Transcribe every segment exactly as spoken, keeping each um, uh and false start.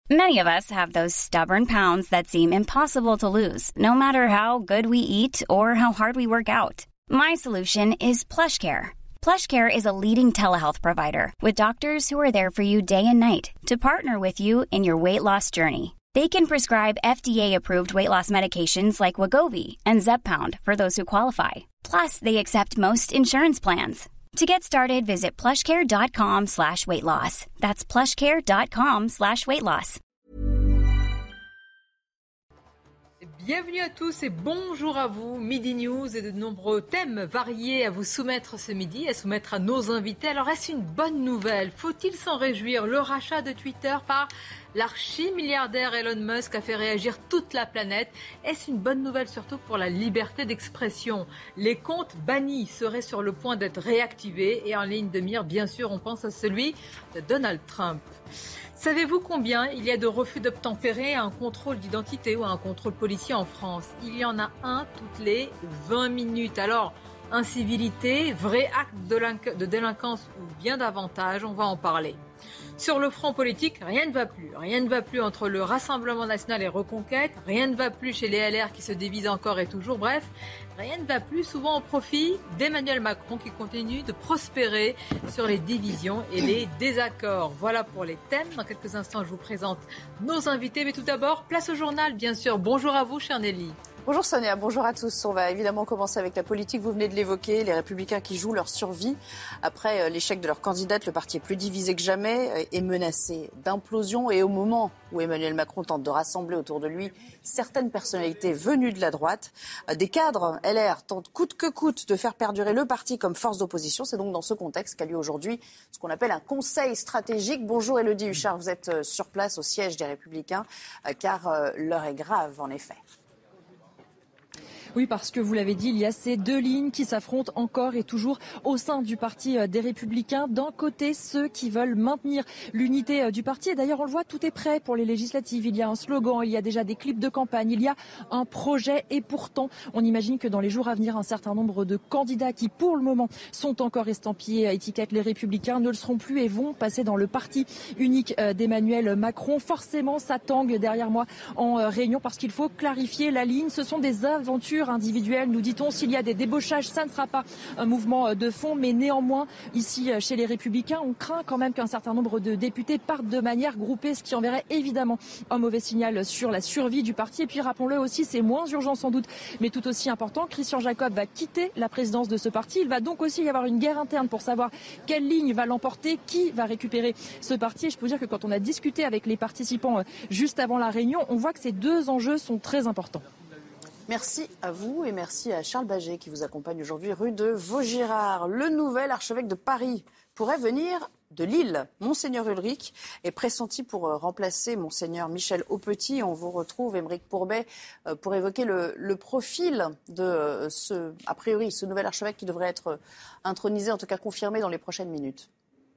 Many of us have those stubborn pounds that seem impossible to lose, no matter how good we eat or how hard we work out. My solution is PlushCare. PlushCare is a leading telehealth provider with doctors who are there for you day and night to partner with you in your weight loss journey. They can prescribe F D A-approved weight loss medications like Wegovy and Zepbound for those who qualify. Plus, they accept most insurance plans. To get started, visit plushcare.com slash weight loss. That's plushcare.com slash weight loss. Bienvenue à tous et bonjour à vous. Midi News et de nombreux thèmes variés à vous soumettre ce midi, à soumettre à nos invités. Alors, est-ce une bonne nouvelle? Faut-il s'en réjouir? Le rachat de Twitter par l'archi-milliardaire Elon Musk a fait réagir toute la planète. Est-ce une bonne nouvelle surtout pour la liberté d'expression? Les comptes bannis seraient sur le point d'être réactivés et en ligne de mire, bien sûr, on pense à celui de Donald Trump. Savez-vous combien il y a de refus d'obtempérer à un contrôle d'identité ou à un contrôle policier en France? Il y en a un toutes les vingt minutes. Alors, incivilité, vrai acte de délinquance ou bien davantage, on va en parler. Sur le front politique, rien ne va plus. Rien ne va plus entre le Rassemblement national et Reconquête. Rien ne va plus chez les L R qui se divisent encore et toujours. Bref, rien ne va plus souvent au profit d'Emmanuel Macron qui continue de prospérer sur les divisions et les désaccords. Voilà pour les thèmes. Dans quelques instants, je vous présente nos invités. Mais tout d'abord, place au journal, bien sûr. Bonjour à vous, chère Nelly. Bonjour Sonia, bonjour à tous. On va évidemment commencer avec la politique. Vous venez de l'évoquer, les Républicains qui jouent leur survie. Après l'échec de leur candidate, le parti est plus divisé que jamais, est menacé d'implosion. Et au moment où Emmanuel Macron tente de rassembler autour de lui certaines personnalités venues de la droite, des cadres L R tentent coûte que coûte de faire perdurer le parti comme force d'opposition. C'est donc dans ce contexte qu'a lieu aujourd'hui ce qu'on appelle un conseil stratégique. Bonjour Élodie Huchard, vous êtes sur place au siège des Républicains, car l'heure est grave en effet. Oui, parce que vous l'avez dit, il y a ces deux lignes qui s'affrontent encore et toujours au sein du parti des Républicains. D'un côté, ceux qui veulent maintenir l'unité du parti. Et d'ailleurs, on le voit, tout est prêt pour les législatives. Il y a un slogan, il y a déjà des clips de campagne, il y a un projet. Et pourtant, on imagine que dans les jours à venir, un certain nombre de candidats qui, pour le moment, sont encore estampillés à étiquette les Républicains ne le seront plus et vont passer dans le parti unique d'Emmanuel Macron. Forcément, ça tangue derrière moi en réunion parce qu'il faut clarifier la ligne. Ce sont des aventures individuelle, nous dit-on. S'il y a des débauchages, ça ne sera pas un mouvement de fond, mais néanmoins, ici, chez les Républicains, on craint quand même qu'un certain nombre de députés partent de manière groupée, ce qui enverrait évidemment un mauvais signal sur la survie du parti. Et puis, rappelons-le aussi, c'est moins urgent sans doute, mais tout aussi important, Christian Jacob va quitter la présidence de ce parti. Il va donc aussi y avoir une guerre interne pour savoir quelle ligne va l'emporter, qui va récupérer ce parti. Et je peux vous dire que quand on a discuté avec les participants juste avant la réunion, on voit que ces deux enjeux sont très importants. Merci à vous et merci à Charles Baget qui vous accompagne aujourd'hui rue de Vaugirard. Le nouvel archevêque de Paris pourrait venir de Lille. Monseigneur Ulrich est pressenti pour remplacer Monseigneur Michel Aupetit. On vous retrouve, Aymeric Pourbet, pour évoquer le, le profil de ce, a priori, ce nouvel archevêque qui devrait être intronisé, en tout cas confirmé dans les prochaines minutes.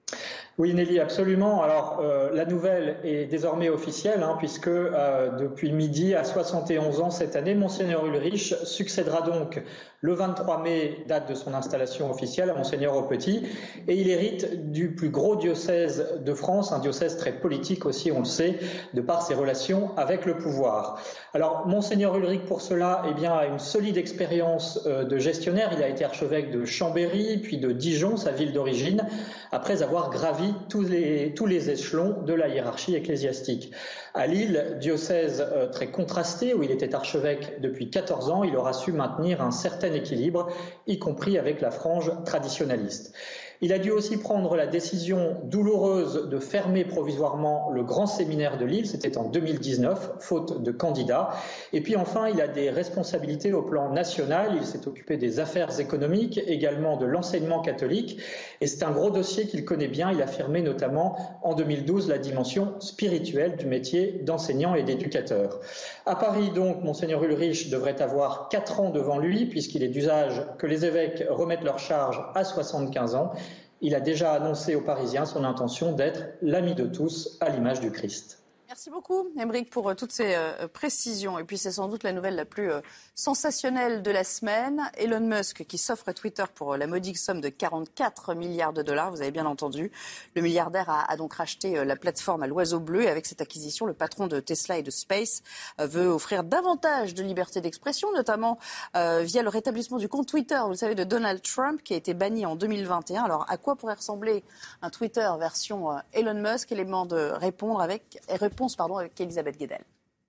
Oui, Nelly, absolument. Alors, euh, la nouvelle est désormais officielle, hein, puisque euh, depuis midi, à soixante et onze ans cette année, Monseigneur Ulrich succédera donc le vingt-trois mai, date de son installation officielle, à Monseigneur Aupetit, et il hérite du plus gros diocèse de France, un diocèse très politique aussi, on le sait, de par ses relations avec le pouvoir. Alors, Monseigneur Ulrich, pour cela, eh bien, a une solide expérience euh, de gestionnaire. Il a été archevêque de Chambéry, puis de Dijon, sa ville d'origine, après avoir gravi tous les, tous les échelons de la hiérarchie ecclésiastique. À Lille, diocèse euh, très contrasté, où il était archevêque depuis quatorze ans, il aura su maintenir un certain équilibre, y compris avec la frange traditionnaliste. Il a dû aussi prendre la décision douloureuse de fermer provisoirement le grand séminaire de Lille, c'était en deux mille dix-neuf, faute de candidats. Et puis enfin, il a des responsabilités au plan national, il s'est occupé des affaires économiques, également de l'enseignement catholique, et c'est un gros dossier qu'il connaît bien. Il a affirmé notamment en deux mille douze la dimension spirituelle du métier d'enseignant et d'éducateur. À Paris donc, Monseigneur Ulrich devrait avoir quatre ans devant lui, puisqu'il est d'usage que les évêques remettent leur charge à soixante-quinze ans. Il a déjà annoncé aux Parisiens son intention d'être l'ami de tous, à l'image du Christ. Merci beaucoup, Aymeric, pour euh, toutes ces euh, précisions. Et puis, c'est sans doute la nouvelle la plus euh, sensationnelle de la semaine. Elon Musk qui s'offre à Twitter pour euh, la modique somme de quarante-quatre milliards de dollars. Vous avez bien entendu. Le milliardaire a, a donc racheté euh, la plateforme à l'oiseau bleu. Et avec cette acquisition, le patron de Tesla et de Space euh, veut offrir davantage de liberté d'expression, notamment euh, via le rétablissement du compte Twitter, vous le savez, de Donald Trump, qui a été banni en deux mille vingt et un. Alors, à quoi pourrait ressembler un Twitter version euh, Elon Musk? Élément de répondre avec... Répondre Pardon, avec Elisabeth Guedel.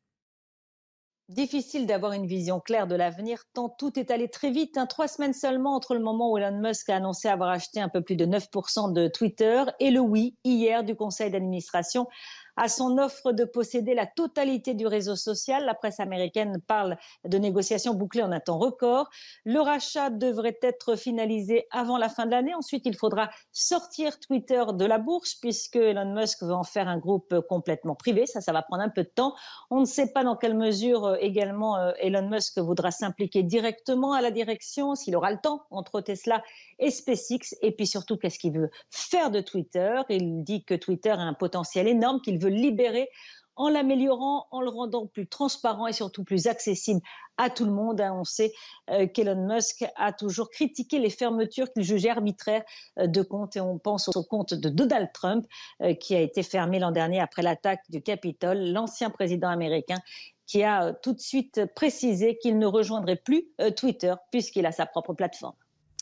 Difficile d'avoir une vision claire de l'avenir tant tout est allé très vite. Hein. Trois semaines seulement entre le moment où Elon Musk a annoncé avoir acheté un peu plus de neuf pour cent de Twitter et le oui hier du conseil d'administration à son offre de posséder la totalité du réseau social. La presse américaine parle de négociations bouclées en un temps record. Le rachat devrait être finalisé avant la fin de l'année. Ensuite, il faudra sortir Twitter de la bourse puisque Elon Musk veut en faire un groupe complètement privé. Ça, ça va prendre un peu de temps. On ne sait pas dans quelle mesure également Elon Musk voudra s'impliquer directement à la direction, s'il aura le temps entre Tesla et SpaceX. Et puis surtout, qu'est-ce qu'il veut faire de Twitter? Il dit que Twitter a un potentiel énorme, qu'il veut libérer en l'améliorant, en le rendant plus transparent et surtout plus accessible à tout le monde. On sait euh, qu'Elon Musk a toujours critiqué les fermetures qu'il jugeait arbitraires euh, de comptes. Et on pense au compte de Donald Trump euh, qui a été fermé l'an dernier après l'attaque du Capitole. L'ancien président américain qui a euh, tout de suite précisé qu'il ne rejoindrait plus euh, Twitter puisqu'il a sa propre plateforme.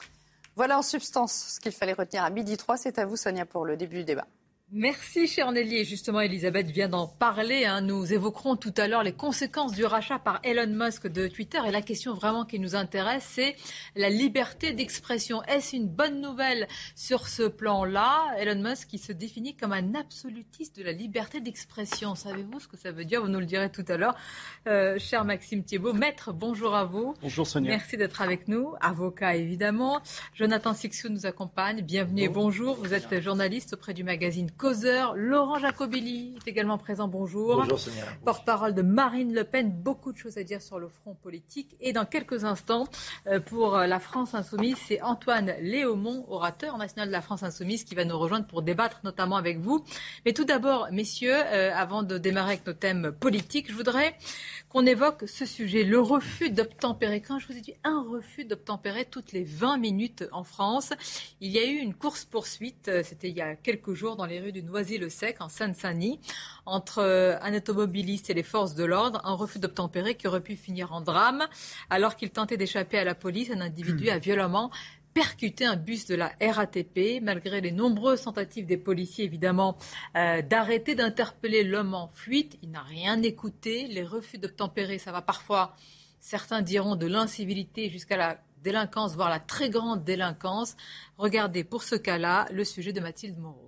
Voilà en substance ce qu'il fallait retenir à midi trois. C'est à vous, Sonia, pour le début du débat. Merci, chère Nelly. Et justement, Elisabeth vient d'en parler. Hein. Nous évoquerons tout à l'heure les conséquences du rachat par Elon Musk de Twitter. Et la question vraiment qui nous intéresse, c'est la liberté d'expression. Est-ce une bonne nouvelle sur ce plan-là? Elon Musk qui se définit comme un absolutiste de la liberté d'expression. Savez-vous ce que ça veut dire? Vous nous le direz tout à l'heure. Euh, cher Maxime Thiebaud, maître, bonjour à vous. Bonjour Sonia. Merci d'être avec nous. Avocat, évidemment. Jonathan Sicsou nous accompagne. Bienvenue bon. et bonjour. Vous êtes journaliste auprès du magazine Causeur. Laurent Jacobelli est également présent. Bonjour. Bonjour Sonia. Porte-parole de Marine Le Pen. Beaucoup de choses à dire sur le front politique. Et dans quelques instants, pour la France Insoumise, c'est Antoine Léaumont, orateur national de la France Insoumise, qui va nous rejoindre pour débattre notamment avec vous. Mais tout d'abord, messieurs, euh, avant de démarrer avec nos thèmes politiques, je voudrais qu'on évoque ce sujet, le refus d'obtempérer. Quand je vous ai dit un refus d'obtempérer toutes les vingt minutes en France, il y a eu une course-poursuite, c'était il y a quelques jours dans les rues du Noisy-le-Sec, en Seine-Saint-Denis, entre un automobiliste et les forces de l'ordre, un refus d'obtempérer qui aurait pu finir en drame. Alors qu'il tentait d'échapper à la police, un individu a violemment percuté un bus de la R A T P, malgré les nombreuses tentatives des policiers, évidemment, euh, d'arrêter d'interpeller l'homme en fuite. Il n'a rien écouté. Les refus d'obtempérer, ça va parfois, certains diront, de l'incivilité jusqu'à la délinquance, voire la très grande délinquance. Regardez, pour ce cas-là, le sujet de Mathilde Moreau.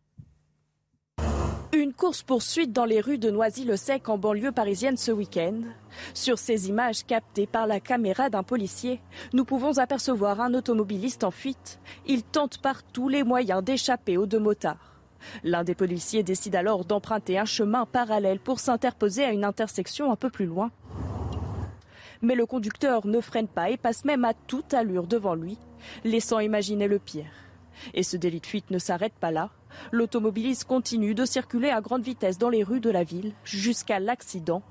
Une course-poursuite dans les rues de Noisy-le-Sec en banlieue parisienne ce week-end. Sur ces images captées par la caméra d'un policier, nous pouvons apercevoir un automobiliste en fuite. Il tente par tous les moyens d'échapper aux deux motards. L'un des policiers décide alors d'emprunter un chemin parallèle pour s'interposer à une intersection un peu plus loin. Mais le conducteur ne freine pas et passe même à toute allure devant lui, laissant imaginer le pire. Et ce délit de fuite ne s'arrête pas là. L'automobiliste continue de circuler à grande vitesse dans les rues de la ville jusqu'à l'accident.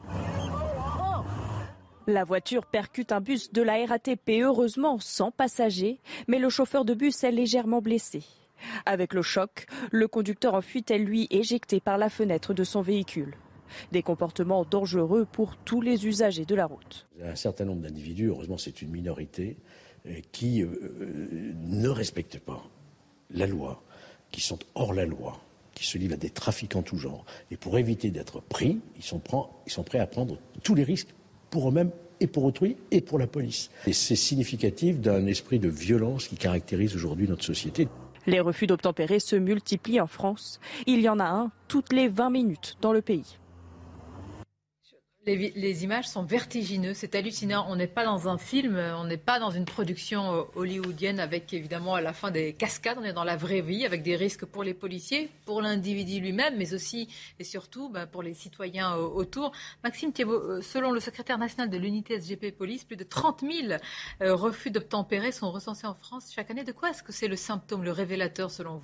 La voiture percute un bus de la R A T P, heureusement sans passagers, mais le chauffeur de bus est légèrement blessé. Avec le choc, le conducteur en fuite est lui éjecté par la fenêtre de son véhicule. Des comportements dangereux pour tous les usagers de la route. Un certain nombre d'individus, heureusement c'est une minorité, qui euh, ne respectent pas la loi, qui sont hors la loi, qui se livrent à des trafics en tout genre. Et pour éviter d'être pris, ils sont, ils sont prêts à prendre tous les risques pour eux-mêmes et pour autrui et pour la police. Et c'est significatif d'un esprit de violence qui caractérise aujourd'hui notre société. Les refus d'obtempérer se multiplient en France. Il y en a un toutes les vingt minutes dans le pays. Les, les images sont vertigineuses, c'est hallucinant. On n'est pas dans un film, on n'est pas dans une production euh, hollywoodienne avec évidemment à la fin des cascades. On est dans la vraie vie avec des risques pour les policiers, pour l'individu lui-même, mais aussi et surtout ben, pour les citoyens euh, autour. Maxime Thiebaud, euh, selon le secrétaire national de l'unité S G P Police, plus de trente mille euh, refus d'obtempérer sont recensés en France chaque année. De quoi est-ce que c'est le symptôme, le révélateur selon vous ?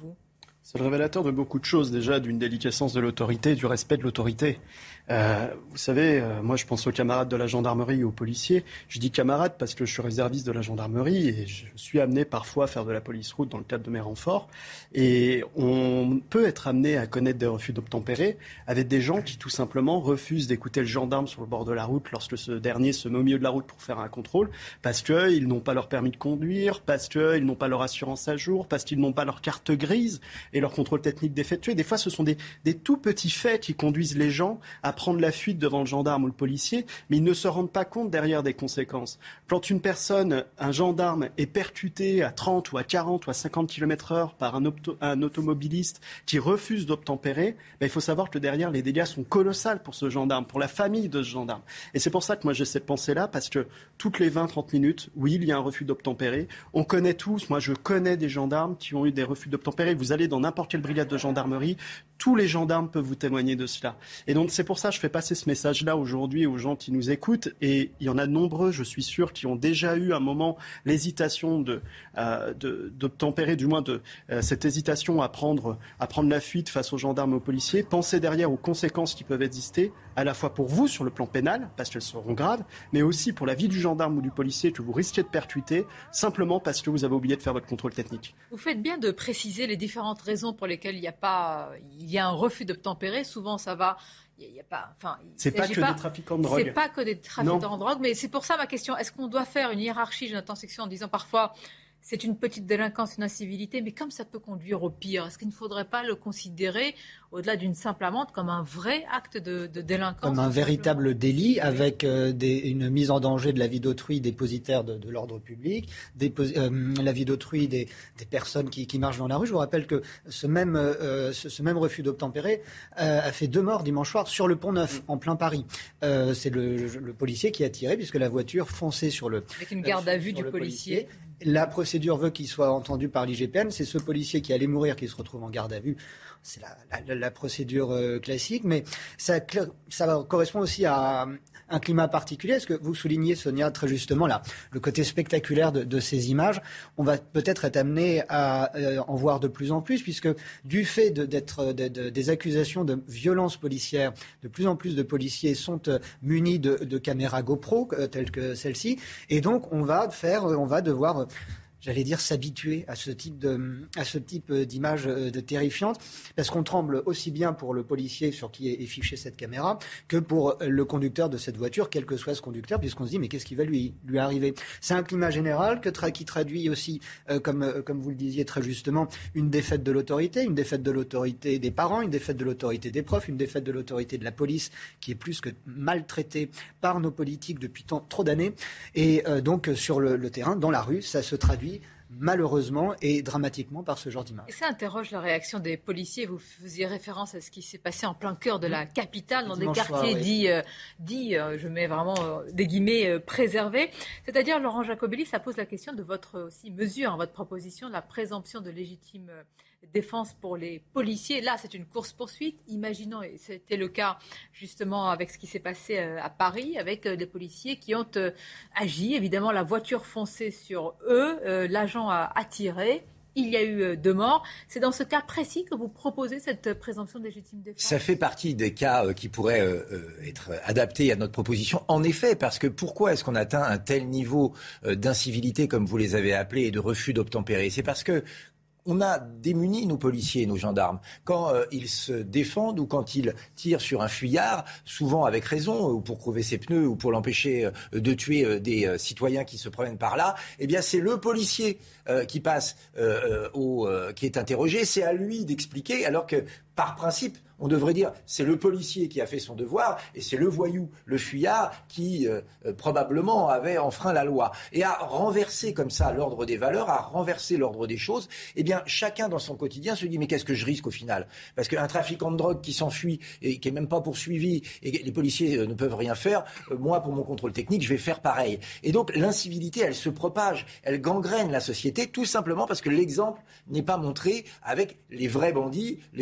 C'est le révélateur de beaucoup de choses, déjà, d'une déliquescence de l'autorité, du respect de l'autorité. Euh, vous savez, euh, moi je pense aux camarades de la gendarmerie et aux policiers. Je dis camarades parce que je suis réserviste de la gendarmerie et je suis amené parfois à faire de la police route dans le cadre de mes renforts. Et on peut être amené à connaître des refus d'obtempérer avec des gens qui tout simplement refusent d'écouter le gendarme sur le bord de la route lorsque ce dernier se met au milieu de la route pour faire un contrôle, parce qu'ils n'ont pas leur permis de conduire, parce qu'ils n'ont pas leur assurance à jour, parce qu'ils n'ont pas leur carte grise et leur contrôle technique défectueux. Des fois, ce sont des, des tout petits faits qui conduisent les gens à prendre la fuite devant le gendarme ou le policier, mais ils ne se rendent pas compte derrière des conséquences. Quand une personne, un gendarme, est percuté à trente ou à quarante ou à cinquante kilomètres heure par un, opto, un automobiliste qui refuse d'obtempérer, ben, il faut savoir que derrière, les dégâts sont colossaux pour ce gendarme, pour la famille de ce gendarme. Et c'est pour ça que moi j'ai cette pensée-là, parce que toutes les vingt à trente minutes, oui, il y a un refus d'obtempérer. On connaît tous, moi je connais des gendarmes qui ont eu des refus d'obtempérer. Vous allez dans n'importe quelle brigade de gendarmerie, tous les gendarmes peuvent vous témoigner de cela. Et donc c'est pour ça que je fais passer ce message-là aujourd'hui aux gens qui nous écoutent. Et il y en a de nombreux, je suis sûr, qui ont déjà eu un moment l'hésitation de, euh, de, d'obtempérer, du moins de euh, cette hésitation à prendre, à prendre la fuite face aux gendarmes et aux policiers. Pensez derrière aux conséquences qui peuvent exister, à la fois pour vous sur le plan pénal, parce qu'elles seront graves, mais aussi pour la vie du gendarme ou du policier que vous risquez de percuter, simplement parce que vous avez oublié de faire votre contrôle technique. Vous faites bien de préciser les différentes raisons pour lesquelles il n'y a pas, il y a un refus d'obtempérer. Souvent, ça va. Il y a pas, enfin, c'est pas que pas, des trafiquants de drogue. C'est pas que des trafiquants non. de drogue, mais c'est pour ça ma question. Est-ce qu'on doit faire une hiérarchie, Jonathan Sexton, en disant parfois c'est une petite délinquance, une incivilité, mais comme ça peut conduire au pire, est-ce qu'il ne faudrait pas le considérer, au-delà d'une simple amende, comme un vrai acte de, de délinquance? Comme un véritable délit, avec euh, des, une mise en danger de la vie d'autrui dépositaire de, de l'ordre public, dépos- euh, la vie d'autrui des, des personnes qui, qui marchent dans la rue. Je vous rappelle que ce même, euh, ce, ce même refus d'obtempérer euh, a fait deux morts dimanche soir sur le Pont-Neuf, en plein Paris. Euh, c'est le, le policier qui a tiré, puisque la voiture fonçait sur le... Avec une garde à vue du policier. policier. La procédure veut qu'il soit entendu par l'I G P N. C'est ce policier qui allait mourir qui se retrouve en garde à vue. C'est la, la, la procédure euh, classique, mais ça, ça correspond aussi à un climat particulier. Est-ce que vous soulignez, Sonia, très justement là, le côté spectaculaire de, de ces images? On va peut-être être amené à euh, en voir de plus en plus, puisque du fait de, d'être de, de, des accusations de violences policières, de plus en plus de policiers sont euh, munis de, de caméras GoPro euh, telles que celle-ci, et donc on va faire, on va devoir euh, j'allais dire s'habituer à ce type de, à ce type d'images de terrifiantes, parce qu'on tremble aussi bien pour le policier sur qui est fichée cette caméra que pour le conducteur de cette voiture, quel que soit ce conducteur, puisqu'on se dit mais qu'est-ce qui va lui, lui arriver? C'est un climat général que tra- qui traduit aussi, euh, comme, euh, comme vous le disiez très justement, une défaite de l'autorité, une défaite de l'autorité des parents, une défaite de l'autorité des profs, une défaite de l'autorité de la police, qui est plus que maltraitée par nos politiques depuis tant, trop d'années. Et euh, donc sur le, le terrain, dans la rue, ça se traduit malheureusement et dramatiquement par ce genre d'image. Et ça interroge la réaction des policiers. Vous faisiez référence à ce qui s'est passé en plein cœur de la capitale, dans des quartiers soir, oui. dits, euh, dits euh, je mets vraiment euh, des guillemets, euh, préservés. C'est-à-dire, Laurent Jacobelli, ça pose la question de votre aussi mesure, hein, votre proposition, de la présomption de légitime euh, défense pour les policiers. Là, c'est une course-poursuite. Imaginons, et c'était le cas justement avec ce qui s'est passé euh, à Paris, avec euh, des policiers qui ont euh, agi. Évidemment, la voiture fonçait sur eux, euh, l'agent a, a tiré. Il y a eu euh, deux morts. C'est dans ce cas précis que vous proposez cette présomption de légitime défense? Ça fait partie des cas euh, qui pourraient euh, être adaptés à notre proposition. En effet, parce que pourquoi est-ce qu'on atteint un tel niveau euh, d'incivilité, comme vous les avez appelés, et de refus d'obtempérer? C'est parce que on a démuni nos policiers et nos gendarmes. Quand euh, ils se défendent ou quand ils tirent sur un fuyard, souvent avec raison, ou pour crever ses pneus, ou pour l'empêcher euh, de tuer euh, des euh, citoyens qui se promènent par là, eh bien c'est le policier euh, qui passe, euh, au, euh, qui est interrogé. C'est à lui d'expliquer, alors que par principe, on devrait dire c'est le policier qui a fait son devoir et c'est le voyou, le fuyard qui euh, euh, probablement avait enfreint la loi. Et à renverser comme ça l'ordre des valeurs, à renverser l'ordre des choses, eh bien chacun dans son quotidien se dit mais qu'est-ce que je risque au final? Parce qu'un trafiquant de drogue qui s'enfuit et qui est même pas poursuivi et que les policiers euh, ne peuvent rien faire, euh, moi pour mon contrôle technique je vais faire pareil. Et donc l'incivilité elle se propage, elle gangrène la société tout simplement parce que l'exemple n'est pas montré avec les vrais bandits, les vrais délinquants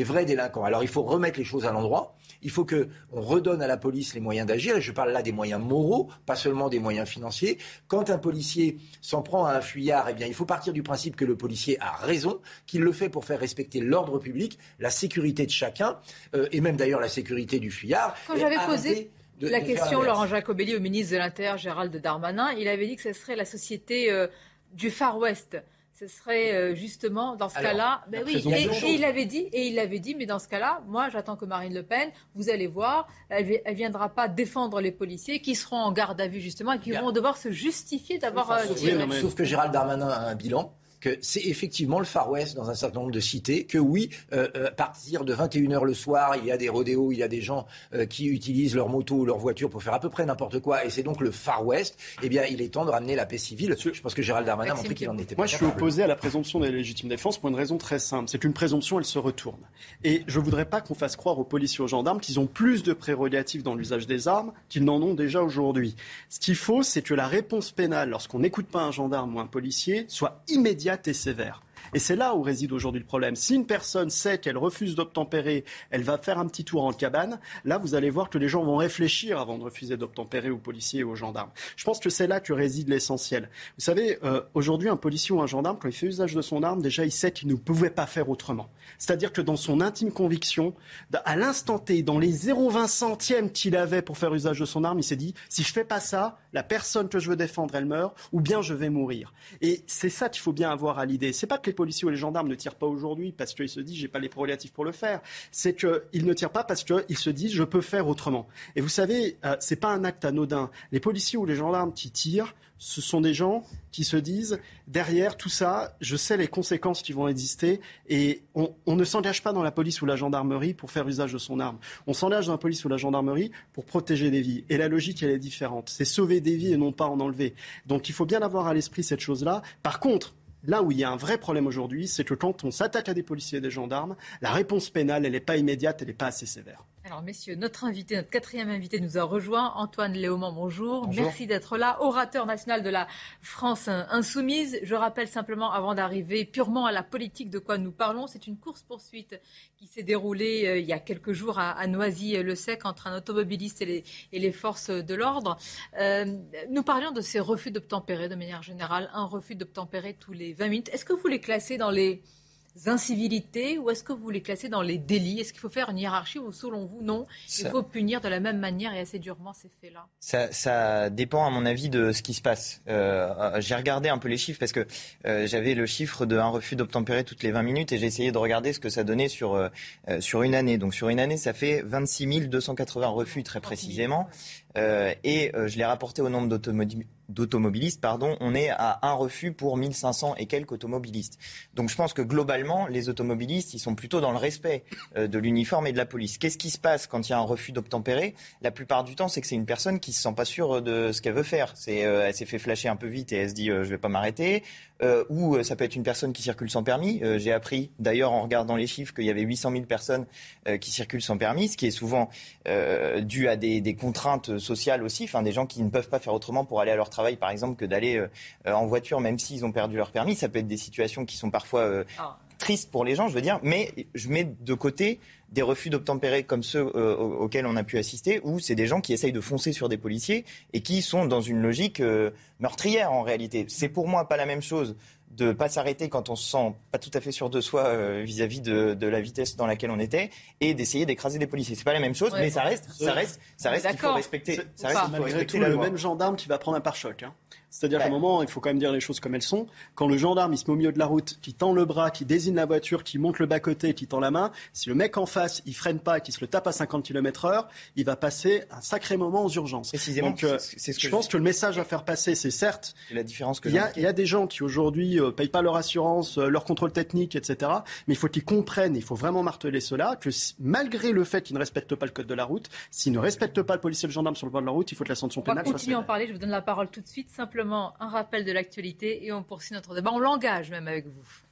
délinquants. Alors il faut remettre les choses à l'endroit. Il faut qu'on redonne à la police les moyens d'agir. Et je parle là des moyens moraux, pas seulement des moyens financiers. Quand un policier s'en prend à un fuyard, eh bien, il faut partir du principe que le policier a raison, qu'il le fait pour faire respecter l'ordre public, la sécurité de chacun, euh, et même d'ailleurs la sécurité du fuyard. Quand j'avais posé de, la de question, Laurent Jacobelli, au ministre de l'Intérieur, Gérald Darmanin, il avait dit que ce serait la société euh, du Far West. Ce serait euh, justement dans ce Alors, cas-là, ben oui, et, et il avait dit, et il avait dit, mais dans ce cas-là, moi j'attends que Marine Le Pen, vous allez voir, elle, elle viendra pas défendre les policiers qui seront en garde à vue justement et qui Bien. vont devoir se justifier d'avoir euh, tiré. Oui, mais... Sauf que Gérald Darmanin a un bilan. Que c'est effectivement le Far West dans un certain nombre de cités, que oui, euh, à partir de vingt et une heures le soir, il y a des rodéos, il y a des gens euh, qui utilisent leur moto ou leur voiture pour faire à peu près n'importe quoi, et c'est donc le Far West, eh bien il est temps de ramener la paix civile. Je pense que Gérald Darmanin a montré qu'il en était pas. Moi je suis opposé à la présomption de la légitime défense pour une raison très simple, c'est qu'une présomption elle se retourne. Et je ne voudrais pas qu'on fasse croire aux policiers, aux gendarmes qu'ils ont plus de prérogatives dans l'usage des armes qu'ils n'en ont déjà aujourd'hui. Ce qu'il faut, c'est que la réponse pénale, lorsqu'on n'écoute pas un gendarme ou un policier, soit immédiate et sévère. Et c'est là où réside aujourd'hui le problème. Si une personne sait qu'elle refuse d'obtempérer, elle va faire un petit tour en cabane, là vous allez voir que les gens vont réfléchir avant de refuser d'obtempérer aux policiers et aux gendarmes. Je pense que c'est là que réside l'essentiel. Vous savez, euh, aujourd'hui un policier ou un gendarme, quand il fait usage de son arme, déjà il sait qu'il ne pouvait pas faire autrement. C'est-à-dire que dans son intime conviction, à l'instant T, dans les zéro virgule vingt centièmes qu'il avait pour faire usage de son arme, il s'est dit, si je fais pas ça, la personne que je veux défendre, elle meurt, ou bien je vais mourir. Et c'est ça qu'il faut bien avoir à l'idée. C'est pas que les policiers ou les gendarmes ne tirent pas aujourd'hui parce qu'ils se disent j'ai pas les prérogatives pour le faire. C'est qu'ils ne tirent pas parce qu'ils se disent je peux faire autrement. Et vous savez, euh, c'est pas un acte anodin. Les policiers ou les gendarmes qui tirent, ce sont des gens qui se disent derrière tout ça, je sais les conséquences qui vont exister et on, on ne s'engage pas dans la police ou la gendarmerie pour faire usage de son arme. On s'engage dans la police ou la gendarmerie pour protéger des vies. Et la logique, elle est différente. C'est sauver des vies et non pas en enlever. Donc il faut bien avoir à l'esprit cette chose-là. Par contre, là où il y a un vrai problème aujourd'hui, c'est que quand on s'attaque à des policiers et des gendarmes, la réponse pénale, elle n'est pas immédiate, elle n'est pas assez sévère. Alors messieurs, notre invité, notre quatrième invité nous a rejoint, Antoine Léaumont, bonjour. bonjour. Merci d'être là, orateur national de la France Insoumise. Je rappelle simplement, avant d'arriver purement à la politique de quoi nous parlons, c'est une course-poursuite qui s'est déroulée euh, il y a quelques jours à, à Noisy-le-Sec entre un automobiliste et les, et les forces de l'ordre. Euh, nous parlions de ces refus d'obtempérer de manière générale, un refus d'obtempérer tous les vingt minutes. Est-ce que vous les classez dans les incivilités ou est-ce que vous les classez dans les délits ? Est-ce qu'il faut faire une hiérarchie ou selon vous, non, il faut punir de la même manière et assez durement ces faits-là ? Ça, ça dépend à mon avis de ce qui se passe. Euh, j'ai regardé un peu les chiffres parce que euh, j'avais le chiffre d'un refus d'obtempérer toutes les vingt minutes et j'ai essayé de regarder ce que ça donnait sur, euh, sur une année. Donc sur une année, ça fait vingt-six mille deux cent quatre-vingts refus très précisément. Euh, et euh, je l'ai rapporté au nombre d'automobilistes. d'automobilistes, pardon, on est à un refus pour mille cinq cents et quelques automobilistes. Donc je pense que globalement, les automobilistes, ils sont plutôt dans le respect euh, de l'uniforme et de la police. Qu'est-ce qui se passe quand il y a un refus d'obtempérer ? La plupart du temps, c'est que c'est une personne qui se sent pas sûre de ce qu'elle veut faire. C'est, euh, elle s'est fait flasher un peu vite et elle se dit euh, je vais pas m'arrêter. Euh, ou euh, ça peut être une personne qui circule sans permis. Euh, j'ai appris, d'ailleurs, en regardant les chiffres, qu'il y avait huit cent mille personnes euh, qui circulent sans permis, ce qui est souvent euh, dû à des, des contraintes sociales aussi, enfin des gens qui ne peuvent pas faire autrement pour aller à leur travail, par exemple, que d'aller euh, en voiture, même s'ils ont perdu leur permis. Ça peut être des situations qui sont parfois euh, tristes pour les gens, je veux dire, mais je mets de côté des refus d'obtempérer comme ceux euh, auxquels on a pu assister, où c'est des gens qui essayent de foncer sur des policiers et qui sont dans une logique euh, meurtrière en réalité. C'est pour moi pas la même chose de ne pas s'arrêter quand on se sent pas tout à fait sûr de soi euh, vis-à-vis de, de la vitesse dans laquelle on était et d'essayer d'écraser des policiers. C'est pas la même chose, ouais, mais ça reste, ça reste, ça reste qu'il faut respecter. Ça reste qu'il faut respecter la loi. C'est le même gendarme qui va prendre un pare-choc. Hein. C'est-à-dire ouais. qu'à un moment, il faut quand même dire les choses comme elles sont. Quand le gendarme, il se met au milieu de la route, qui tend le bras, qui désigne la voiture, qui monte le bas-côté, qui tend la main, si le mec en face, il freine pas, qui se le tape à cinquante kilomètres heure, il va passer un sacré moment aux urgences. Précisément. Donc, euh, c'est, c'est ce que je, je pense que le message à faire passer, c'est certes, c'est la différence que il y a, il y a des gens qui aujourd'hui euh, payent pas leur assurance, euh, leur contrôle technique, et cetera. Mais il faut qu'ils comprennent, il faut vraiment marteler cela, que si, malgré le fait qu'ils ne respectent pas le code de la route, s'ils ne respectent pas le policier et le gendarme sur le bord de la route, il faut que la sanction pénale soit sévère. On va continuer à en parler. Je vous donne la parole tout de suite. Simplement un rappel de l'actualité et on poursuit notre débat. On l'engage même avec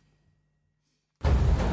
vous.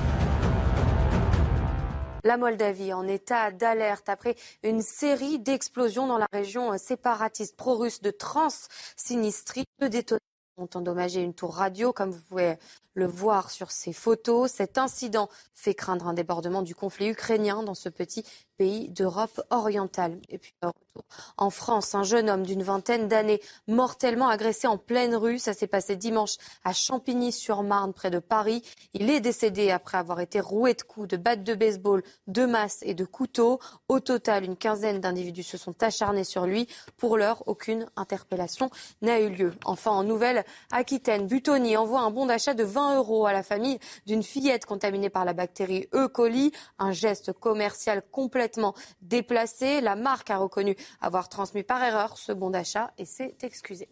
La Moldavie en état d'alerte après une série d'explosions dans la région séparatiste pro-russe de Transnistrie. Deux détonations ont endommagé une tour radio, comme vous pouvez le voir sur ces photos. Cet incident fait craindre un débordement du conflit ukrainien dans ce petit pays d'Europe orientale. Et puis, retour en France, un jeune homme d'une vingtaine d'années mortellement agressé en pleine rue. Ça s'est passé dimanche à Champigny-sur-Marne, près de Paris. Il est décédé après avoir été roué de coups, de battes de baseball, de masses et de couteaux. Au total, une quinzaine d'individus se sont acharnés sur lui. Pour l'heure, aucune interpellation n'a eu lieu. Enfin, en Nouvelle-Aquitaine, Buitoni envoie un bon d'achat de vingt euros à la famille d'une fillette contaminée par la bactérie E. coli. Un geste commercial complètement déplacé. La marque a reconnu avoir transmis par erreur ce bon d'achat et s'est excusée.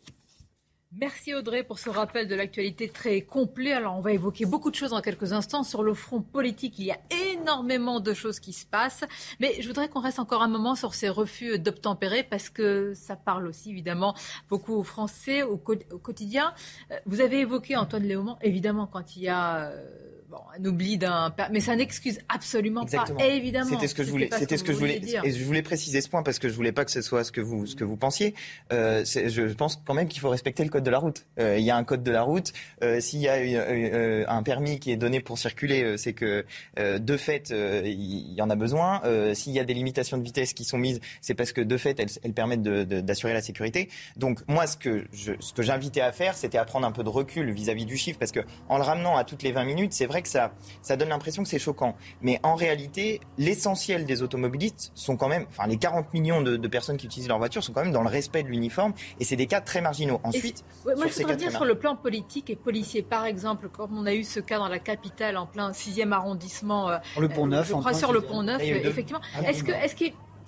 Merci Audrey pour ce rappel de l'actualité très complet. Alors on va évoquer beaucoup de choses dans quelques instants. Sur le front politique, il y a énormément de choses qui se passent. Mais je voudrais qu'on reste encore un moment sur ces refus d'obtempérer parce que ça parle aussi évidemment beaucoup aux Français au, co- au quotidien. Vous avez évoqué Antoine Léaumont, évidemment quand il y a... Euh, Bon, un oubli d'un... Mais ça n'excuse absolument Exactement. pas, évidemment. C'était ce que je voulais, c'était ce que, ce que je voulais dire. Et je voulais préciser ce point parce que je voulais pas que ce soit ce que vous, ce que vous pensiez. Euh, c'est, je pense quand même qu'il faut respecter le code de la route. Euh, il y a un code de la route. Euh, s'il y a euh, un permis qui est donné pour circuler, euh, c'est que euh, de fait, euh, il y en a besoin. Euh, s'il y a des limitations de vitesse qui sont mises, c'est parce que de fait, elles, elles permettent de, de, d'assurer la sécurité. Donc moi, ce que, je, ce que j'invitais à faire, c'était à prendre un peu de recul vis-à-vis du chiffre parce que en le ramenant à toutes les vingt minutes, c'est vrai que ça, ça donne l'impression que c'est choquant. Mais en réalité, l'essentiel des automobilistes sont quand même, enfin les quarante millions de, de personnes qui utilisent leur voiture sont quand même dans le respect de l'uniforme et c'est des cas très marginaux. Ensuite, ouais, moi je voudrais dire sur le plan politique et policier, par exemple, comme on a eu ce cas dans la capitale en plein sixième arrondissement, euh, le Pont Neuf, je crois sur le Pont Neuf, euh, effectivement. Est-ce que, est-ce que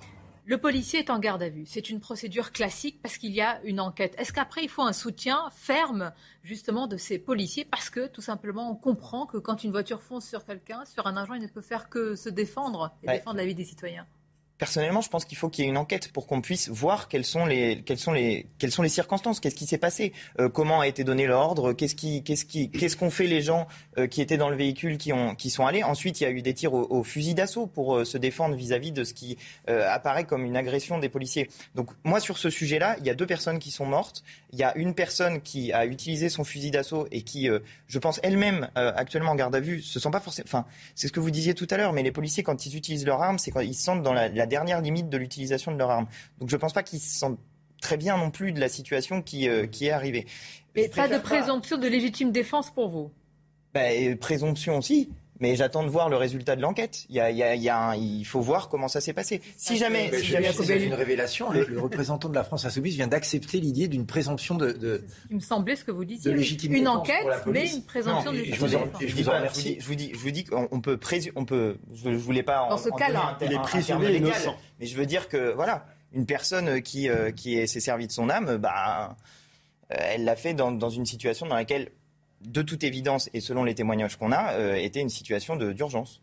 le policier est en garde à vue? C'est une procédure classique parce qu'il y a une enquête. Est-ce qu'après, il faut un soutien ferme, justement, de ces policiers? Parce que, tout simplement, on comprend que quand une voiture fonce sur quelqu'un, sur un agent, il ne peut faire que se défendre et ouais. défendre la vie des citoyens. Personnellement, je pense qu'il faut qu'il y ait une enquête pour qu'on puisse voir quelles sont les, quelles sont les, quelles sont les circonstances, qu'est-ce qui s'est passé, euh, comment a été donné l'ordre, qu'est-ce qui, qu'est-ce qui, qu'est-ce qu'ont fait les gens euh, qui étaient dans le véhicule, qui ont, qui sont allés. Ensuite, il y a eu des tirs au, au fusil d'assaut pour euh, se défendre vis-à-vis de ce qui euh, apparaît comme une agression des policiers. Donc, moi, sur ce sujet-là, il y a deux personnes qui sont mortes. Il y a une personne qui a utilisé son fusil d'assaut et qui, euh, je pense, elle-même euh, actuellement en garde à vue, se sent pas forcément. Enfin, c'est ce que vous disiez tout à l'heure, mais les policiers, quand ils utilisent leur arme, c'est quand ils se sentent dans la, la dernière limite de l'utilisation de leur arme. Donc je ne pense pas qu'ils se sentent très bien non plus de la situation qui, euh, qui est arrivée. Mais pas de présomption pas... de légitime défense pour vous? Ben, présomption aussi. Mais j'attends de voir le résultat de l'enquête. Il, y a, il, y a, il, y a un, il faut voir comment ça s'est passé. Si jamais, mais si je jamais c'est une révélation. Le, le représentant de la France Insoumise vient d'accepter l'idée d'une présomption de. de Il me semblait ce que vous disiez. De légitime une enquête, mais une présomption non, de légitime défense. Je vous en remercie. Je vous dis, je vous dis qu'on peut présumer, on peut. Je voulais pas. Dans en, ce cas-là, il est présumé innocent. Mais je veux dire que voilà, une personne qui euh, qui s'est servie de son âme, bah, euh, elle l'a fait dans, dans une situation dans laquelle, de toute évidence, et selon les témoignages qu'on a, euh, était une situation de, d'urgence.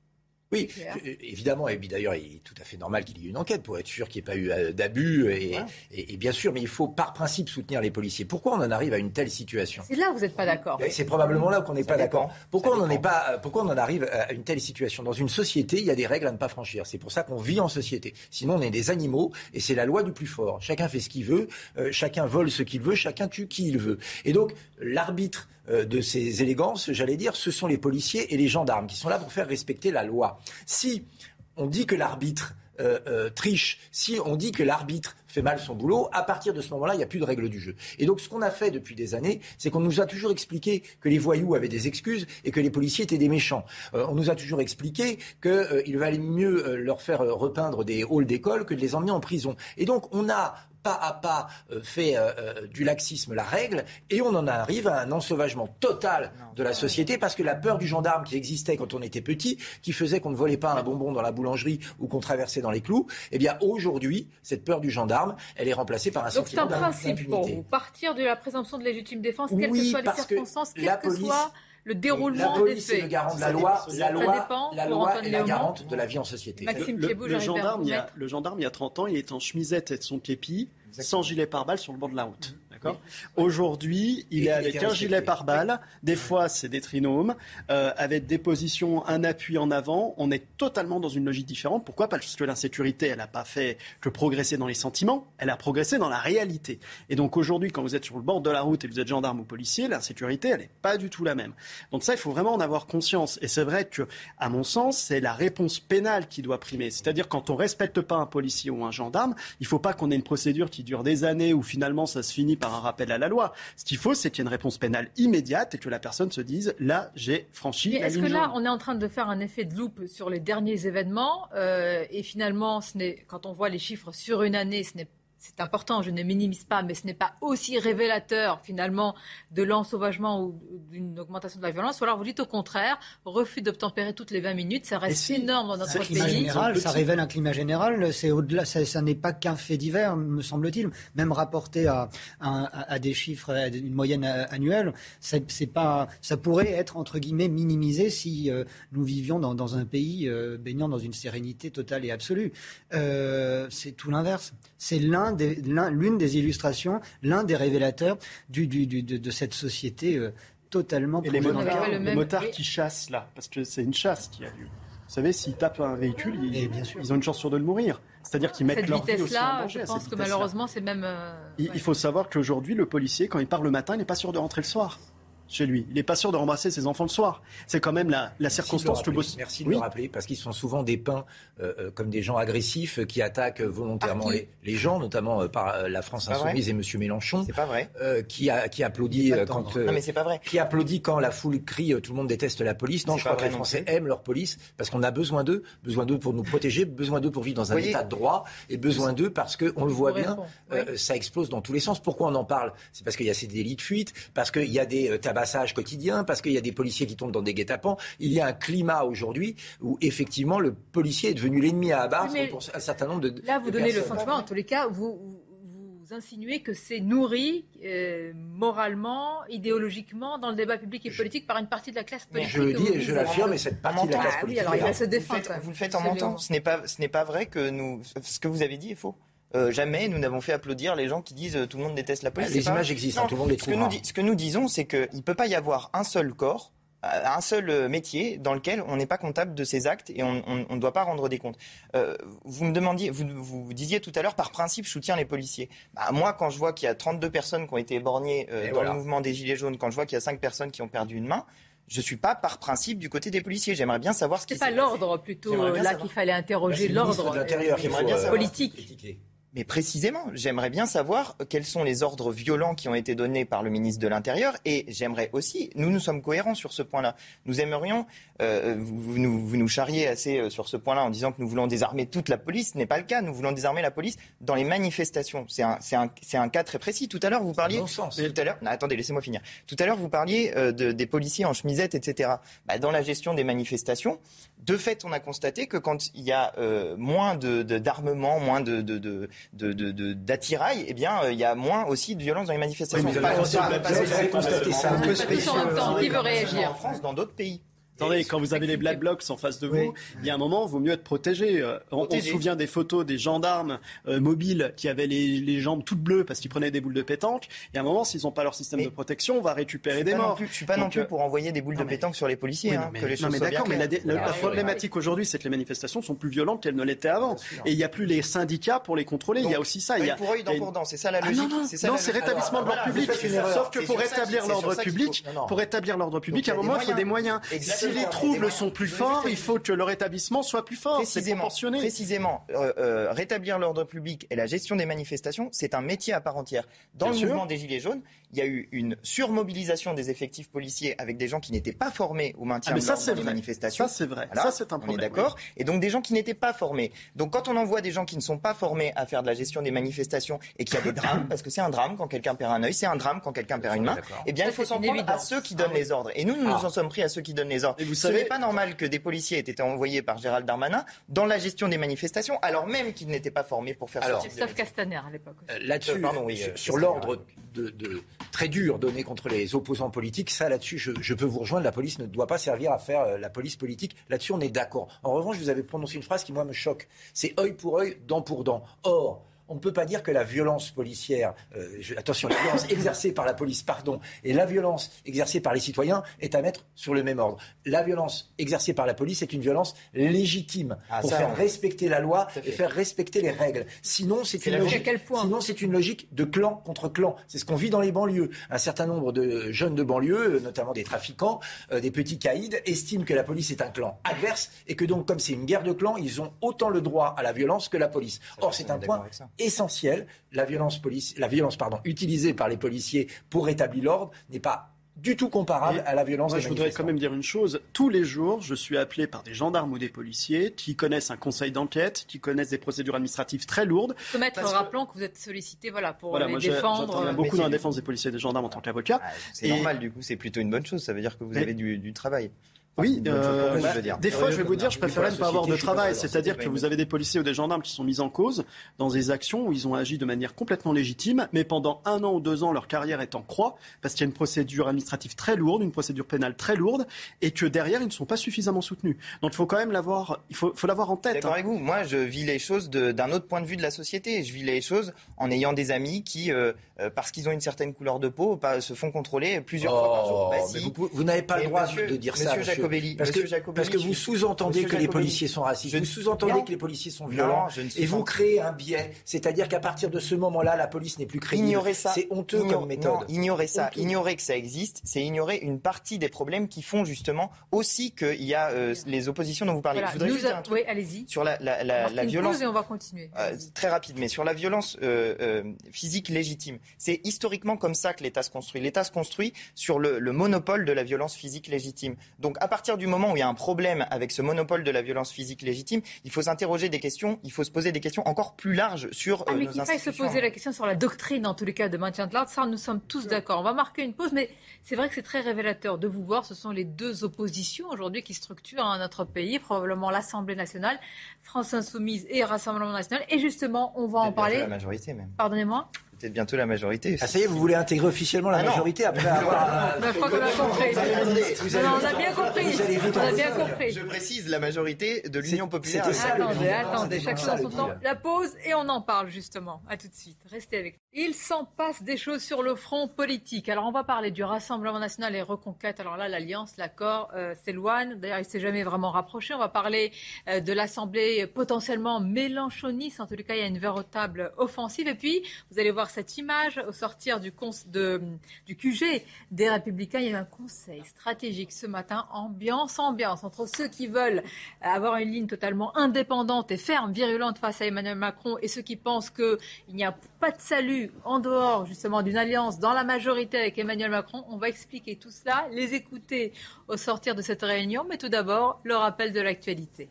Oui, évidemment, et d'ailleurs, il est tout à fait normal qu'il y ait une enquête pour être sûr qu'il n'y ait pas eu d'abus, et, ouais. et, et bien sûr, mais il faut par principe soutenir les policiers. Pourquoi on en arrive à une telle situation? C'est là où vous n'êtes pas d'accord. C'est probablement là qu'on n'est pas d'accord. Pourquoi on n'en est pas, pourquoi on en arrive à une telle situation? Dans une société, il y a des règles à ne pas franchir. C'est pour ça qu'on vit en société. Sinon, on est des animaux, et c'est la loi du plus fort. Chacun fait ce qu'il veut, euh, chacun vole ce qu'il veut, chacun tue qui il veut. Et donc, l'arbitre de ces élégances, j'allais dire, ce sont les policiers et les gendarmes qui sont là pour faire respecter la loi. Si on dit que l'arbitre euh, euh, triche, si on dit que l'arbitre fait mal son boulot, à partir de ce moment-là, il n'y a plus de règles du jeu. Et donc, ce qu'on a fait depuis des années, c'est qu'on nous a toujours expliqué que les voyous avaient des excuses et que les policiers étaient des méchants. Euh, on nous a toujours expliqué qu'il euh, valait mieux euh, leur faire euh, repeindre des halls d'école que de les emmener en prison. Et donc, on a pas à pas euh, fait euh, du laxisme la règle et on en arrive à un ensauvagement total de la société parce que la peur du gendarme qui existait quand on était petit, qui faisait qu'on ne volait pas un bonbon dans la boulangerie ou qu'on traversait dans les clous, eh bien aujourd'hui, cette peur du gendarme, elle est remplacée par un Donc sentiment d'impunité. Donc c'est un principe pour vous, partir de la présomption de légitime défense, quelles oui, que soient les circonstances, quelles que police... soient le déroulement la police des faits. est le garant de la loi, la loi, la loi est la garante de la vie en société. Maxime le, Thiébaut, le, le, gendarme, il y a, le gendarme, il y a trente ans, il est en chemisette et de son képi, sans gilet pare-balles sur le bord de la route. D'accord. Aujourd'hui, il Et est il avec était un respecté. gilet pare-balles. Des fois, c'est des trinômes, euh, avec des positions, un appui en avant. On est totalement dans une logique différente. Pourquoi ? Parce que l'insécurité, elle n'a pas fait que progresser dans les sentiments, elle a progressé dans la réalité. Et donc aujourd'hui, quand vous êtes sur le bord de la route et que vous êtes gendarme ou policier, l'insécurité, elle n'est pas du tout la même. Donc ça, il faut vraiment en avoir conscience. Et c'est vrai que, à mon sens, c'est la réponse pénale qui doit primer. C'est-à-dire, quand on ne respecte pas un policier ou un gendarme, il ne faut pas qu'on ait une procédure qui dure des années où finalement ça se finit par un rappel à la loi. Ce qu'il faut, c'est qu'il y ait une réponse pénale immédiate et que la personne se dise « là, j'ai franchi Mais la est-ce ligne que là, jaune ». on est en train de faire un effet de loupe sur les derniers événements euh, et finalement, ce n'est, quand on voit les chiffres sur une année, ce n'est c'est important, je ne minimise pas, mais ce n'est pas aussi révélateur finalement de l'ensauvagement ou d'une augmentation de la violence. Ou alors vous dites au contraire, refus d'obtempérer toutes les vingt minutes, ça reste si, énorme dans notre pays. Général, ça révèle un climat général, c'est au-delà, ça, ça n'est pas qu'un fait divers, me semble-t-il. Même rapporté à, à, à des chiffres, à une moyenne annuelle, c'est, c'est pas, ça pourrait être entre guillemets minimisé si euh, nous vivions dans, dans un pays euh, baignant dans une sérénité totale et absolue. Euh, c'est tout l'inverse. C'est l'un Des, l'un, l'une des illustrations, l'un des révélateurs du, du, du, de, de cette société euh, totalement... Et les motards, le les motards qui chassent là, parce que c'est une chasse qui a lieu. Vous savez, s'ils tapent un véhicule, ils, bien sûr. ils ont une chance sur deux de mourir. C'est-à-dire qu'ils mettent cette leur vie aussi en vitesse-là, danger. je pense que vitesse-là. malheureusement, c'est même... Euh, il, ouais. il faut savoir qu'aujourd'hui, le policier, quand il part le matin, il n'est pas sûr de rentrer le soir chez lui. Il n'est pas sûr de rembrasser ses enfants le soir. C'est quand même la, la Merci circonstance que... Merci, Merci de oui. le rappeler, parce qu'ils sont souvent dépeints euh, comme des gens agressifs qui attaquent volontairement les, les gens, notamment euh, par euh, la France Insoumise et M. Mélenchon. C'est pas vrai. Euh, qui, a, qui applaudit euh, quand... Euh, non, mais c'est pas vrai. Qui applaudit quand la foule crie euh, « tout le monde déteste la police ». Non, c'est je crois que les non Français plus. aiment leur police, parce qu'on a besoin d'eux, besoin d'eux pour nous protéger, besoin d'eux pour vivre dans un voyez, état de droit, et besoin d'eux parce qu'on le voit bien, oui. euh, ça explose dans tous les sens. Pourquoi on en parle ? C'est parce qu'il y a ces délits de fuite, parce qu'il y a des euh, tabassages quotidiens, parce qu'il y a des policiers qui tombent dans des guet-apens. Il y a un climat aujourd'hui où effectivement le policier est devenu l'ennemi à abattre oui, pour un certain nombre de Là, vous de donnez personnes. le sentiment, en tous les cas, vous, vous, vous insinuez que c'est nourri euh, moralement, idéologiquement, dans le débat public et politique par une partie de la classe politique. Je le dis et je l'affirme, et cette partie de la classe ah, politique. Oui, alors il va se défendre. Vous le faites, vous le faites en mentant. Ce n'est pas, ce n'est pas vrai que nous, ce que vous avez dit est faux. Euh, jamais nous n'avons fait applaudir les gens qui disent euh, tout le monde déteste la police. Bah, les pas... images existent, hein, tout le monde les ce que, trouvera. nous, ce que nous disons, c'est qu'il ne peut pas y avoir un seul corps, un seul métier dans lequel on n'est pas comptable de ses actes et on ne doit pas rendre des comptes. Euh, vous me demandiez, vous, vous disiez tout à l'heure, par principe, je soutiens les policiers. Bah, moi, quand je vois qu'il y a trente-deux personnes qui ont été éborgnées euh, dans voilà. le mouvement des Gilets jaunes, quand je vois qu'il y a cinq personnes qui ont perdu une main, je ne suis pas par principe du côté des policiers. J'aimerais bien savoir ce qui s'est passé. C'est pas l'ordre plutôt là savoir. Qu'il fallait interroger, bah, l'ordre de l'intérieur, euh, bien euh, politique. Mais précisément, j'aimerais bien savoir quels sont les ordres violents qui ont été donnés par le ministre de l'Intérieur. Et j'aimerais aussi, nous nous sommes cohérents sur ce point-là. Nous aimerions, euh, vous, vous, nous, vous nous charriez assez sur ce point-là en disant que nous voulons désarmer toute la police. Ce n'est pas le cas. Nous voulons désarmer la police dans les manifestations. C'est un, c'est un, c'est un cas très précis. Tout à l'heure, vous parliez... Bon sens. Tout à l'heure, non, attendez, laissez-moi finir. Tout à l'heure, vous parliez euh, de, des policiers en chemisette, et cetera. Bah, dans la gestion des manifestations, de fait, on a constaté que quand il y a euh, moins de, de, d'armement, moins de... de, de, de, de, de d'attirail, eh bien, il euh, y a moins aussi de violence dans les manifestations. Oui, vous avez constaté ça un peu spécial. Qui veut réagir en France, dans d'autres pays. Attendez, quand vous avez les Black Blocs en face de vous, oui. il y a un moment, il vaut mieux être protégé. On, on se souvient des photos des gendarmes euh, mobiles qui avaient les, les jambes toutes bleues parce qu'ils prenaient des boules de pétanque. Il y a un moment, s'ils n'ont pas leur système mais de protection, on va récupérer des morts. Plus, je ne suis pas Donc, non plus pour envoyer des boules non, de pétanque mais... sur les policiers. Oui, non, hein, mais, que les non, mais d'accord, mais la, la, la oui, problématique oui. aujourd'hui, c'est que les manifestations sont plus violentes qu'elles ne l'étaient avant. Et il n'y a plus les syndicats pour les contrôler. Donc, il y a aussi ça. Il y a pour œil, dent pour dent, c'est ça la logique. Non, c'est rétablissement de l'ordre public. Sauf que pour rétablir l'ordre public, pour rétablir l'ordre public, à un moment, il faut des moyens. Si les troubles sont plus fort, il faut que le rétablissement soit plus fort. Précisément, c'est proportionné. Précisément, euh, euh, rétablir l'ordre public et la gestion des manifestations, c'est un métier à part entière. Dans Bien le sûr. mouvement des Gilets jaunes, il y a eu une surmobilisation des effectifs policiers avec des gens qui n'étaient pas formés au maintien ah, de l'ordre dans les vrai. manifestations. Ça, c'est vrai. Voilà, ça, c'est un problème. On est d'accord. Oui. Et donc, des gens qui n'étaient pas formés. Donc, quand on envoie des gens qui ne sont pas formés à faire de la gestion des manifestations et qu'il y a des drames, parce que c'est un drame quand quelqu'un perd un œil, c'est un drame quand quelqu'un perd une main, eh bien, ça, il faut s'en prendre à ceux qui donnent ah, les ordres. Et nous, nous ah. nous en sommes pris à ceux qui donnent les ordres. Et vous Ce savez... n'est pas normal que des policiers aient été envoyés par Gérald Darmanin dans la gestion des manifestations, alors même qu'ils n'étaient pas formés pour faire ça. Christophe Castaner à l'époque. Euh, là-dessus, euh, pardon, oui, sur, sur l'ordre de, de, très dur donné contre les opposants politiques, ça là-dessus, je, je peux vous rejoindre, la police ne doit pas servir à faire euh, la police politique. Là-dessus, on est d'accord. En revanche, vous avez prononcé une phrase qui, moi, me choque. C'est œil pour œil, dent pour dent. Or, On ne peut pas dire que la violence policière, euh, je, attention, la violence exercée par la police, pardon, et la violence exercée par les citoyens est à mettre sur le même ordre. La violence exercée par la police est une violence légitime ah, pour ça, faire on... respecter la loi et faire respecter les règles. Sinon, c'est, c'est une logique, sinon, c'est une logique de clan contre clan. C'est ce qu'on vit dans les banlieues. Un certain nombre de jeunes de banlieue, notamment des trafiquants, euh, des petits caïds, estiment que la police est un clan adverse et que donc, comme c'est une guerre de clans, ils ont autant le droit à la violence que la police. Or, c'est un point essentiel. La violence, police, la violence pardon, utilisée par les policiers pour rétablir l'ordre n'est pas du tout comparable à la violence moi, des je voudrais quand même dire une chose. Tous les jours, je suis appelé par des gendarmes ou des policiers qui connaissent un conseil d'enquête, qui connaissent des procédures administratives très lourdes. Maître, rappelons que... que vous êtes sollicité voilà, pour voilà, les moi, défendre. J'interviens beaucoup dans la défense des policiers et des gendarmes en tant qu'avocat. Ah, c'est et... normal, du coup, c'est plutôt une bonne chose. Ça veut dire que vous mais... avez du, du travail. Oui, euh, bah, des fois, je vais vous dire, je préférerais ne pas avoir de travail. C'est-à-dire que vous avez des policiers ou des gendarmes qui sont mis en cause dans des actions où ils ont agi de manière complètement légitime, mais pendant un an ou deux ans, leur carrière est en croix, parce qu'il y a une procédure administrative très lourde, une procédure pénale très lourde, et que derrière, ils ne sont pas suffisamment soutenus. Donc, il faut quand même l'avoir, il faut, faut l'avoir en tête. D'accord hein. avec vous. Moi, je vis les choses de, d'un autre point de vue de la société. Je vis les choses en ayant des amis qui, euh, euh, parce qu'ils ont une certaine couleur de peau, pas, se font contrôler plusieurs oh, fois par jour. Bah, si. vous, vous n'avez pas le droit monsieur, de dire monsieur ça, monsieur Jacobelli. Parce que, Jacobelli, parce que vous sous-entendez que les policiers sont racistes, je vous sous-entendez non. que les policiers sont violents, non, et vous créez un biais. C'est-à-dire qu'à partir de ce moment-là, la police n'est plus crédible. Ignorer ça, c'est honteux ignore, comme méthode. Non, ignorer ça, honteux. ignorer que ça existe, c'est ignorer une partie des problèmes qui font justement aussi qu'il y a euh, les oppositions dont vous parlez. Voilà, je voudrais nous juste a... dire un truc oui, allez-y. Sur la, la, la, la violence. Et on va continuer. Euh, très rapide, mais sur la violence euh, euh, physique légitime. C'est historiquement comme ça que l'État se construit. L'État se construit sur le, le monopole de la violence physique légitime. Donc à partir du moment où il y a un problème avec ce monopole de la violence physique légitime, il faut s'interroger des questions, il faut se poser des questions encore plus larges sur ah, euh, mais nos qu'il faille se poser la question sur la doctrine, en tous les cas, de maintien de l'ordre, ça, nous sommes tous d'accord. On va marquer une pause, mais c'est vrai que c'est très révélateur de vous voir. Ce sont les deux oppositions aujourd'hui qui structurent hein, notre pays, probablement l'Assemblée nationale, France Insoumise et Rassemblement national. Et justement, on va en parler. La majorité même. Pardonnez-moi. Peut-être bientôt la majorité. Ah ça y est, vous voulez intégrer officiellement la ah majorité après avoir... Je crois qu'on a compris. Non, on a bien compris. On a bien compris. Je précise la majorité de l'Union populaire. Attendez, attendez, chaque chose en son temps. La pause et on en parle justement. À tout de suite. Restez avec nous. Il s'en passe des choses sur le front politique. Alors on va parler du Rassemblement national et Reconquête. Alors là, l'alliance, l'accord euh, s'éloigne. D'ailleurs, il ne s'est jamais vraiment rapproché. On va parler euh, de l'Assemblée potentiellement mélenchoniste. En tout cas, il y a une véritable offensive. Et puis, vous allez voir cette image au sortir du, cons- de, du Q G des Républicains. Il y a eu un conseil stratégique ce matin, ambiance, ambiance, entre ceux qui veulent avoir une ligne totalement indépendante et ferme, virulente face à Emmanuel Macron et ceux qui pensent qu'il n'y a pas de salut en dehors justement d'une alliance dans la majorité avec Emmanuel Macron. On va expliquer tout cela, les écouter au sortir de cette réunion, mais tout d'abord, le rappel de l'actualité.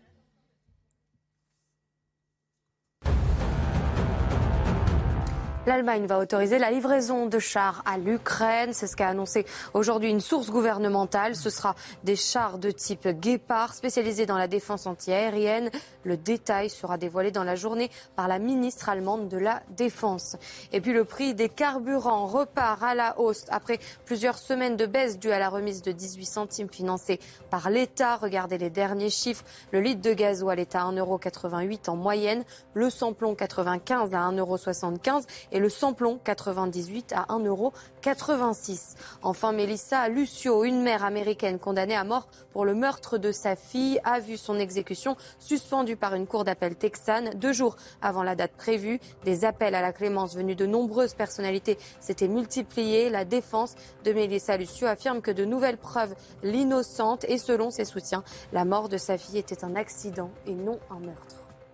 L'Allemagne va autoriser la livraison de chars à l'Ukraine. C'est ce qu'a annoncé aujourd'hui une source gouvernementale. Ce sera des chars de type Guépard spécialisés dans la défense antiaérienne. Le détail sera dévoilé dans la journée par la ministre allemande de la Défense. Et puis le prix des carburants repart à la hausse après plusieurs semaines de baisse due à la remise de dix-huit centimes financée par l'État. Regardez les derniers chiffres. Le litre de gasoil est à un euro quatre-vingt-huit en moyenne. Le sans-plomb quatre-vingt-quinze à un euro soixante-quinze et le sans-plomb quatre-vingt-dix-huit à un euro quatre-vingt-six. Enfin, Melissa Lucio, une mère américaine condamnée à mort pour le meurtre de sa fille, a vu son exécution suspendue par une cour d'appel texane deux jours avant la date prévue. Des appels à la clémence venus de nombreuses personnalités s'étaient multipliés. La défense de Melissa Lucio affirme que de nouvelles preuves l'innocente et selon ses soutiens, la mort de sa fille était un accident et non un meurtre.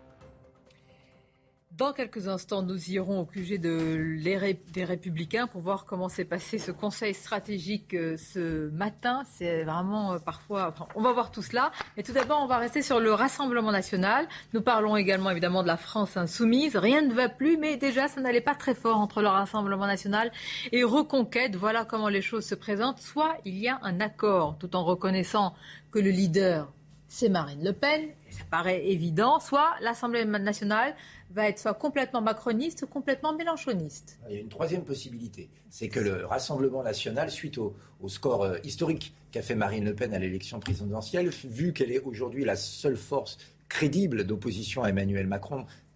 Dans quelques instants, nous irons au Q G de les, des Républicains pour voir comment s'est passé ce conseil stratégique euh, ce matin. C'est vraiment euh, parfois... Enfin, on va voir tout cela. Mais tout d'abord, on va rester sur le Rassemblement national. Nous parlons également évidemment de la France insoumise. Rien ne va plus, mais déjà, ça n'allait pas très fort entre le Rassemblement national et Reconquête. Voilà comment les choses se présentent. Soit il y a un accord, tout en reconnaissant que le leader, c'est Marine Le Pen, et ça paraît évident, soit l'Assemblée nationale va être soit complètement macroniste ou complètement mélenchoniste. Il y a une troisième possibilité, c'est que le Rassemblement national, suite au, au score euh, historique qu'a fait Marine Le Pen à l'élection présidentielle, vu qu'elle est aujourd'hui la seule force crédible d'opposition à Emmanuel Macron,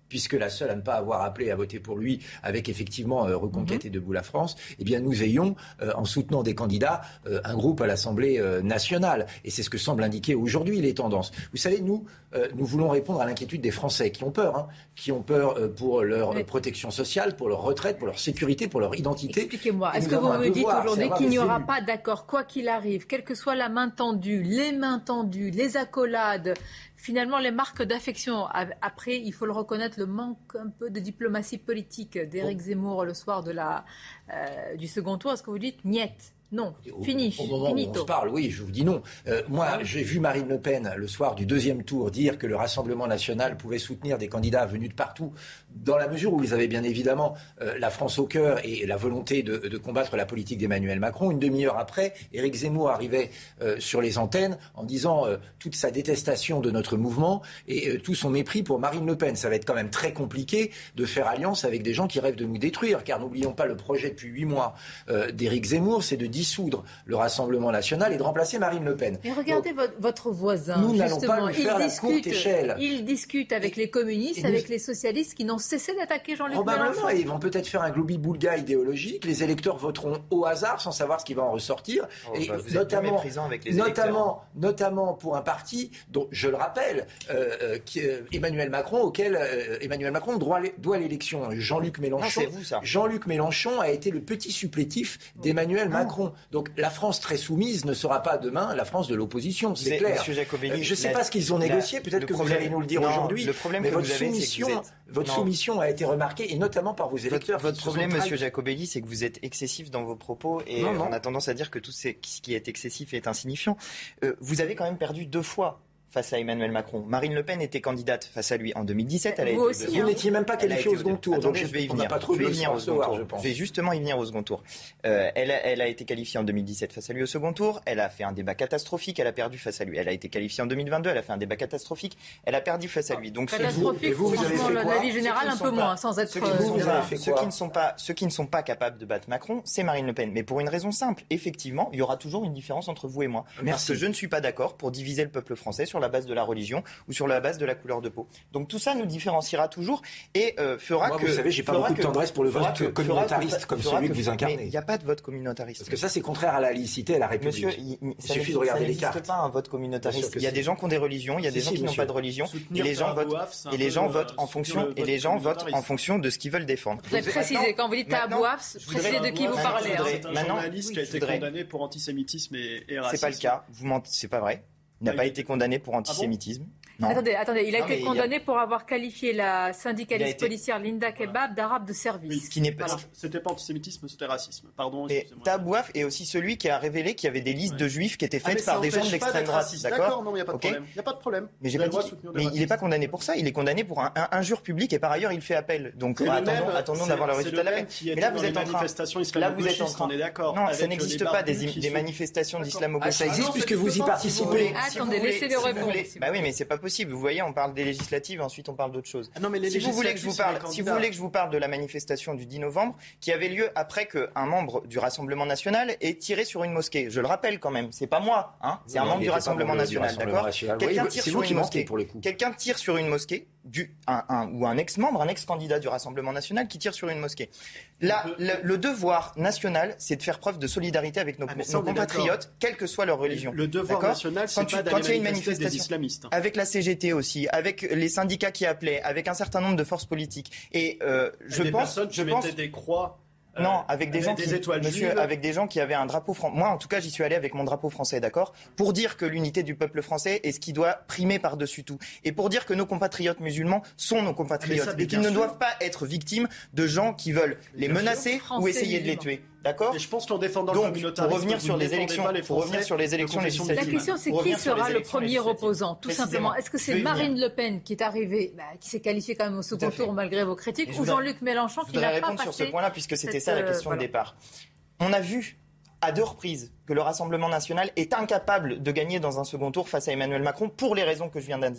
puisque la seule à ne pas avoir appelé à voter pour lui, avec effectivement euh, Reconquête mmh. et Debout la France, eh bien nous ayons, euh, en soutenant des candidats, euh, un groupe à l'Assemblée euh, nationale. Et c'est ce que semblent indiquer aujourd'hui les tendances. Vous savez, nous, euh, nous voulons répondre à l'inquiétude des Français qui ont peur, hein, qui ont peur euh, pour leur oui. protection sociale, pour leur retraite, pour leur sécurité, pour leur identité. Expliquez-moi, est-ce que vous me dites aujourd'hui qu'il n'y aura pas d'accord, quoi qu'il arrive, quelle que soit la main tendue, les mains tendues, les accolades, finalement, les marques d'affection, après, il faut le reconnaître, le manque un peu de diplomatie politique d'Éric Zemmour le soir de la, euh, du second tour, est-ce que vous dites niet ? Non, fini. Au, au moment où on se parle, oui, je vous dis non. Euh, moi, ah. j'ai vu Marine Le Pen, le soir du deuxième tour, dire que le Rassemblement national pouvait soutenir des candidats venus de partout, dans la mesure où ils avaient bien évidemment euh, la France au cœur et la volonté de, de combattre la politique d'Emmanuel Macron. Une demi-heure après, Éric Zemmour arrivait euh, sur les antennes en disant euh, toute sa détestation de notre mouvement et euh, tout son mépris pour Marine Le Pen. Ça va être quand même très compliqué de faire alliance avec des gens qui rêvent de nous détruire, car n'oublions pas le projet depuis huit mois euh, d'Éric Zemmour, c'est de dissoudre le Rassemblement national et de remplacer Marine Le Pen. Mais regardez Donc, votre voisin, nous n'allons justement, pas lui faire il la discute, courte échelle. Il discute avec et, les communistes, avec nous... les socialistes qui n'ont cessé d'attaquer Jean-Luc Mélenchon. Ils vont peut-être faire un globi-boulga idéologique. Les électeurs voteront au hasard sans savoir ce qui va en ressortir. Oh, et bah, vous notamment, êtes méprisant avec les notamment, notamment pour un parti dont, je le rappelle, euh, euh, qui, euh, Emmanuel Macron, auquel euh, Emmanuel Macron doit, doit l'élection. Jean-Luc Mélenchon. Non, c'est vous, ça. Jean-Luc Mélenchon a été le petit supplétif d'Emmanuel ah. Macron. Donc la France très soumise ne sera pas demain la France de l'opposition, c'est clair. Monsieur Jacobelli, euh, je ne sais la, pas ce qu'ils ont négocié, peut-être que problème, vous allez nous le dire non, aujourd'hui, le problème mais que votre, vous avez, soumission, c'est que vous êtes... votre soumission a été remarquée, et notamment par vos électeurs. Votre, votre problème, Monsieur Jacobelli, c'est que vous êtes excessif dans vos propos, et non, non. on a tendance à dire que tout ce qui est excessif est insignifiant. Euh, vous avez quand même perdu deux fois face à Emmanuel Macron. Marine Le Pen était candidate face à lui en deux mille dix-sept. Elle a vous été aussi, vous hein. n'étiez même pas qualifié au second tour. Attendez, donc je vais y venir. Pas trop je vais y venir au second tour. Je, pense. je vais justement y venir au second tour. Euh, elle, a, elle a été qualifiée en deux mille dix-sept face à lui au second tour. Elle a fait un débat catastrophique. Elle a perdu face à lui. Elle a été qualifiée en deux mille vingt-deux. Elle a fait un débat catastrophique. Elle a perdu face à lui. Donc catastrophique. Vous, vous, vous franchement, l'avis général un peu moins, sans être. Ceux qui, vous avez fait ceux qui ne sont pas, ceux qui ne sont pas capables de battre Macron, c'est Marine Le Pen. Mais pour une raison simple. Effectivement, il y aura toujours une différence entre vous et moi. Merci. Parce que je ne suis pas d'accord pour diviser le peuple français sur la base de la religion ou sur la base de la couleur de peau. Donc tout ça nous différenciera toujours et euh, fera Moi, que... Vous savez, j'ai pas beaucoup de tendresse pour le vote que, communautariste que, comme celui que, que vous incarnez. Il n'y a pas de vote communautariste. Parce que ça, c'est contraire à la laïcité et à la République. Monsieur, il, il, il suffit de regarder les cartes. Ça n'existe pas un vote communautariste. Il y a des gens qui ont des religions, il y a des gens qui n'ont pas de religion, et les gens votent, et les gens votent en fonction, et les gens votent en fonction de ce qu'ils veulent défendre. Vous avez précisé, quand vous dites Tabouaf, précisez de qui vous parlez. C'est un journaliste qui a été condamné pour antisémitisme et racisme. C'est pas le cas. Vous mentez, c'est pas vrai. Il n'a pas été condamné pour antisémitisme. Non. Attendez, attendez, il a non, été condamné a... pour avoir qualifié la syndicaliste été... policière Linda Kebab d'arabe de service. Oui, qui n'est pas. Voilà. C'était pas antisémitisme, c'était racisme. Pardon. Et Tabouaf est aussi celui qui a révélé qu'il y avait des listes ouais. de juifs qui étaient faites ah, par des gens de l'extrême droite. D'accord, non, il n'y a pas de okay. problème. Il n'y a pas de problème. Mais, j'ai pas dit... mais il n'est pas condamné pour ça. Il est condamné pour un, un injure public et par ailleurs il fait appel. Donc attendons d'avoir le résultat de la peine. Mais là vous êtes en train. Là vous êtes en train. On est d'accord. Non, ça n'existe pas des manifestations d'islamo-gauche. Ça existe puisque vous y participez. Attendez, laissez-les répondre. Bah oui, mais c'est pas possible. Vous voyez, on parle des législatives, ensuite on parle d'autre chose. Ah non, mais les si vous voulez que je vous parle, si vous voulez que je vous parle de la manifestation du dix novembre, qui avait lieu après qu'un membre du Rassemblement national ait tiré sur une mosquée. Je le rappelle quand même, c'est pas moi, hein, c'est oui, un membre du Rassemblement national, d'accord. Quelqu'un tire sur une mosquée. Quelqu'un tire sur une mosquée, du, un, un, ou un ex-membre, un ex-candidat du Rassemblement national qui tire sur une mosquée. Là, le, le devoir national, c'est de faire preuve de solidarité avec nos, ah, nos compatriotes, quelle que soit leur religion. Le devoir national, c'est pas d'aller manifester des islamistes. Avec la C G T aussi, avec les syndicats qui appelaient, avec un certain nombre de forces politiques. Et euh, je des pense, personnes je qui pense, mettaient des croix. Non, avec des avec gens des qui, étoiles monsieur, juives. avec des gens qui avaient un drapeau français. Moi, en tout cas, j'y suis allé avec mon drapeau français, d'accord, pour dire que l'unité du peuple français est ce qui doit primer par-dessus tout, et pour dire que nos compatriotes musulmans sont nos compatriotes ah, ça, et qu'ils ne doivent pas être victimes de gens qui veulent les bien menacer ou essayer de les tuer. D'accord. Et je pense qu'en défendant Donc, le communautarisme, pour revenir sur les élections, pour revenir sur les élections législatives. La question, c'est qui sera le premier opposant, tout simplement. Est-ce que c'est Marine Le Pen qui est arrivée, bah, qui s'est qualifiée quand même au second tour malgré vos critiques, ou Jean-Luc Mélenchon qui n'a pas passé. Je voudrais répondre sur ce point-là puisque c'était ça la question de départ. On a vu à deux reprises que le Rassemblement national est incapable de gagner dans un second tour face à Emmanuel Macron pour les raisons que je viens d'indiquer.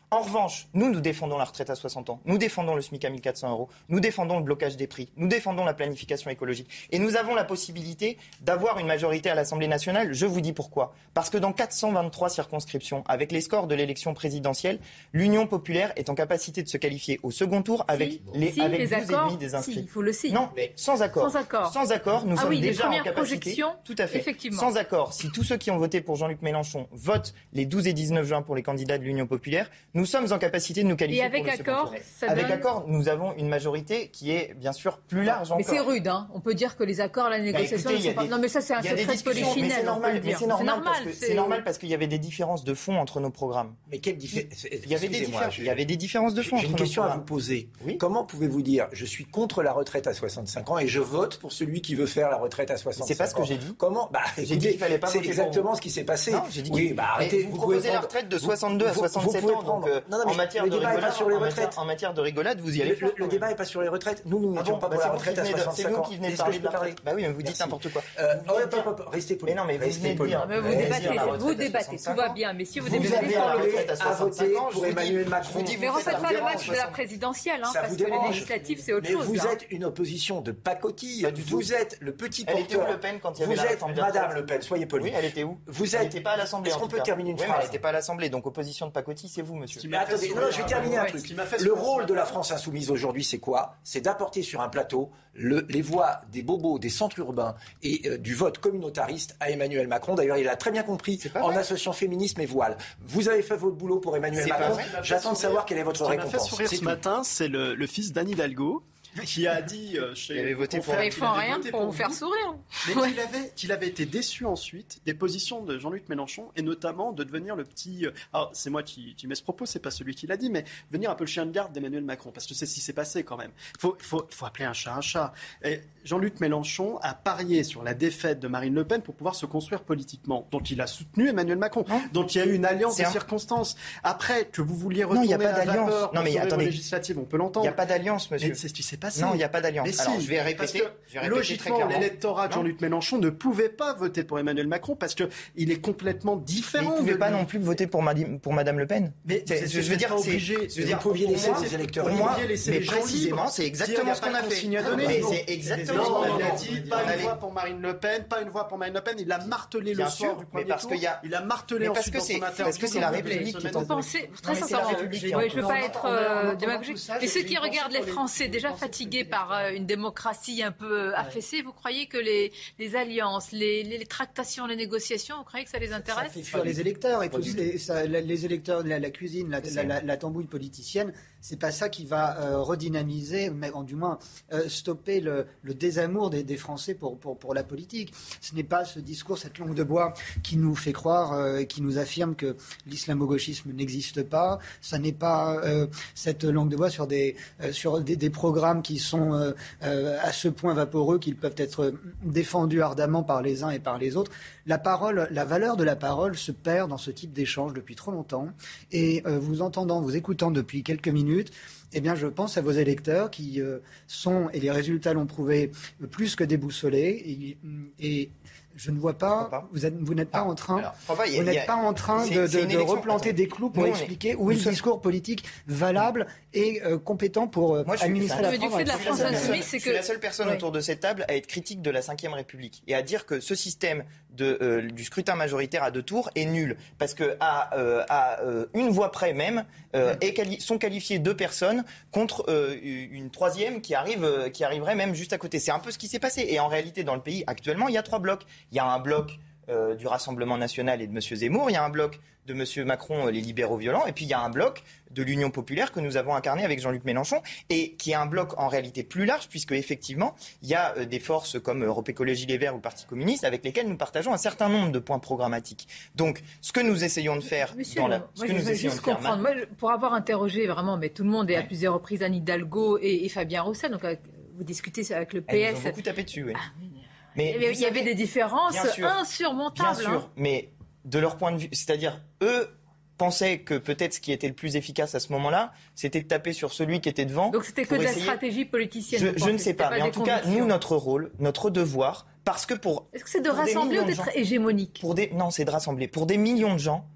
En revanche, nous, nous défendons la retraite à soixante ans. Nous défendons le SMIC à mille quatre cents euros. Nous défendons le blocage des prix. Nous défendons la planification écologique. Et nous avons la possibilité d'avoir une majorité à l'Assemblée nationale. Je vous dis pourquoi. Parce que dans quatre cent vingt-trois circonscriptions, avec les scores de l'élection présidentielle, l'Union populaire est en capacité de se qualifier au second tour avec si, les, si, avec les douze accords, virgule cinq des inscrits. Si, il faut le si. Non, mais sans accord. Sans accord. Sans accord, nous ah sommes oui, déjà les en capacité. Projections, tout à fait. Effectivement. Sans accord, si tous ceux qui ont voté pour Jean-Luc Mélenchon votent les douze et dix-neuf juin pour les candidats de l'Union populaire, nous sommes en capacité de nous qualifier et avec pour le accord, second tour. ça Avec donne... accord, nous avons une majorité qui est bien sûr plus large encore. Mais c'est rude, hein. On peut dire que les accords, la négociation, bah, écoutez, ne sont pas... des... Non, mais ça, c'est un secret de polichinelle. Mais c'est normal, mais c'est normal, normal, parce que, c'est... c'est normal parce qu'il y avait des différences de fond entre nos programmes. Mais quelle différence il, y avait des diffé... il y avait des différences de fond J'ai entre une question nos à vous poser. Oui. Comment pouvez-vous dire je suis contre la retraite à soixante-cinq ans et je vote pour celui qui veut faire la retraite à soixante-cinq ans? C'est pas ce que j'ai dit. Comment bah, j'ai dit qu'il fallait pas c'est voter exactement ce qui s'est passé. Non, j'ai dit oui, bah arrêtez. Vous, vous proposez la retraite de soixante-deux à soixante-sept ans. Prendre... Donc, euh, non, non, en matière de rigolade, sur les retraites. En matière de rigolade, vous y allez. Le, le débat n'est pas sur les retraites. Nous, nous n'étions pas pour la retraite à soixante-cinq ans. C'est vous qui venez de parler de la retraite. Bah oui, mais vous dites n'importe quoi. Restez poli. Mais non, mais vous venez de dire. Vous débattez, vous débattez, tout va bien. Mais si vous débattez sur le retraite à soixante-cinq ans, pour Emmanuel Macron. Mais refaites pas le match de la présidentielle, parce que les législatives, c'est autre chose. Mais vous êtes une opposition de pacotille. Vous êtes le petit porteur. Elle était où Le Pen quand il y avait la réforme des retraites ? Madame Le Pen, soyez poli. Oui, elle était où Vous êtes. Elle n'était pas à l'Assemblée. Est-ce qu'on peut terminer une phrase ? Elle n'était pas à l'Assemblée, donc opposition de pacotille, c'est vous, monsieur. Attendez, non, je vais terminer un truc. Le rôle de la France insoumise aujourd'hui, c'est quoi ? C'est d'apporter sur un plateau le, les voix des bobos, des centres urbains et euh, du vote communautariste à Emmanuel Macron. D'ailleurs, il l'a très bien compris en associant féminisme et voile. Vous avez fait votre boulot pour Emmanuel Macron. J'attends de savoir quelle est votre récompense. Ce qui m'a fait sourire ce matin, c'est le, le fils d'Anne Hidalgo, qui a dit euh, chez il avait voté pour, il faut rien pour vous faire sourire. Mais ouais. qu'il, avait, qu'il avait été déçu ensuite des positions de Jean-Luc Mélenchon et notamment de devenir le petit. Euh, alors c'est moi qui, qui mets ce propos, c'est pas celui qui l'a dit, mais venir un peu le chien de garde d'Emmanuel Macron parce que c'est ce qui s'est passé quand même. Il faut, faut, faut appeler un chat un chat. Et Jean-Luc Mélenchon a parié sur la défaite de Marine Le Pen pour pouvoir se construire politiquement, dont il a soutenu Emmanuel Macron, non. dont il y a eu une alliance c'est de un... circonstances. Après que vous vouliez retourner non, y a pas à la vapeur, non mais attendez, législative, on peut l'entendre. Il n'y a pas d'alliance, monsieur. Mais c'est ce qui s'est passé. Non, il n'y a pas d'alliance. Mais alors, si, je vais répéter. Je vais répéter logiquement, l'électorat de Jean-Luc Mélenchon ne pouvait pas voter pour Emmanuel Macron parce qu'il est complètement différent. Mais il ne pouvait pas non plus voter pour, Madi- pour Madame Le Pen. Mais c'est, je veux dire, c'est, je veux dire, vous pouviez laisser les électeurs. Pour moi, mais précisément, c'est exactement ce qu'on a fait. Mais c'est exactement ce qu'on a dit. Pas une voix pour Marine Le Pen, pas une voix pour Marine Le Pen. Il a martelé le soir du premier tour. Il a martelé ensuite dans son interview. Parce que c'est la République qui Vous pensez très sincèrement. Je ne veux pas être démagogique. Mais ceux qui regardent les Français déjà fatigués par une démocratie un peu affaissée, vous croyez que les, les alliances, les, les, les tractations, les négociations, vous croyez que ça les intéresse ? Ça fait fuir les électeurs. Et tous les, ça, les électeurs, la, la cuisine, la, la, la, la tambouille politicienne, c'est pas ça qui va euh, redynamiser, mais du moins euh, stopper le, le désamour des, des Français pour, pour, pour la politique. Ce n'est pas ce discours, cette langue de bois qui nous fait croire, euh, qui nous affirme que l'islamo-gauchisme n'existe pas. Ça n'est pas euh, cette langue de bois sur des, euh, sur des, des programmes qui sont euh, euh, à ce point vaporeux qu'ils peuvent être défendus ardemment par les uns et par les autres. La parole, la valeur de la parole se perd dans ce type d'échange depuis trop longtemps. Et euh, vous entendant, vous écoutant depuis quelques minutes, eh bien, je pense à vos électeurs qui euh, sont, et les résultats l'ont prouvé, plus que déboussolés. Et, et je ne vois pas, pas. Vous, êtes, vous n'êtes pas ah, en train, alors, pas, a, vous n'êtes a, pas en train de, de, de replanter des clous pour nous, expliquer est, où est le sommes... discours politique valable et euh, compétent pour euh, Moi, je administrer la France. La France insoumise, c'est que je suis la seule personne ouais. autour de cette table à être critique de la cinquième République et à dire que ce système de, euh, du scrutin majoritaire à deux tours est nul parce que à, euh, à euh, une voix près même euh, est quali- sont qualifiées deux personnes contre euh, une troisième qui arrive, euh, qui arriverait même juste à côté. C'est un peu ce qui s'est passé. Et en réalité, dans le pays actuellement, il y a trois blocs. Il y a un bloc euh, du Rassemblement national et de M. Zemmour, il y a un bloc de M. Macron, euh, les libéraux violents, et puis il y a un bloc de l'Union populaire que nous avons incarné avec Jean-Luc Mélenchon, et qui est un bloc en réalité plus large, puisque effectivement, il y a euh, des forces comme Europe Écologie Les Verts ou le Parti communiste, avec lesquelles nous partageons un certain nombre de points programmatiques. Donc, ce que nous essayons de faire... Monsieur, dans la... moi, ce que je nous veux juste comprendre. Moi, pour avoir interrogé vraiment, mais tout le monde, et ouais. à plusieurs reprises, Anne Hidalgo et, et Fabien Roussel, donc avec, vous discutez avec le P S... Ils ont beaucoup tapé dessus, oui. Ah, mais... Mais il y savez, avait des différences sûr, insurmontables. Bien sûr, hein. Mais de leur point de vue, c'est-à-dire, eux pensaient que peut-être ce qui était le plus efficace à ce moment-là, c'était de taper sur celui qui était devant. Donc c'était que de essayer... la stratégie politicienne. Je, je ne sais pas, pas mais en tout cas, nous, notre rôle, notre devoir, parce que pour... Est-ce que c'est de rassembler ou d'être gens, hégémonique pour des, Non, c'est de rassembler. Pour des millions de gens,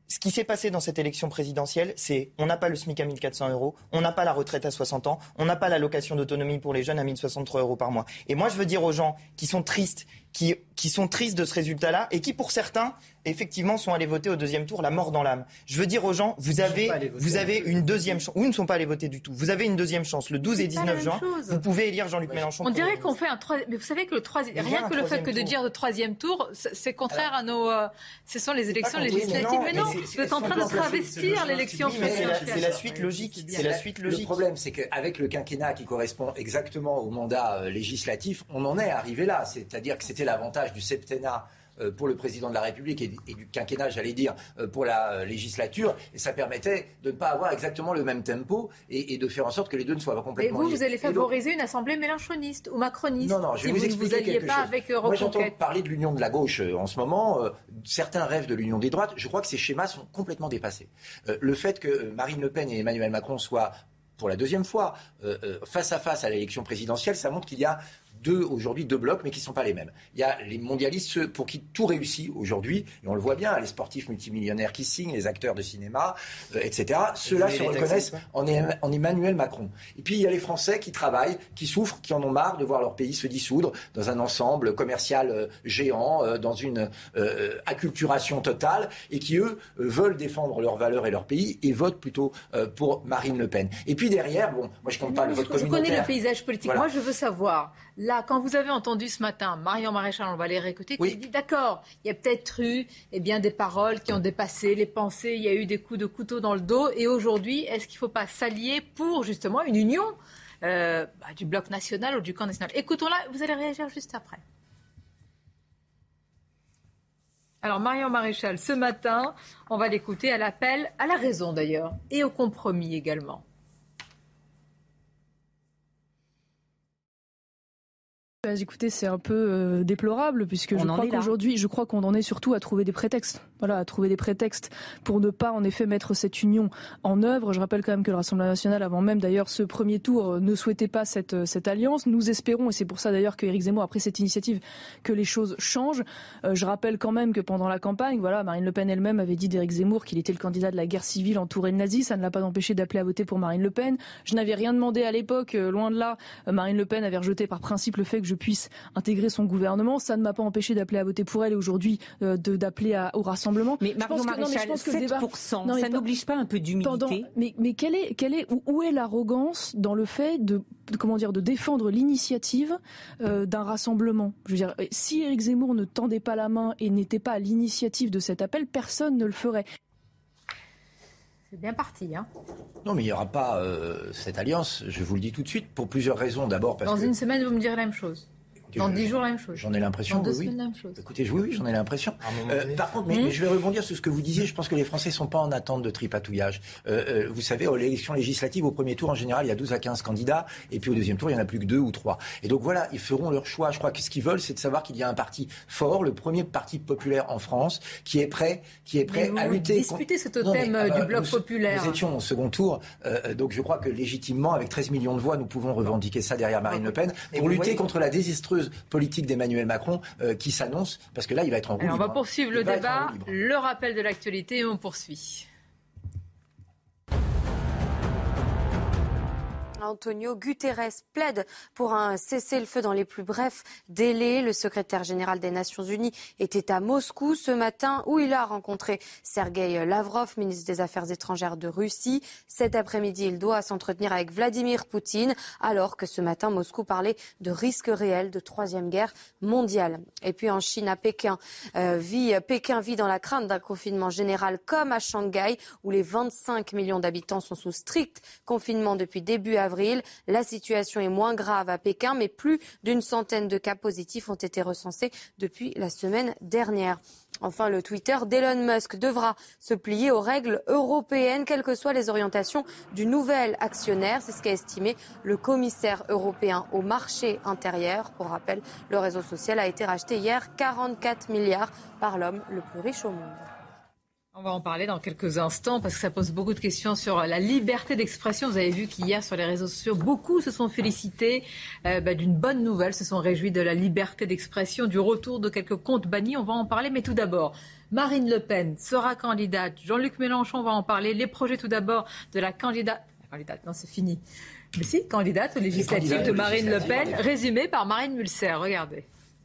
Ce qui s'est passé dans cette élection présidentielle, c'est on n'a pas le SMIC à mille quatre cents euros, on n'a pas la retraite à soixante ans, on n'a pas l'allocation d'autonomie pour les jeunes à mille soixante-trois euros par mois. Et moi, je veux dire aux gens qui sont tristes, qui, qui sont tristes de ce résultat-là et qui, pour certains, effectivement, sont allés voter au deuxième tour la mort dans l'âme. Je veux dire aux gens, vous avez, vous avez une deuxième chance. Ou ils ne sont pas allés voter du tout. Vous avez une deuxième chance. Le douze et dix-neuf juin, vous pouvez élire Jean-Luc Mélenchon. On dirait qu'on fait un troisième. Mais vous savez que le troisième. Rien que le fait que de dire le troisième tour, c'est contraire à nos. Euh, ce sont les élections législatives. Mais non, vous êtes en train de travestir l'élection présidentielle. C'est la suite logique. C'est la suite logique. Le problème, c'est qu'avec le quinquennat qui correspond exactement au mandat législatif, on en est arrivé là. C'est-à-dire que c'était l'avantage du septennat pour le président de la République et, et du quinquennat, j'allais dire, pour la législature. Et ça permettait de ne pas avoir exactement le même tempo et, et de faire en sorte que les deux ne soient pas complètement... Et vous, vous allez favoriser donc une assemblée mélenchoniste ou macroniste? Non, non, je vais si vous expliquer quelque chose. Vous n'alliez pas avec Reconquête. Moi, j'entends parler de l'union de la gauche euh, en ce moment. Euh, certains rêvent de l'union des droites. Je crois que ces schémas sont complètement dépassés. Euh, le fait que Marine Le Pen et Emmanuel Macron soient, pour la deuxième fois, euh, euh, face à face à l'élection présidentielle, ça montre qu'il y a deux, aujourd'hui, deux blocs, mais qui ne sont pas les mêmes. Il y a les mondialistes, ceux pour qui tout réussit aujourd'hui, et on le voit bien, les sportifs multimillionnaires qui signent, les acteurs de cinéma, euh, et cetera. Ceux-là se reconnaissent en, en Emmanuel Macron. Et puis il y a les Français qui travaillent, qui souffrent, qui en ont marre de voir leur pays se dissoudre dans un ensemble commercial euh, géant, euh, dans une euh, acculturation totale, et qui, eux, euh, veulent défendre leurs valeurs et leur pays, et votent plutôt euh, pour Marine Le Pen. Et puis derrière, bon, moi je compte pas le vote communautaire. Je connais le paysage politique. Voilà. Moi, je veux savoir... Là, quand vous avez entendu ce matin Marion Maréchal, on va les réécouter, oui. qui dit d'accord, il y a peut-être eu eh bien, des paroles qui ont dépassé les pensées, il y a eu des coups de couteau dans le dos, et aujourd'hui, est-ce qu'il ne faut pas s'allier pour justement une union euh, bah, du bloc national ou du camp national? Écoutons-la, vous allez réagir juste après. Alors Marion Maréchal, ce matin, on va l'écouter, elle appelle à la raison d'ailleurs, et au compromis également. Écoutez, c'est un peu euh, déplorable puisque on je crois qu'aujourd'hui, je crois qu'on en est surtout à trouver des prétextes. Voilà, à trouver des prétextes pour ne pas en effet mettre cette union en œuvre. Je rappelle quand même que le Rassemblement national, avant même d'ailleurs ce premier tour, euh, ne souhaitait pas cette cette alliance. Nous espérons, et c'est pour ça d'ailleurs que Éric Zemmour a pris cette initiative, que les choses changent. Euh, je rappelle quand même que pendant la campagne, voilà, Marine Le Pen elle-même avait dit d'Éric Zemmour qu'il était le candidat de la guerre civile entouré de nazis. Ça ne l'a pas empêché d'appeler à voter pour Marine Le Pen. Je n'avais rien demandé à l'époque, euh, loin de là. Euh, Marine Le Pen avait rejeté par principe le fait que je puisse intégrer son gouvernement. Ça ne m'a pas empêché d'appeler à voter pour elle et aujourd'hui euh, de, d'appeler à, au rassemblement. Mais Marion Maréchal, sept pour cent, non, ça n'oblige pas un peu d'humilité pendant, mais, mais quelle est, quelle est, où, où est l'arrogance dans le fait de, de, comment dire, de défendre l'initiative euh, d'un rassemblement? Je veux dire, si Éric Zemmour ne tendait pas la main et n'était pas à l'initiative de cet appel, personne ne le ferait. C'est bien parti, hein. Non, mais il n'y aura pas euh, cette alliance, je vous le dis tout de suite, pour plusieurs raisons. D'abord parce Dans que... une semaine, vous me direz la même chose. Dans dix jours, la même chose. J'en ai l'impression. Dans deux oui, semaines, oui. la même chose. Écoutez, oui, oui, j'en ai l'impression. Euh, par contre, mais, mmh. mais je vais rebondir sur ce que vous disiez. Je pense que les Français ne sont pas en attente de tripatouillage. Euh, euh, vous savez, aux élections législatives, au premier tour, en général, il y a douze à quinze candidats. Et puis au deuxième tour, il n'y en a plus que deux ou trois. Et donc voilà, ils feront leur choix. Je crois que ce qu'ils veulent, c'est de savoir qu'il y a un parti fort, le premier parti populaire en France, qui est prêt, qui est prêt mais à vous lutter. Disputez ce totem non, mais, du euh, bloc nous, populaire. Nous étions au second tour. Euh, donc je crois que légitimement, avec treize millions de voix, nous pouvons revendiquer ça derrière Marine Le Pen pour lutter voyez... contre la désastreuse politique d'Emmanuel Macron. Euh, qui s'annonce, parce que là, il va être en roue libre. On va poursuivre le débat, le rappel de l'actualité et on poursuit. Antonio Guterres plaide pour un cessez-le-feu dans les plus brefs délais. Le secrétaire général des Nations Unies était à Moscou ce matin où il a rencontré Sergueï Lavrov, ministre des Affaires étrangères de Russie. Cet après-midi, il doit s'entretenir avec Vladimir Poutine alors que ce matin, Moscou parlait de risque réel de troisième guerre mondiale. Et puis en Chine, à Pékin, euh, vit, Pékin vit dans la crainte d'un confinement général comme à Shanghai où les vingt-cinq millions d'habitants sont sous strict confinement depuis début avril. La situation est moins grave à Pékin, mais plus d'une centaine de cas positifs ont été recensés depuis la semaine dernière. Enfin, le Twitter d'Elon Musk devra se plier aux règles européennes, quelles que soient les orientations du nouvel actionnaire. C'est ce qu'a estimé le commissaire européen au marché intérieur. Pour rappel, le réseau social a été racheté hier quarante-quatre milliards par l'homme le plus riche au monde. On va en parler dans quelques instants parce que ça pose beaucoup de questions sur la liberté d'expression. Vous avez vu qu'hier sur les réseaux sociaux, beaucoup se sont félicités euh, bah, d'une bonne nouvelle, se sont réjouis de la liberté d'expression, du retour de quelques comptes bannis. On va en parler, mais tout d'abord, Marine Le Pen sera candidate. Jean-Luc Mélenchon va en parler. Les projets tout d'abord de la candidate... Candidate, non c'est fini. Mais si, candidate aux législatives de Marine Le Pen, résumée par Marine Mulser. Regardez.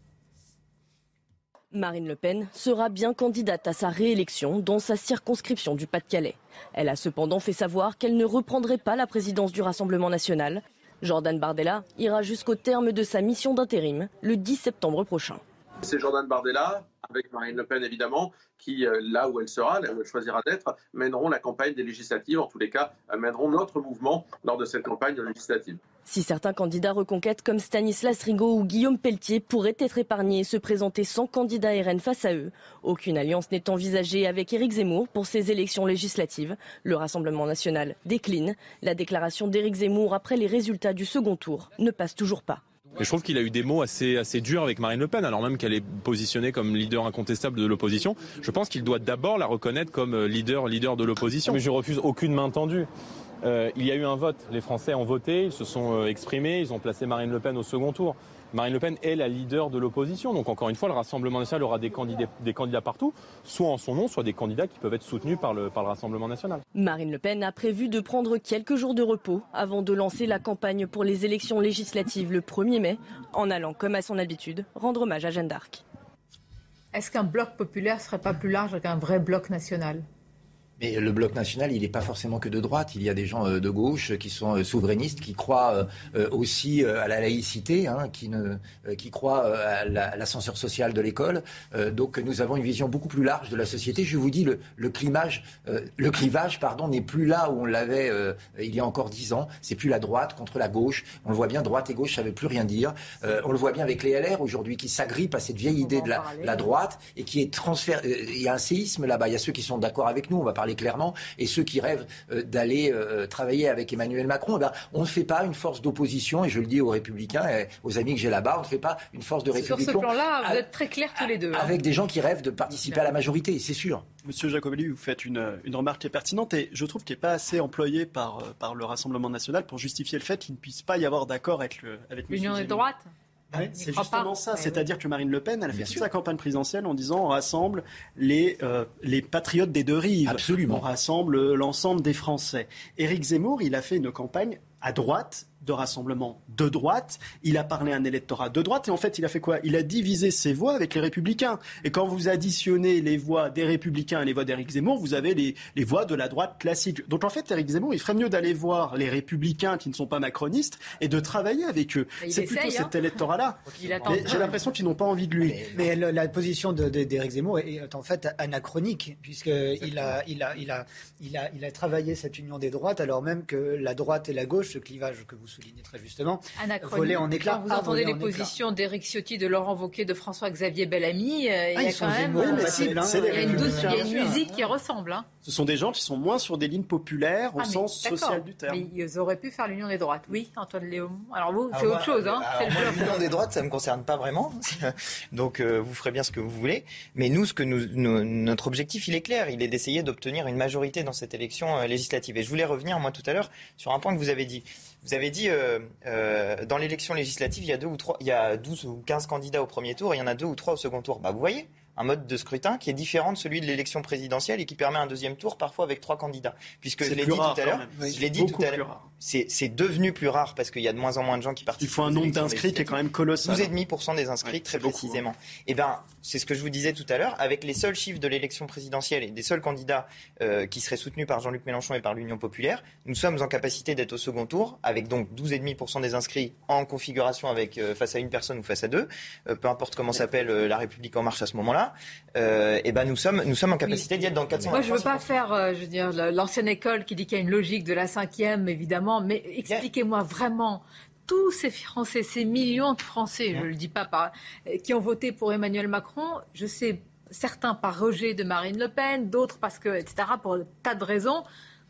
Marine Le Pen sera bien candidate à sa réélection dans sa circonscription du Pas-de-Calais. Elle a cependant fait savoir qu'elle ne reprendrait pas la présidence du Rassemblement national. Jordan Bardella ira jusqu'au terme de sa mission d'intérim le dix septembre prochain. C'est Jordan Bardella, avec Marine Le Pen évidemment, qui, là où elle sera, là où elle choisira d'être, mèneront la campagne des législatives, en tous les cas, mèneront notre mouvement lors de cette campagne législative. Si certains candidats reconquêtes comme Stanislas Rigaud ou Guillaume Pelletier pourraient être épargnés et se présenter sans candidat R N face à eux, aucune alliance n'est envisagée avec Éric Zemmour pour ces élections législatives. Le Rassemblement national décline. La déclaration d'Éric Zemmour après les résultats du second tour ne passe toujours pas. Et je trouve qu'il a eu des mots assez, assez durs avec Marine Le Pen, alors même qu'elle est positionnée comme leader incontestable de l'opposition. Je pense qu'il doit d'abord la reconnaître comme leader, leader de l'opposition. Mais je refuse aucune main tendue. Euh, il y a eu un vote, les Français ont voté, ils se sont euh, exprimés, ils ont placé Marine Le Pen au second tour. Marine Le Pen est la leader de l'opposition, donc encore une fois, le Rassemblement national aura des candidats, des candidats partout, soit en son nom, soit des candidats qui peuvent être soutenus par le, par le Rassemblement national. Marine Le Pen a prévu de prendre quelques jours de repos avant de lancer la campagne pour les élections législatives le premier mai, en allant, comme à son habitude, rendre hommage à Jeanne d'Arc. Est-ce qu'un bloc populaire ne serait pas plus large qu'un vrai bloc national ? Mais le bloc national, il n'est pas forcément que de droite. Il y a des gens de gauche qui sont souverainistes, qui croient aussi à la laïcité, hein, qui, ne, qui croient à, la, à l'ascenseur social de l'école. Donc nous avons une vision beaucoup plus large de la société. Je vous dis, le, le, climage, le clivage pardon, n'est plus là où on l'avait euh, il y a encore dix ans. C'est plus la droite contre la gauche. On le voit bien, droite et gauche, ça ne veut plus rien dire. Euh, on le voit bien avec les L R aujourd'hui, qui s'agrippent à cette vieille idée de la, la droite et qui est transfert. Il y a un séisme là-bas. Il y a ceux qui sont d'accord avec nous. On va parler clairement, et ceux qui rêvent euh, d'aller euh, travailler avec Emmanuel Macron, eh ben, on ne fait pas une force d'opposition, et je le dis aux Républicains et aux amis que j'ai là-bas, on ne fait pas une force de républicain. Sur ce plan-là, vous êtes très clairs tous les deux. Avec hein. des gens qui rêvent de participer à la majorité, c'est sûr. Monsieur Jacobelli, vous faites une, une remarque qui est pertinente, et je trouve qu'elle n'est pas assez employée par, par le Rassemblement national pour justifier le fait qu'il ne puisse pas y avoir d'accord avec, le, avec l'Union des droites. Ouais, c'est justement ça, c'est-à-dire que Marine Le Pen, elle a fait toute sa campagne présidentielle en disant on rassemble les, euh, les patriotes des deux rives. Absolument. On rassemble l'ensemble des Français. Éric Zemmour, il a fait une campagne à droite, de rassemblement de droite. Il a parlé à un électorat de droite et en fait, il a fait quoi ? Il a divisé ses voix avec les Républicains. Et quand vous additionnez les voix des Républicains et les voix d'Éric Zemmour, vous avez les, les voix de la droite classique. Donc en fait, Éric Zemmour, il ferait mieux d'aller voir les Républicains qui ne sont pas macronistes et de travailler avec eux. C'est plutôt essaye, cet hein. électorat-là. Mais j'ai l'impression qu'ils n'ont pas envie de lui. Mais, mais la position de, de, d'Éric Zemmour est en fait anachronique, puisqu'il a, il a, il a, il a, il a travaillé cette union des droites, alors même que la droite et la gauche, ce clivage que vous soulignez très justement, volé en éclats. Quand vous entendez les positions d'Éric Ciotti, de Laurent Wauquiez, de François-Xavier Bellamy, euh, il y a quand même oui, mais c'est, c'est, il y a une, douce, il y a une musique qui ressemble. Hein. Ce sont des gens qui sont moins sur des lignes populaires au ah, sens mais, social du terme. Mais ils auraient pu faire l'union des droites. Oui, Antoine Léaumont. Alors vous, c'est alors, autre chose. Hein. Alors, moi, l'union des droites, ça ne me concerne pas vraiment. Donc euh, vous ferez bien ce que vous voulez. Mais nous, ce que nous, nous, notre objectif, il est clair. Il est d'essayer d'obtenir une majorité dans cette élection euh, législative. Et je voulais revenir, moi, tout à l'heure, sur un point que vous avez dit. Vous avez dit, euh, euh, dans l'élection législative, il y a deux ou trois, il y a douze ou quinze candidats au premier tour et il y en a deux ou trois au second tour. Bah, vous voyez, un mode de scrutin qui est différent de celui de l'élection présidentielle et qui permet un deuxième tour parfois avec trois candidats. Puisque c'est je l'ai dit rare, tout à l'heure, oui, je l'ai dit tout à l'heure, c'est, c'est devenu plus rare parce qu'il y a de moins en moins de gens qui participent. Il faut un nombre d'inscrits qui est quand même colossal. douze virgule cinq pour cent des inscrits, ouais, très précisément. Beaucoup, hein. Et ben, c'est ce que je vous disais tout à l'heure, avec les seuls chiffres de l'élection présidentielle et des seuls candidats euh, qui seraient soutenus par Jean-Luc Mélenchon et par l'Union populaire, nous sommes en capacité d'être au second tour, avec donc douze virgule cinq pour cent des inscrits en configuration avec euh, face à une personne ou face à deux, euh, peu importe comment s'appelle euh, la République en marche à ce moment-là. Euh, et ben nous sommes nous sommes en capacité oui. d'y être dans quatre cents. Moi je veux pas faire euh, je veux dire l'ancienne école qui dit qu'il y a une logique de la cinquième évidemment, mais expliquez-moi yeah. vraiment tous ces Français, ces millions de Français, yeah. je le dis pas par, qui ont voté pour Emmanuel Macron, je sais certains par rejet de Marine Le Pen, d'autres parce que et cetera pour un tas de raisons.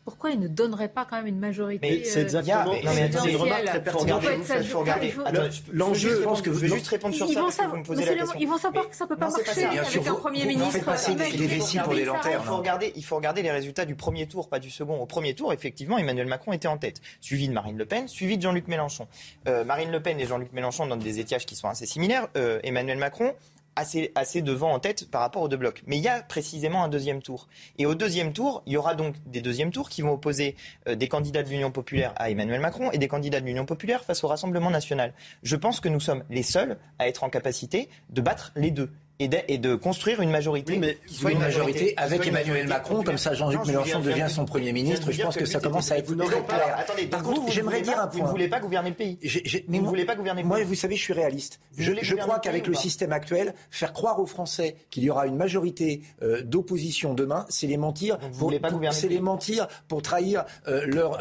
pourquoi il ne donnerait pas quand même une majorité mais c'est exactement. Euh, non, mais attendez, une remarque très pertinente. Il faut regarder. L'enjeu, je pense que vous devez juste répondre sur ça parce que vous me posez la question. Ils vont savoir que ça peut pas marcher avec un Premier ministre. Des récits pour les lanternes. Il faut regarder, il faut regarder les résultats du premier tour, pas du second. Au premier tour, effectivement, Emmanuel Macron était en tête, suivi de Marine Le Pen, suivi de Jean-Luc Mélenchon. Euh, Marine Le Pen et Jean-Luc Mélenchon donnent des étiages qui sont assez similaires. Euh, Emmanuel Macron assez, assez devant en tête par rapport aux deux blocs. Mais il y a précisément un deuxième tour. Et au deuxième tour, il y aura donc des deuxièmes tours qui vont opposer euh, des candidats de l'Union populaire à Emmanuel Macron et des candidats de l'Union populaire face au Rassemblement national. Je pense que nous sommes les seuls à être en capacité de battre les deux. Et de, et de construire une majorité. Oui, mais il faut une majorité avec Emmanuel Macron, comme ça Jean-Luc Mélenchon devient son Premier ministre. Je pense que ça commence à être très clair. Attendez, par contre, j'aimerais dire un point. Vous ne voulez pas gouverner le pays. Mais vous ne voulez pas gouverner le pays. Moi, vous savez, je suis réaliste. Je crois qu'avec le système actuel, faire croire aux Français qu'il y aura une majorité d'opposition demain, c'est les mentir. C'est les mentir pour trahir leur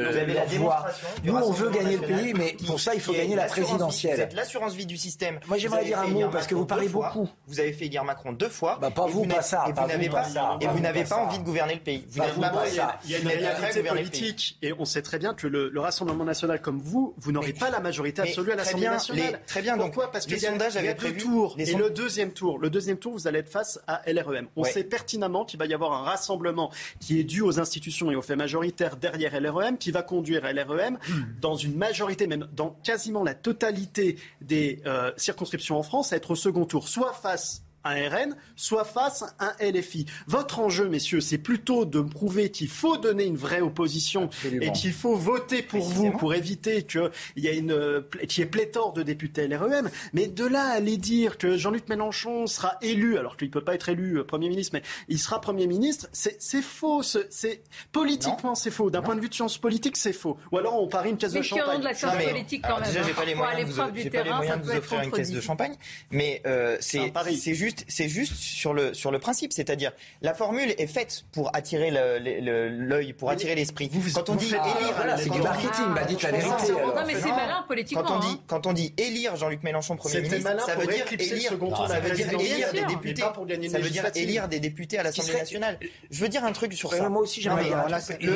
voix. Nous, on veut gagner le pays, mais pour ça, il faut gagner la présidentielle. Vous êtes l'assurance vie du système. Moi, j'aimerais dire un mot parce que vous parlez beaucoup. Vous avez fait guerre Macron deux fois. Bah, pas vous, pas ça. Et vous n'avez pas, ça, et vous n'avez pas envie de gouverner le pays. Vous n'avez pas, pas ça. Il y a une réalité politique et on sait très bien que le, le Rassemblement national comme vous, vous n'aurez pas la majorité absolue à l'Assemblée nationale. Les, très bien. Pourquoi ? Donc, parce que les sondages avaient deux prévu tours. Et le deuxième tour, le deuxième tour, vous allez être face à L R E M. On ouais. sait pertinemment qu'il va y avoir un rassemblement qui est dû aux institutions et aux faits majoritaires derrière L R E M, qui va conduire L R E M dans une majorité, même dans quasiment la totalité des euh, circonscriptions en France, à être au second tour, soit face un R N, soit face à un L F I. Votre enjeu, messieurs, c'est plutôt de prouver qu'il faut donner une vraie opposition Absolument. Et qu'il faut voter pour vous pour éviter qu'il y ait une, qu'il y ait pléthore de députés L R E M. Mais de là à aller dire que Jean-Luc Mélenchon sera élu, alors qu'il ne peut pas être élu Premier ministre, mais il sera Premier ministre, c'est, c'est faux. C'est, politiquement, non. c'est faux. D'un non. point de vue de science politique, c'est faux. Ou alors on parie une caisse mais de champagne. De la science mais, politique quand même. Déjà, j'ai pas les moyens de vous, j'ai pas les moyens de vous offrir une caisse de champagne, mais euh, c'est, c'est juste. C'est juste sur le, sur le principe, c'est-à-dire la formule est faite pour attirer le, le, l'œil, pour attirer l'esprit. Vous, quand on dit ah, élire, voilà, c'est du marketing, bah dites la vérité. Non mais c'est malin politiquement. Quand on dit, quand on dit élire Jean-Luc Mélenchon Premier ministre, ça veut dire élire, ça veut dire élire des députés, ça veut dire élire des députés à l'Assemblée nationale. Je veux dire un truc sur ça. Moi aussi, j'aimerais dire.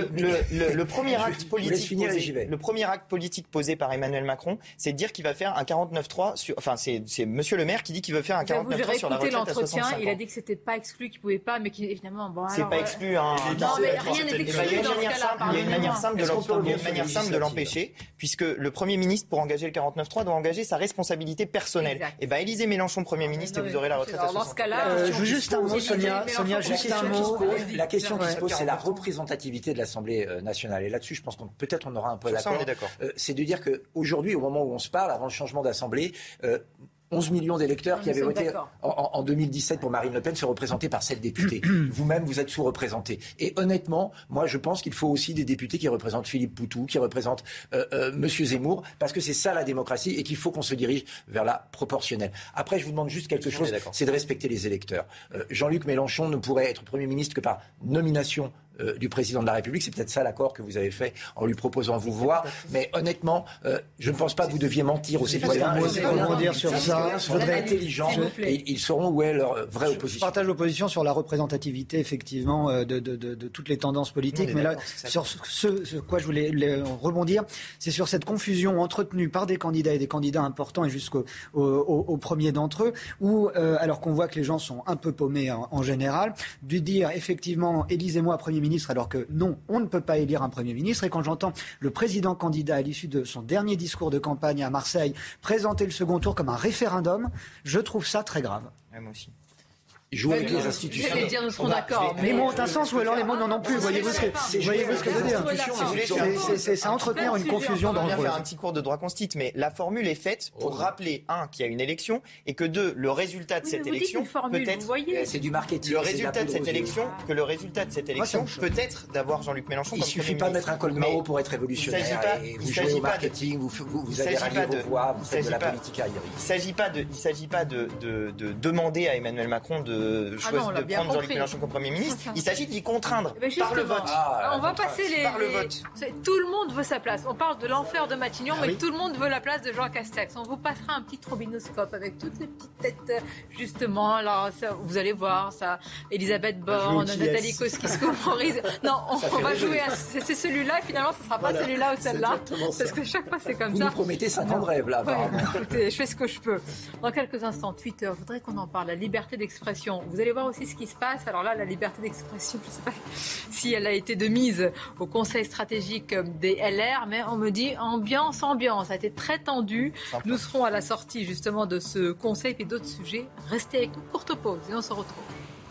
Le premier acte politique posé, le premier acte politique posé par Emmanuel Macron, c'est de dire qu'il va faire un quarante-neuf trois sur, enfin c'est c'est Monsieur Le Maire qui dit qu'il veut faire un quarante-neuf trois sur la retraite à soixante-cinq ans. Il a dit que c'était pas exclu, qu'il pouvait pas, mais qu'évidemment, bon, c'est alors, pas exclu. Hein, non, mais rien n'est exclu. Il y a dans une manière simple, il y a une manière simple de l'empêcher, il y a une manière simple de l'empêcher, puisque le Premier ministre, pour engager le quarante-neuf trois, doit engager sa responsabilité personnelle. Exact. Et ben, élisez Mélenchon Premier ministre, non, et vous aurez la retraite à soixante ans. Euh, je veux juste un mot, Sonia. Sonia, juste un mot. La question qui se pose, c'est la représentativité de l'Assemblée nationale. Et là-dessus, je pense qu'on peut-être on aura un peu d'accord. C'est de dire qu'aujourd'hui, au moment où on se parle, avant le changement d'Assemblée, onze millions d'électeurs non, qui avaient voté en, en deux mille dix-sept pour Marine Le Pen sont représentés par sept députés. Vous-même, vous êtes sous-représentés. Et honnêtement, moi, je pense qu'il faut aussi des députés qui représentent Philippe Poutou, qui représentent euh, euh, Monsieur Zemmour, parce que c'est ça la démocratie et qu'il faut qu'on se dirige vers la proportionnelle. Après, je vous demande juste quelque chose, c'est de respecter les électeurs. Euh, Jean-Luc Mélenchon ne pourrait être Premier ministre que par nomination Euh, du président de la République. C'est peut-être ça l'accord que vous avez fait en lui proposant de vous voir. Mais honnêtement, euh, je ne pense pas que vous deviez mentir aux citoyens. Je voudrais rebondir sur ça. Je voudrais être intelligent et ils sauront où est leur vraie opposition. Je partage l'opposition sur la représentativité, effectivement, de, de, de, de toutes les tendances politiques. Mais là, sur ce, ce quoi je voulais rebondir, c'est sur cette confusion entretenue par des candidats et des candidats importants et jusqu'au au, au, au premier d'entre eux, où, euh, alors qu'on voit que les gens sont un peu paumés en, en général, de dire effectivement, élisez-moi Premier ministre, alors que non, on ne peut pas élire un Premier ministre. Et quand j'entends le président candidat à l'issue de son dernier discours de campagne à Marseille présenter le second tour comme un référendum, je trouve ça très grave. Ouais, moi aussi. Jouer avec les institutions. J'allais dire, nous serons d'accord. Les mots ont un sens ou alors les mots n'en ont plus. Voyez-vous ce que, voyez-vous ce que je veux dire. C'est, c'est, c'est entretenir une confusion dangereuse. On va faire un petit cours de droit constit, mais la formule est faite pour rappeler, un, qu'il y a une élection et que, deux, le résultat de cette élection peut être... C'est du marketing. Le résultat de cette élection, que le résultat de cette élection peut être d'avoir Jean-Luc Mélenchon comme Premier ministre. Il suffit pas de mettre un col Mao pour être révolutionnaire. Vous jouez au marketing, vous avez rallié vos voix, vous faites de la politique aérienne. Il ne s'agit pas de demander à Emmanuel Macron de de, ah non, de prendre Jean-Luc Mélenchon comme Premier ministre. Il s'agit d'y contraindre mais par le vote. Ah, on va passer les, par le les... vote. Tout le monde veut sa place. On parle de l'enfer de Matignon, ah, mais oui. tout le monde veut la place de Jean Castex. On vous passera un petit trobinoscope avec toutes les petites têtes, justement. Alors, ça, vous allez voir ça. Elisabeth Borne, Nathalie Kosciusko-Morizet. Non, on, on va jouer à... C'est, c'est celui-là, finalement, ce ne sera pas voilà. celui-là ou celle-là. Parce que chaque fois, c'est comme vous ça. Vous nous promettez cinq ans de rêve, là. Ouais, écoutez, je fais ce que je peux. Dans quelques instants, Twitter, je voudrais qu'on en parle. La liberté d'expression. Vous allez voir aussi ce qui se passe. Alors là, la liberté d'expression, je ne sais pas si elle a été de mise au Conseil stratégique des L R, mais on me dit ambiance, ambiance. Ça a été très tendu. Nous serons à la sortie, justement, de ce Conseil et d'autres sujets. Restez avec nous. Courte pause et on se retrouve.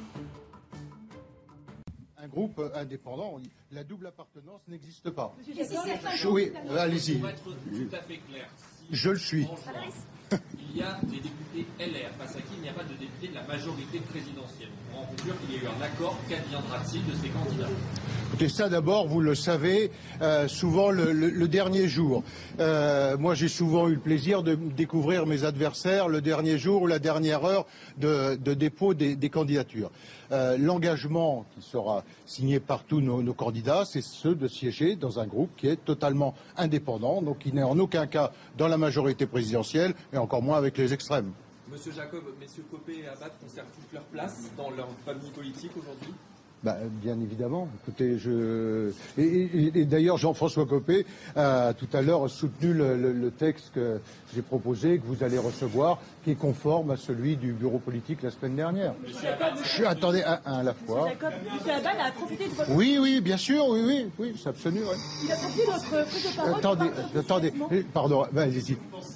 Un groupe indépendant, la double appartenance n'existe pas. Je, oui, allez-y. Pour être tout à fait clair, si je le suis. Il y a des députés L R face à qui il n'y a pas de députés de la majorité présidentielle. On pourra en conclure qu'il y a eu un accord. Qu'adviendra-t-il de ces candidats ? Écoutez, ça d'abord, vous le savez, euh, souvent le, le, le dernier jour. Euh, moi, j'ai souvent eu le plaisir de découvrir mes adversaires le dernier jour ou la dernière heure de, de dépôt des, des candidatures. Euh, l'engagement qui sera signé par tous nos, nos candidats, c'est ceux de siéger dans un groupe qui est totalement indépendant, donc qui n'est en aucun cas dans la majorité présidentielle et encore moins avec les extrêmes. Monsieur Jacob, messieurs Copé et Abad conservent toute leur place dans leur famille politique aujourd'hui ? Bah, bien évidemment. Écoutez, je et, et, et d'ailleurs Jean-François Copé a tout à l'heure soutenu le, le, le texte que j'ai proposé, que vous allez recevoir, qui est conforme à celui du bureau politique la semaine dernière. Je suis attendez un, un à la fois. Monsieur Jacob, monsieur Abad a profité de votre. Oui, oui, bien sûr, oui, oui, oui, c'est absolu. Ouais. Il a profité de votre prise de parole. Attendez, attendez, pardon, ben, allez-y.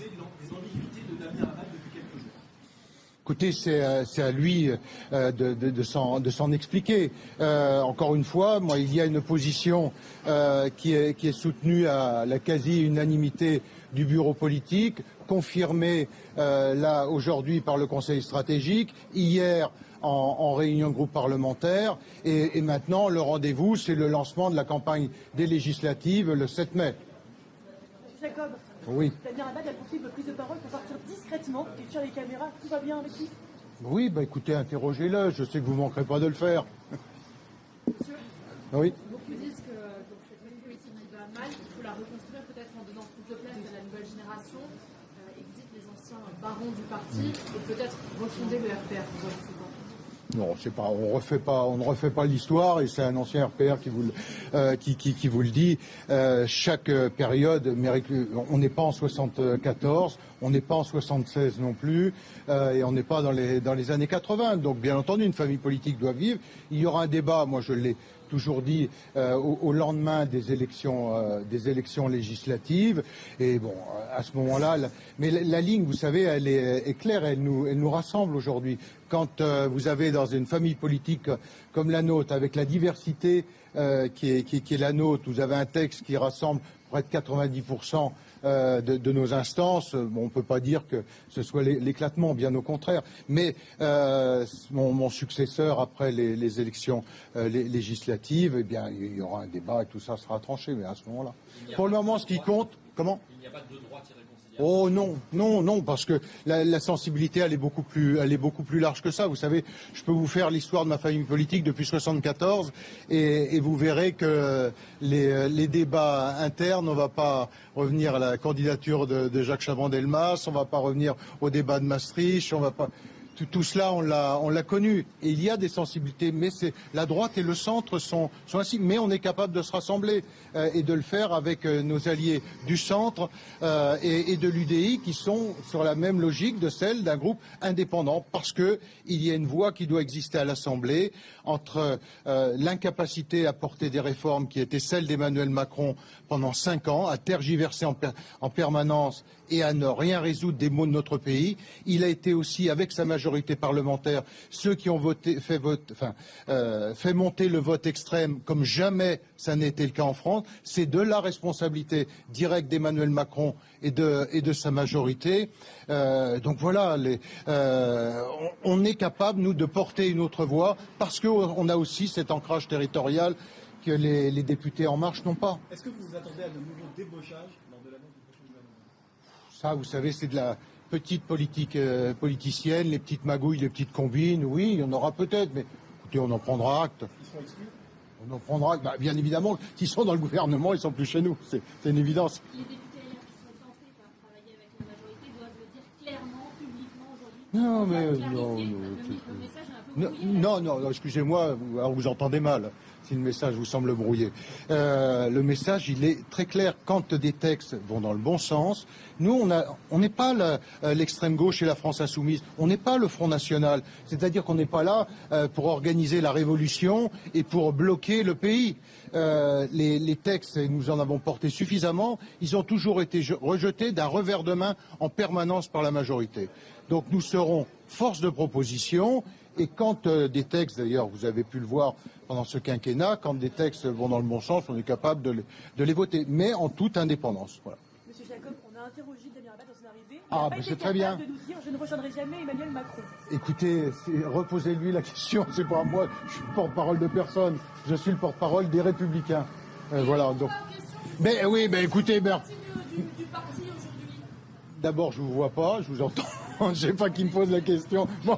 Écoutez, c'est, c'est à lui euh, de, de, de, s'en, de s'en expliquer. Euh, encore une fois, moi, il y a une position euh, qui, est, qui est soutenue à la quasi-unanimité du bureau politique, confirmée euh, là aujourd'hui par le Conseil stratégique, hier en, en réunion de groupe parlementaire, et, et maintenant le rendez-vous, c'est le lancement de la campagne des législatives le sept mai. Jacob. Oui. Damien Abad a poursuivi votre prise de parole pour partir discrètement et sur les caméras. Tout va bien avec lui ? Oui, bah écoutez, interrogez-le. Je sais que vous ne manquerez pas de le faire. Monsieur, oui. beaucoup disent que donc, cette même politique qui va mal, il faut la reconstruire peut-être en donnant plus de place à la nouvelle génération, euh, exit les anciens barons du parti et peut-être refonder le R P R. Non, c'est pas, on refait pas, on ne refait pas l'histoire, et c'est un ancien R P R qui vous le, euh, qui, qui, qui vous le dit. Euh, chaque période mérite. On n'est pas en soixante-quatorze, on n'est pas en soixante-seize non plus, euh, et on n'est pas dans les dans les années quatre-vingts. Donc, bien entendu, une famille politique doit vivre. Il y aura un débat. Moi, je l'ai toujours dit euh, au, au lendemain des élections, euh, des élections législatives. Et bon, à ce moment-là, la, mais la, la ligne, vous savez, elle est, est claire. Elle nous, elle nous rassemble aujourd'hui. Quand euh, vous avez dans une famille politique comme la nôtre, avec la diversité euh, qui, est, qui, qui est la nôtre, vous avez un texte qui rassemble près de quatre-vingt-dix pour cent euh, de, de nos instances. Bon, on ne peut pas dire que ce soit l'éclatement, bien au contraire. Mais euh, mon, mon successeur, après les, les élections euh, les, législatives, eh bien, il y aura un débat et tout ça sera tranché. Mais à ce moment-là, pour le moment, ce qui compte, comment ? Il n'y a pas de droite irréconciliable. Oh non, non, non, parce que la, la sensibilité, elle est beaucoup plus, elle est beaucoup plus large que ça. Vous savez, je peux vous faire l'histoire de ma famille politique depuis soixante-quatorze, et, et vous verrez que les, les débats internes, on ne va pas revenir à la candidature de, de Jacques Chaban-Delmas, on ne va pas revenir au débat de Maastricht, on va pas. Tout, tout cela, on l'a, on l'a connu. Et il y a des sensibilités, mais c'est la droite et le centre sont, sont ainsi. Mais on est capable de se rassembler euh, et de le faire avec euh, nos alliés du centre euh, et, et de l'U D I, qui sont sur la même logique de celle d'un groupe indépendant, parce que il y a une voie qui doit exister à l'Assemblée entre euh, l'incapacité à porter des réformes qui étaient celles d'Emmanuel Macron pendant cinq ans, à tergiverser en, per, en permanence et à ne rien résoudre des maux de notre pays. Il a été aussi, avec sa majorité parlementaire, ceux qui ont voté, fait, vote, enfin, euh, fait monter le vote extrême comme jamais ça n'a été le cas en France. C'est de la responsabilité directe d'Emmanuel Macron et de, et de sa majorité. Euh, donc voilà, les, euh, on, on est capable, nous, de porter une autre voix, parce qu'on a aussi cet ancrage territorial que les, les députés En Marche n'ont pas. Est-ce que vous vous attendez à de nouveaux débauchages lors de l'annonce du prochain gouvernement ? ça, vous savez, c'est de la petite politique euh, politicienne, les petites magouilles, les petites combines. Oui, il y en aura peut-être, mais écoutez, on en prendra acte. Ils sont exclus ? On en prendra acte. Bah, bien évidemment, s'ils sont dans le gouvernement, ils sont plus chez nous. C'est, c'est une évidence. Les députés hier qui sont tentés par travailler avec la majorité doivent le dire clairement, publiquement aujourd'hui. Non, mais non, non, le, le message est un peu brouillé. non, non, non, excusez-moi, alors vous entendez mal. Si le message vous semble brouillé. Euh, le message, il est très clair. Quand des textes vont dans le bon sens, nous, on a, on n'est pas la, l'extrême gauche et la France insoumise. On n'est pas le Front National. C'est-à-dire qu'on n'est pas là euh, pour organiser la révolution et pour bloquer le pays. Euh, les, les textes, et nous en avons porté suffisamment, ils ont toujours été rejetés d'un revers de main en permanence par la majorité. Donc nous serons force de proposition. Et quand euh, des textes, d'ailleurs, vous avez pu le voir pendant ce quinquennat, quand des textes vont dans le bon sens, on est capable de les, de les voter, mais en toute indépendance. Voilà. Monsieur Jacob, on a interrogé Damien Abad dans son arrivée. Ah, ben c'est très bien. De nous dire, je ne rejoindrai jamais Emmanuel Macron. Écoutez, reposez-lui la question. C'est pas moi. Je suis le porte-parole de personne. Je suis le porte-parole des Républicains. Euh, voilà. Donc. Mais oui, mais écoutez, ben. D'abord, je vous vois pas, je vous entends. Je ne sais pas qui me pose la question. Bon.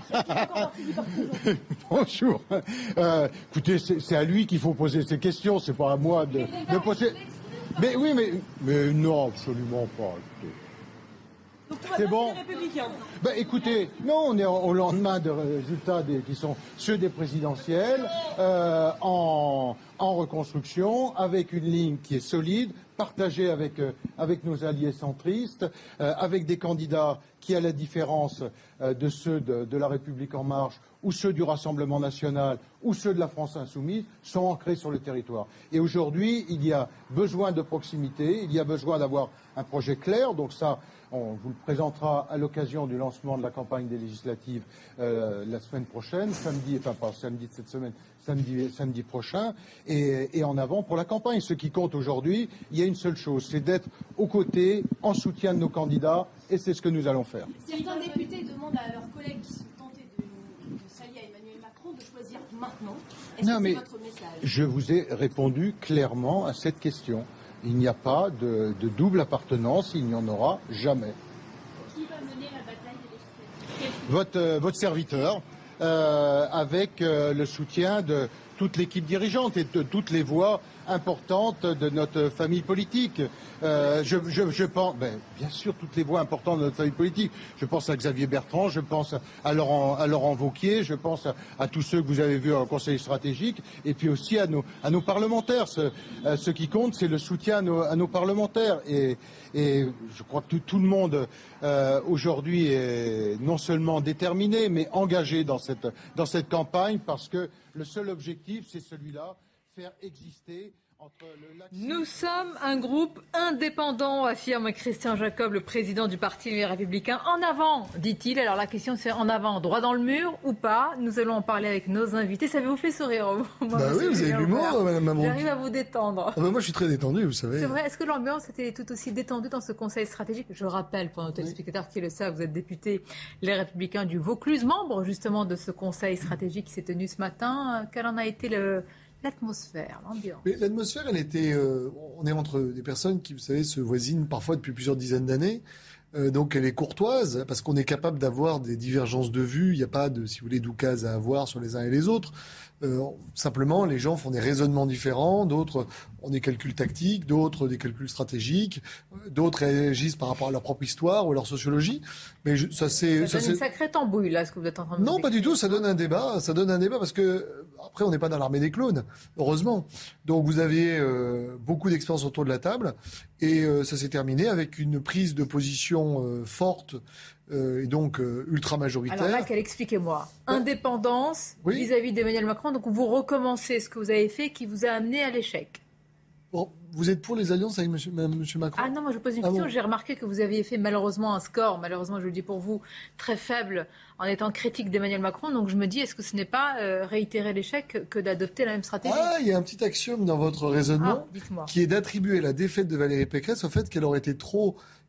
Bonjour. Euh, écoutez, c'est, c'est à lui qu'il faut poser ces questions. C'est pas à moi de, de poser. Mais oui, mais, mais non, absolument pas. Écoutez. Donc, c'est bon. Ben, écoutez, non, on est au lendemain de résultats des, qui sont ceux des présidentielles, euh, en, en reconstruction, avec une ligne qui est solide, partagée avec, euh, avec nos alliés centristes, euh, avec des candidats qui, à la différence euh, de ceux de, de La République En Marche, ou ceux du Rassemblement National, ou ceux de la France Insoumise, sont ancrés sur le territoire. Et aujourd'hui, il y a besoin de proximité, il y a besoin d'avoir un projet clair, donc ça, on vous le présentera à l'occasion du lancement de la campagne des législatives euh, la semaine prochaine, samedi, enfin pas samedi de cette semaine, samedi, samedi prochain, et, et en avant pour la campagne. Ce qui compte aujourd'hui, il y a une seule chose, c'est d'être aux côtés, en soutien de nos candidats, et c'est ce que nous allons faire. Certains députés demandent à leurs collègues qui sont tentés de, de s'allier à Emmanuel Macron de choisir maintenant. Est-ce non, que mais c'est votre message ? Je vous ai répondu clairement à cette question. Il n'y a pas de, de double appartenance, il n'y en aura jamais. Qui va mener la bataille des législatives ? Votre, euh, votre serviteur, euh, avec euh, le soutien de toute l'équipe dirigeante et de toutes les voix importantes de notre famille politique. Euh, je, je, je pense, ben, bien sûr, toutes les voix importantes de notre famille politique. Je pense à Xavier Bertrand, je pense à Laurent, à Laurent Wauquiez, je pense à, à tous ceux que vous avez vus au Conseil stratégique, et puis aussi à nos, à nos parlementaires. Ce, euh, ce qui compte, c'est le soutien à nos, à nos parlementaires. Et, et je crois que tout, tout le monde euh, aujourd'hui est non seulement déterminé, mais engagé dans cette, dans cette campagne, parce que le seul objectif, c'est celui-là, faire exister entre le lac... Nous sommes un groupe indépendant, affirme Christian Jacob, le président du Parti Les Républicains. En avant, dit-il. Alors la question c'est en avant, droit dans le mur ou pas ? Nous allons en parler avec nos invités. Ça vous fait sourire, moi, Bah oui, vous avez de l'humour, Madame Mabrouk. J'arrive à vous détendre. Ah bah moi je suis très détendu, vous savez. C'est vrai, est-ce que l'ambiance était tout aussi détendue dans ce conseil stratégique ? Je rappelle pour nos téléspectateurs qui le savent, vous êtes député Les Républicains du Vaucluse, membre justement de ce conseil stratégique qui s'est tenu ce matin. Quel en a été le... l'atmosphère, l'ambiance. Mais l'atmosphère, elle était... Euh, on est entre des personnes qui, vous savez, se voisinent parfois depuis plusieurs dizaines d'années. Euh, donc elle est courtoise, parce qu'on est capable d'avoir des divergences de vues. Il n'y a pas de, si vous voulez, d'oukase à avoir sur les uns et les autres. Euh, simplement, les gens font des raisonnements différents. D'autres ont des calculs tactiques, d'autres des calculs stratégiques. D'autres réagissent par rapport à leur propre histoire ou à leur sociologie. Mais je, ça c'est... Ça, ça donne c'est... une sacrée tambouille, là, ce que vous êtes en train de Non, dire. pas du tout. Ça donne un débat. Ça donne un débat parce que, après, on n'est pas dans l'armée des clones, heureusement. Donc, vous aviez euh, beaucoup d'expérience autour de la table. Et euh, ça s'est terminé avec une prise de position euh, forte euh, et donc euh, ultra majoritaire. Alors là, qu'elle expliquez-moi. Indépendance oui. vis-à-vis d'Emmanuel Macron. Donc, vous recommencez ce que vous avez fait qui vous a amené à l'échec. Bon, vous êtes pour les alliances avec monsieur, monsieur Macron ? Ah non, moi je pose une ah question. Bon. J'ai remarqué que vous aviez fait malheureusement un score, malheureusement je le dis pour vous, très faible en étant critique d'Emmanuel Macron. Donc je me dis, est-ce que ce n'est pas euh, réitérer l'échec que d'adopter la même stratégie ? Ah, il y a un petit axiome dans votre raisonnement ah, qui est d'attribuer la défaite de Valérie Pécresse au fait qu'elle aurait été trop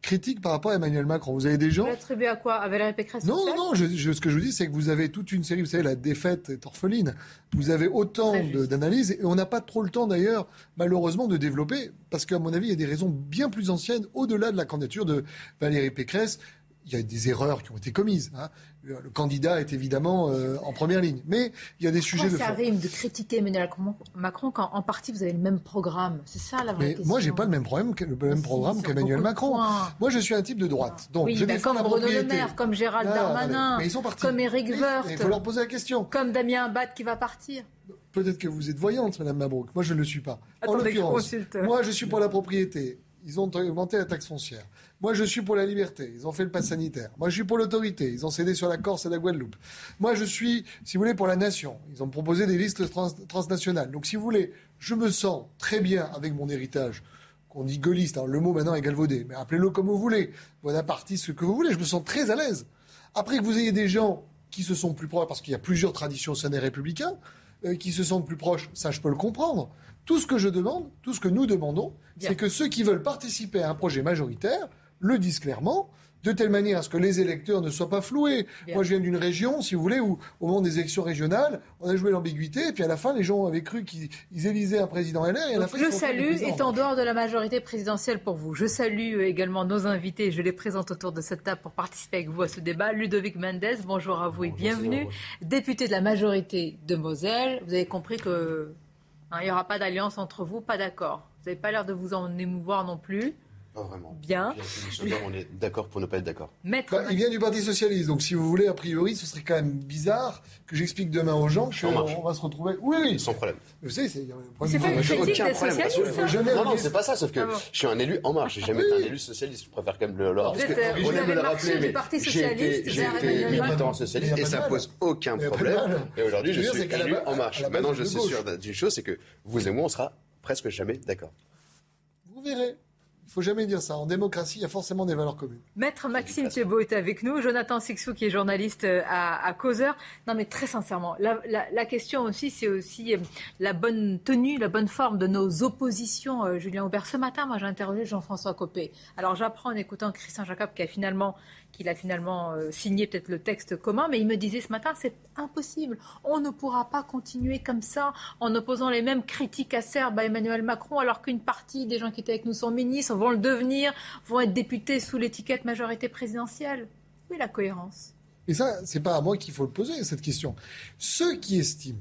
critique par rapport à Emmanuel Macron. Vous avez des gens... Vous l'attribuez à quoi? À Valérie Pécresse? Non, non, non. Je, je, ce que je vous dis, c'est que vous avez toute une série. Vous savez, la défaite est orpheline. Vous avez autant de, d'analyses et on n'a pas trop le temps d'ailleurs, malheureusement, de développer, parce qu'à mon avis, il y a des raisons bien plus anciennes au-delà de la candidature de Valérie Pécresse. Il y a des erreurs qui ont été commises. Hein. Le, le candidat est évidemment euh, en première ligne. Mais il y a des Pourquoi sujets de ça fond. rime de critiquer Emmanuel Macron quand en partie vous avez le même programme? C'est ça la vraie Mais question. moi, j'ai pas le même problème, le même programme qu'Emmanuel Macron. Moi, je suis un type de droite. Donc, oui, je bah défends comme la Bruno propriété. Le Maire, comme Gérald Là, Darmanin, mais ils sont partis. comme Éric Woerth. Il faut leur poser la question. Comme Damien Abad qui va partir. Peut-être que vous êtes voyante, Madame Mabrouk. Moi, je ne le suis pas. Attendez, en l'occurrence, je consulte. moi, je suis pour la propriété. Ils ont augmenté la taxe foncière. Moi, je suis pour la liberté. Ils ont fait le pass sanitaire. Moi, je suis pour l'autorité. Ils ont cédé sur la Corse et la Guadeloupe. Moi, je suis, si vous voulez, pour la nation. Ils ont proposé des listes trans- transnationales. Donc, si vous voulez, je me sens très bien avec mon héritage. Qu'on dit gaulliste. Alors, le mot maintenant est galvaudé. Mais appelez-le comme vous voulez. Bonapartiste, ce que vous voulez. Je me sens très à l'aise. Après que vous ayez des gens qui se sont plus proches, parce qu'il y a plusieurs traditions au sein des Républicains, euh, qui se sentent plus proches, ça, je peux le comprendre. Tout ce que je demande, tout ce que nous demandons, Bien. c'est que ceux qui veulent participer à un projet majoritaire le disent clairement, de telle manière à ce que les électeurs ne soient pas floués. Bien. Moi, je viens d'une région, si vous voulez, où au moment des élections régionales, on a joué l'ambiguïté, et puis à la fin, les gens avaient cru qu'ils élisaient un président L R, et à la fin, le ils sont salut est en dehors de la majorité présidentielle pour vous. Je salue également nos invités, je les présente autour de cette table pour participer avec vous à ce débat. Ludovic Mendes, bonjour à vous et bienvenue. Député de la majorité de Moselle, vous avez compris que hein, il n'y aura pas d'alliance entre vous, pas d'accord. Vous n'avez pas l'air de vous en émouvoir non plus. Pas vraiment. Bien. On est d'accord pour ne pas être d'accord. Maître bah, il vient du Parti Socialiste, donc si vous voulez, a priori, ce serait quand même bizarre que j'explique demain aux gens qu'on va se retrouver. Oui, oui. Sans problème. Vous savez, c'est. C'est pas une critique des socialistes. Non, non, c'est pas ça, sauf que ah bon. je suis un élu En Marche. J'ai jamais oui. été un élu socialiste. Je préfère quand même le leur. Vous êtes, euh, vous avez marché du Parti Socialiste. J'ai été militant socialiste et ça pose aucun problème. Et aujourd'hui, je suis élu En Marche. Maintenant, je suis sûr d'une chose, c'est que vous et moi, on sera presque jamais d'accord. Vous verrez. Il ne faut jamais dire ça. En démocratie, il y a forcément des valeurs communes. Maître Maxime Thébault est avec nous. Jonathan Sixou, qui est journaliste à, à Causeur. Non, mais très sincèrement, la, la, la question aussi, c'est aussi la bonne tenue, la bonne forme de nos oppositions. Euh, Julien Aubert, ce matin, moi, j'ai interrogé Jean-François Copé. Alors, j'apprends en écoutant Christian Jacob qui a finalement... qu'il a finalement euh, signé peut-être le texte commun, mais il me disait ce matin, c'est impossible. On ne pourra pas continuer comme ça en opposant les mêmes critiques acerbes à Emmanuel Macron, alors qu'une partie des gens qui étaient avec nous sont ministres, vont le devenir, vont être députés sous l'étiquette majorité présidentielle. Où est la cohérence? Et ça, c'est pas à moi qu'il faut le poser, cette question. Ceux qui estiment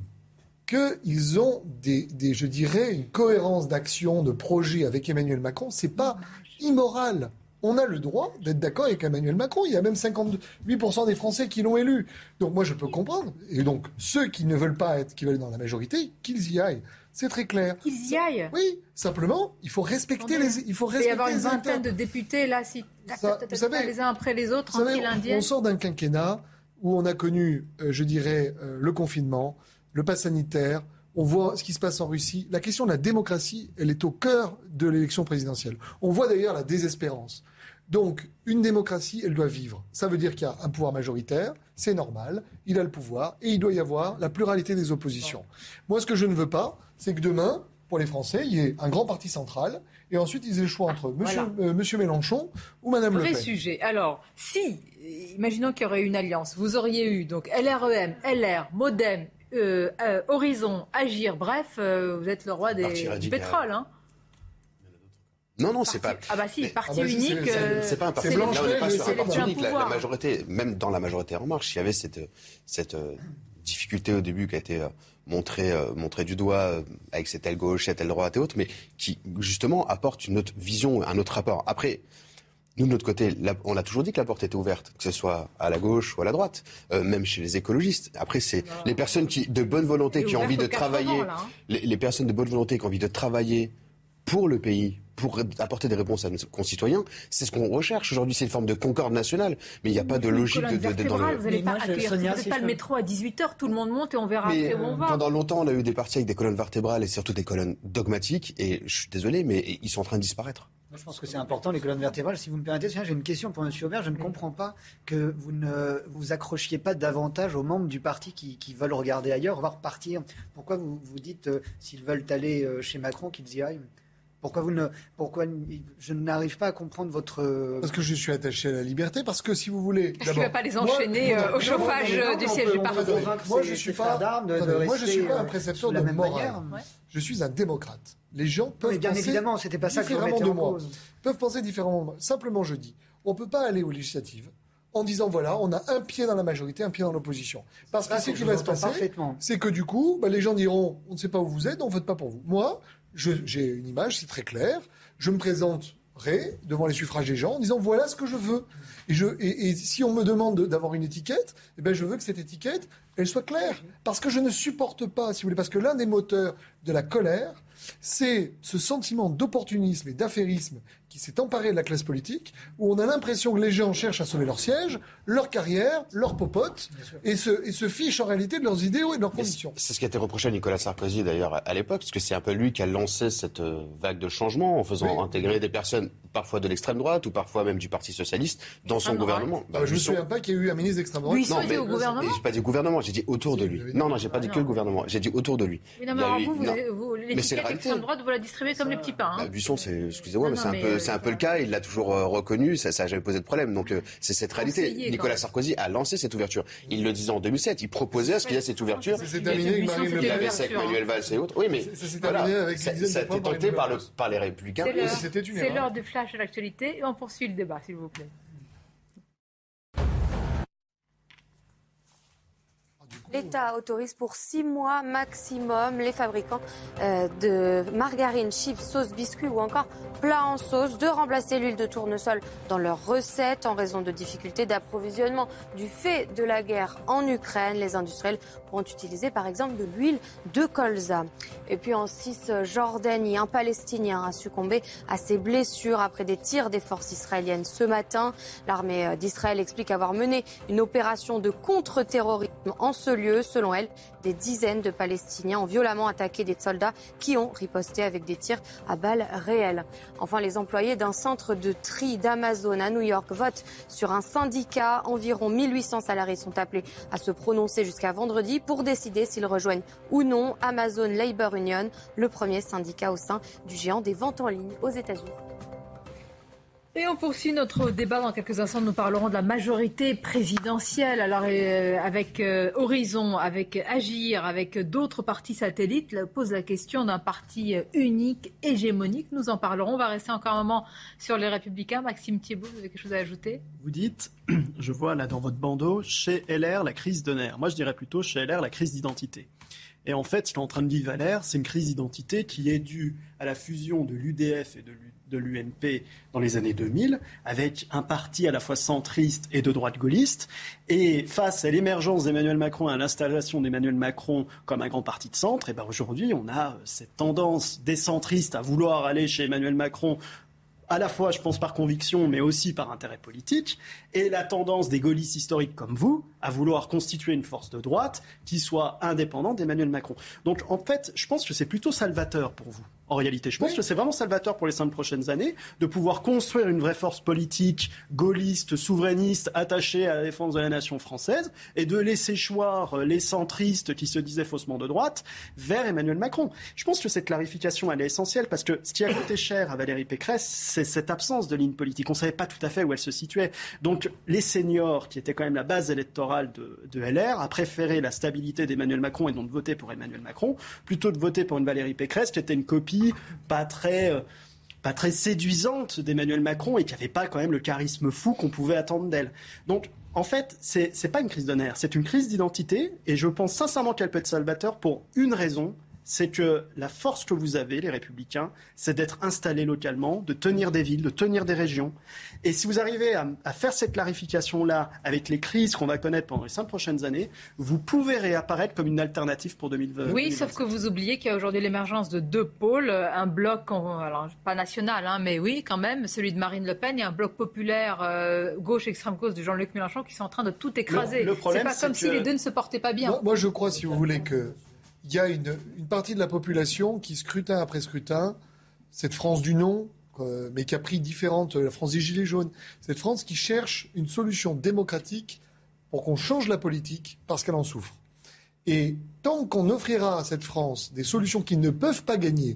qu'ils ont des, des, je dirais, une cohérence d'action, de projet avec Emmanuel Macron, c'est pas immoral. On a le droit d'être d'accord avec Emmanuel Macron. Il y a même cinquante-huit pour cent des Français qui l'ont élu. Donc moi, je peux comprendre. Et donc, ceux qui ne veulent pas être, qui veulent être dans la majorité, qu'ils y aillent. C'est très clair. Qu'ils y aillent. Oui, simplement, il faut respecter les. Il faut respecter. Il y avoir une vingtaine de députés là, si ça, vous savez, les uns après les autres, en file indienne. On sort d'un quinquennat où on a connu, euh, je dirais, euh, le confinement, le pass sanitaire. On voit ce qui se passe en Russie. La question de la démocratie, elle est au cœur de l'élection présidentielle. On voit d'ailleurs la désespérance. Donc, une démocratie, elle doit vivre. Ça veut dire qu'il y a un pouvoir majoritaire, c'est normal, il a le pouvoir, et il doit y avoir la pluralité des oppositions. Moi, ce que je ne veux pas, c'est que demain, pour les Français, il y ait un grand parti central, et ensuite ils aient le choix entre monsieur, voilà. euh, monsieur Mélenchon ou Madame Vrai Le Pen. Vrai sujet. Alors, si, imaginons qu'il y aurait eu une alliance, vous auriez eu donc L R E M, L R, Modem, euh, euh, Horizon, Agir, bref, euh, vous êtes le roi des, du pétrole, hein. Non, non, c'est pas. Ah bah si, parti ah bah unique. C'est, c'est, c'est pas un parti unique. Là, on n'est pas sur un parti unique. La, la hein. majorité, même dans la majorité En Marche, il y avait cette, cette euh, difficulté au début qui a été euh, montrée, euh, montrée du doigt euh, avec cette aile gauche, cette aile droite et autres, mais qui justement apporte une autre vision, un autre rapport. Après, nous de notre côté, la, on a toujours dit que la porte était ouverte, que ce soit à la gauche ou à la droite, euh, même chez les écologistes. Après, c'est non. les personnes qui de bonne volonté, qui ont envie de travailler, ans, là, hein. les, les personnes de bonne volonté qui ont envie de travailler pour le pays, pour apporter des réponses à nos concitoyens, c'est ce qu'on recherche aujourd'hui, c'est une forme de concorde nationale, mais il n'y a pas de une logique de, de, de dans le... Vous n'allez pas accueillir, vous n'avez pas le métro à dix-huit heures, tout le monde monte et on verra mais après où on va. Pendant longtemps, on a eu des partis avec des colonnes vertébrales et surtout des colonnes dogmatiques, et je suis désolé, mais ils sont en train de disparaître. Moi, je pense que c'est important, les colonnes vertébrales. Si vous me permettez, j'ai une question pour M. Aubert. Je ne comprends pas que vous ne vous accrochiez pas davantage aux membres du parti qui, qui veulent regarder ailleurs, voire partir. Pourquoi vous vous dites, euh, s'ils veulent aller euh, chez Macron, qu'ils y aillent ? Pourquoi vous ne, pourquoi je n'arrive pas à comprendre votre. Parce que je suis attaché à la liberté. Parce que si vous voulez. Parce qu'il ne va pas les enchaîner moi, euh, au chauffage non, non, du siège du parti. Moi, je ne suis pas. De, de moi, je suis pas un précepteur de morale. Ouais. Je suis un démocrate. Les gens peuvent mais bien penser évidemment, c'était pas ça que différemment de moi. Ils peuvent penser différemment de moi. Simplement, je dis, on ne peut pas aller aux législatives en disant voilà, on a un pied dans la majorité, un pied dans l'opposition. Parce que ce qui va se passer, c'est que du coup, bah, les gens diront on ne sait pas où vous êtes, on ne vote pas pour vous. Moi, je, j'ai une image, c'est très clair. Je me présenterai devant les suffrages des gens en disant voilà ce que je veux. Et, je, et, et si on me demande de, d'avoir une étiquette, eh ben, je veux que cette étiquette, elle soit claire. Parce que je ne supporte pas, si vous voulez, parce que l'un des moteurs de la colère, c'est ce sentiment d'opportunisme et d'affairisme qui s'est emparé de la classe politique, où on a l'impression que les gens cherchent à sauver leur siège, leur carrière, leur popote, et se, et se fichent en réalité de leurs idéaux et de leurs Mais convictions. C'est ce qui a été reproché à Nicolas Sarkozy d'ailleurs à l'époque, parce que c'est un peu lui qui a lancé cette vague de changement en faisant oui. intégrer des personnes parfois de l'extrême droite ou parfois même du Parti socialiste dans son ah, gouvernement. Bah, bah, je ne me souviens pas qu'il y ait eu un ministre d'extrême droite. Buisson était au gouvernement. Je n'ai pas dit gouvernement, j'ai dit autour de lui. Non, non, j'ai pas dit que le gouvernement, j'ai dit autour de lui. Mais non, mais alors vous, vous, l'étiquette d'extrême droite, vous la distribuez comme les petits pains. Bah, Buisson, c'est, excusez-moi, mais c'est un peu, c'est un peu le cas. Il l'a toujours euh, reconnu. Ça, ça a jamais posé de problème. Donc, euh, c'est cette réalité. Nicolas Sarkozy a lancé cette ouverture. Il le disait en deux mille sept. Il proposait à ce qu'il y ait cette ouverture. Ça s'est terminé avec Marine Le Pen. Avec Manuel Valls et autres. Oui, mais ça s'est terminé avec ça, ça a été tenté par le, par les Républicains. C'est l'heure du flash de l'actualité. Et on poursuit le débat, s'il vous plaît. L'État autorise pour six mois maximum les fabricants euh, de margarine, chips, sauces, biscuits ou encore plats en sauce de remplacer l'huile de tournesol dans leurs recettes en raison de difficultés d'approvisionnement. Du fait de la guerre en Ukraine, les industriels pourront utiliser par exemple de l'huile de colza. Et puis en Cisjordanie, un Palestinien a succombé à ses blessures après des tirs des forces israéliennes ce matin. L'armée d'Israël explique avoir mené une opération de contre-terrorisme en ce lieu. Selon elle, des dizaines de Palestiniens ont violemment attaqué des soldats qui ont riposté avec des tirs à balles réelles. Enfin, les employés d'un centre de tri d'Amazon à New York votent sur un syndicat. Environ mille huit cents salariés sont appelés à se prononcer jusqu'à vendredi pour décider s'ils rejoignent ou non Amazon Labor Union, le premier syndicat au sein du géant des ventes en ligne aux États-Unis. Et on poursuit notre débat. Dans quelques instants, nous parlerons de la majorité présidentielle. Alors, euh, avec euh, Horizon, avec Agir, avec d'autres partis satellites, là, pose la question d'un parti unique, hégémonique. Nous en parlerons. On va rester encore un moment sur les Républicains. Maxime Thiébaut, vous avez quelque chose à ajouter ? Vous dites, je vois là dans votre bandeau, chez L R, la crise de nerfs. Moi, je dirais plutôt chez L R, la crise d'identité. Et en fait, ce qu'est en train de vivre L R, c'est une crise d'identité qui est due à la fusion de l'U D F et de l'U de l'U M P dans les années deux mille, avec un parti à la fois centriste et de droite gaulliste. Et face à l'émergence d'Emmanuel Macron et à l'installation d'Emmanuel Macron comme un grand parti de centre, et ben aujourd'hui, on a cette tendance des centristes à vouloir aller chez Emmanuel Macron, à la fois, je pense, par conviction, mais aussi par intérêt politique, et la tendance des gaullistes historiques comme vous à vouloir constituer une force de droite qui soit indépendante d'Emmanuel Macron. Donc, en fait, je pense que c'est plutôt salvateur pour vous. En réalité, je pense oui. que c'est vraiment salvateur pour les cinq prochaines années de pouvoir construire une vraie force politique gaulliste, souverainiste, attachée à la défense de la nation française et de laisser choir les centristes qui se disaient faussement de droite vers Emmanuel Macron. Je pense que cette clarification, elle est essentielle parce que ce qui a coûté cher à Valérie Pécresse, c'est cette absence de ligne politique. On ne savait pas tout à fait où elle se situait. Donc, les seniors, qui étaient quand même la base électorale de, de L R, a préféré la stabilité d'Emmanuel Macron et donc de voter pour Emmanuel Macron plutôt de voter pour une Valérie Pécresse qui était une copie pas très, euh, pas très séduisante d'Emmanuel Macron et qui n'avait pas quand même le charisme fou qu'on pouvait attendre d'elle. Donc, en fait, c'est, c'est pas une crise de nerfs, c'est une crise d'identité et je pense sincèrement qu'elle peut être salvateur pour une raison, c'est que la force que vous avez, les Républicains, c'est d'être installés localement, de tenir des villes, de tenir des régions. Et si vous arrivez à, à faire cette clarification-là avec les crises qu'on va connaître pendant les cinq prochaines années, vous pouvez réapparaître comme une alternative pour deux mille vingt. Oui, sauf que vous oubliez qu'il y a aujourd'hui l'émergence de deux pôles, un bloc, alors pas national, hein, mais oui quand même, celui de Marine Le Pen, et un bloc populaire euh, gauche, extrême gauche de Jean-Luc Mélenchon qui sont en train de tout écraser. Le, le problème, c'est pas comme c'est si que... les deux ne se portaient pas bien. Moi, moi je crois, si vous voulez, que il y a une, une partie de la population qui, scrutin après scrutin, cette France du non, euh, mais qui a pris différentes, la France des Gilets jaunes, cette France qui cherche une solution démocratique pour qu'on change la politique parce qu'elle en souffre. Et tant qu'on offrira à cette France des solutions qui ne peuvent pas gagner,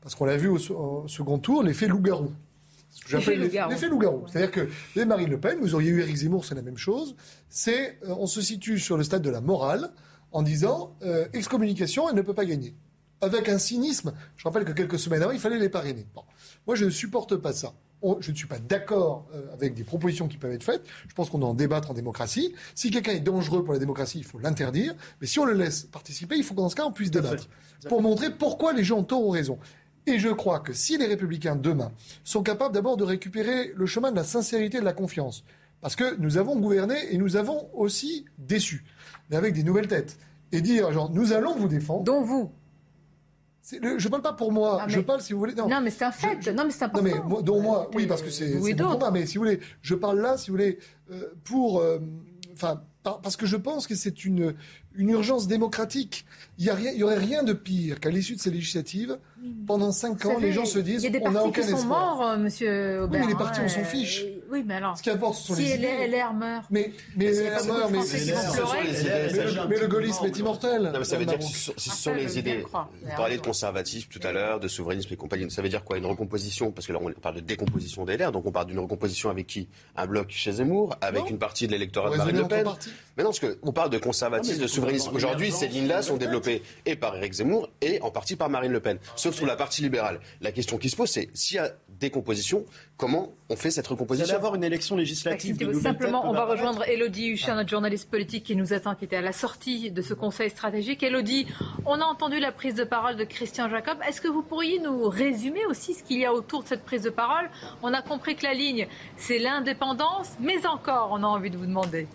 parce qu'on l'a vu au, au second tour, l'effet loup-garou. Ce que j'appelle l'effet loup-garou. L'effet loup-garou. C'est-à-dire que les Marine Le Pen, vous auriez eu Éric Zemmour, c'est la même chose. C'est, euh, on se situe sur le stade de la morale en disant euh, excommunication, elle ne peut pas gagner. Avec un cynisme. Je rappelle que quelques semaines avant, il fallait les parrainer. Bon. Moi, je ne supporte pas ça. On, je ne suis pas d'accord euh, avec des propositions qui peuvent être faites. Je pense qu'on doit en débattre en démocratie. Si quelqu'un est dangereux pour la démocratie, il faut l'interdire. Mais si on le laisse participer, il faut que dans ce cas, on puisse débattre. Pour montrer pourquoi les gens ont tort ou raison. Et je crois que si les Républicains, demain, sont capables d'abord de récupérer le chemin de la sincérité et de la confiance, parce que nous avons gouverné et nous avons aussi déçu, mais avec des nouvelles têtes, et dire, genre, nous allons vous défendre. Dont vous. C'est le, je parle pas pour moi, ah, mais... je parle si vous voulez. Non, non mais c'est un fait. Je, je... Non, mais c'est important. Non, mais moi, dont moi, oui, parce que c'est, c'est mon combat. Mais si vous voulez, je parle là, si vous voulez, euh, pour, enfin, euh, parce que je pense que c'est une une urgence démocratique. Il y a rien, il y aurait rien de pire qu'à l'issue de ces législatives, pendant cinq ans, savez, les gens se disent, on n'a aucun espoir. Il y a des partis qui sont morts, euh, Monsieur Aubert. Oui, mais les partis, hein, on s'en fiche. Euh, oui, mais alors. Ce qui importe, ce sont si les idées. Si L R meurt. Mais, mais L R meurt, mais c'est Mais le gaullisme est immortel. Non, mais ça veut dire que ce sont les idées. Vous parlez de conservatisme tout à l'heure, de souverainisme et compagnie. Ça veut dire quoi? Une recomposition? Parce que là, on parle de décomposition des L R, donc on parle d'une recomposition avec qui? Un bloc chez Zemmour, avec une partie de l'électorat de Marine Le Pen. Mais non, parce qu'on parle de conservatisme, de souverainisme. Aujourd'hui, ces lignes-là sont développées et par Éric Zemmour et en partie par Marine Le Pen, sauf sur la partie libérale. La question qui se pose, c'est s'il y a décomposition, comment on fait cette recomposition? Vous allez avoir une élection législative. De Simplement, on va rejoindre Élodie Huchet, notre journaliste politique qui nous attend, qui était à la sortie de ce conseil stratégique. Élodie, on a entendu la prise de parole de Christian Jacob. Est-ce que vous pourriez nous résumer aussi ce qu'il y a autour de cette prise de parole? On a compris que la ligne, c'est l'indépendance, mais encore, on a envie de vous demander.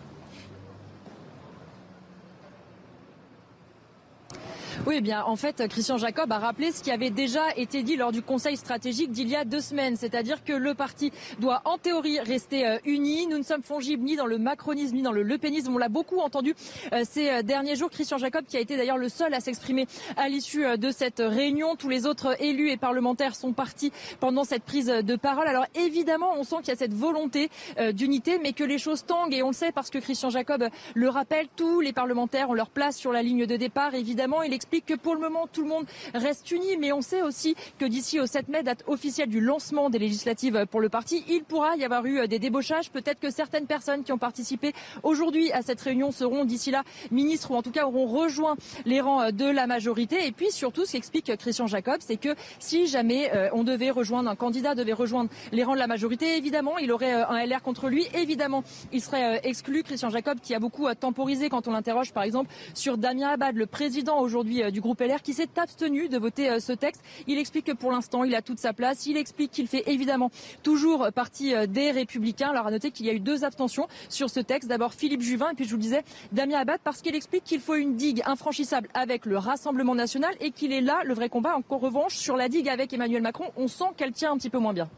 Oui, eh bien, en fait, Christian Jacob a rappelé ce qui avait déjà été dit lors du Conseil stratégique d'il y a deux semaines, c'est-à-dire que le parti doit, en théorie, rester euh, uni. Nous ne sommes fongibles ni dans le macronisme ni dans le lepénisme. On l'a beaucoup entendu euh, ces euh, derniers jours. Christian Jacob, qui a été d'ailleurs le seul à s'exprimer à l'issue euh, de cette réunion. Tous les autres élus et parlementaires sont partis pendant cette prise de parole. Alors évidemment, on sent qu'il y a cette volonté euh, d'unité, mais que les choses tanguent, et on le sait parce que Christian Jacob le rappelle. Tous les parlementaires ont leur place sur la ligne de départ. Évidemment, il explique que pour le moment, tout le monde reste uni, mais on sait aussi que d'ici au sept mai, date officielle du lancement des législatives pour le parti, il pourra y avoir eu des débauchages. Peut-être que certaines personnes qui ont participé aujourd'hui à cette réunion seront d'ici là ministres, ou en tout cas auront rejoint les rangs de la majorité. Et puis surtout, ce qu'explique Christian Jacob, c'est que si jamais euh, on devait rejoindre, un candidat devait rejoindre les rangs de la majorité, évidemment, il aurait euh, un L R contre lui. Évidemment, il serait euh, exclu. Christian Jacob, qui a beaucoup euh, temporisé quand on l'interroge, par exemple, sur Damien Abad, le président aujourd'hui euh, du groupe L R, qui s'est abstenu de voter euh, ce texte. Il explique que pour l'instant, il a toute sa place. Il explique qu'il fait évidemment toujours partie euh, des Républicains. Alors à noter qu'il y a eu deux abstentions sur ce texte. D'abord Philippe Juvin, et puis je vous le disais, Damien Abad, parce qu'il explique qu'il faut une digue infranchissable avec le Rassemblement national, et qu'il est là le vrai combat. En revanche, sur la digue avec Emmanuel Macron, on sent qu'elle tient un petit peu moins bien.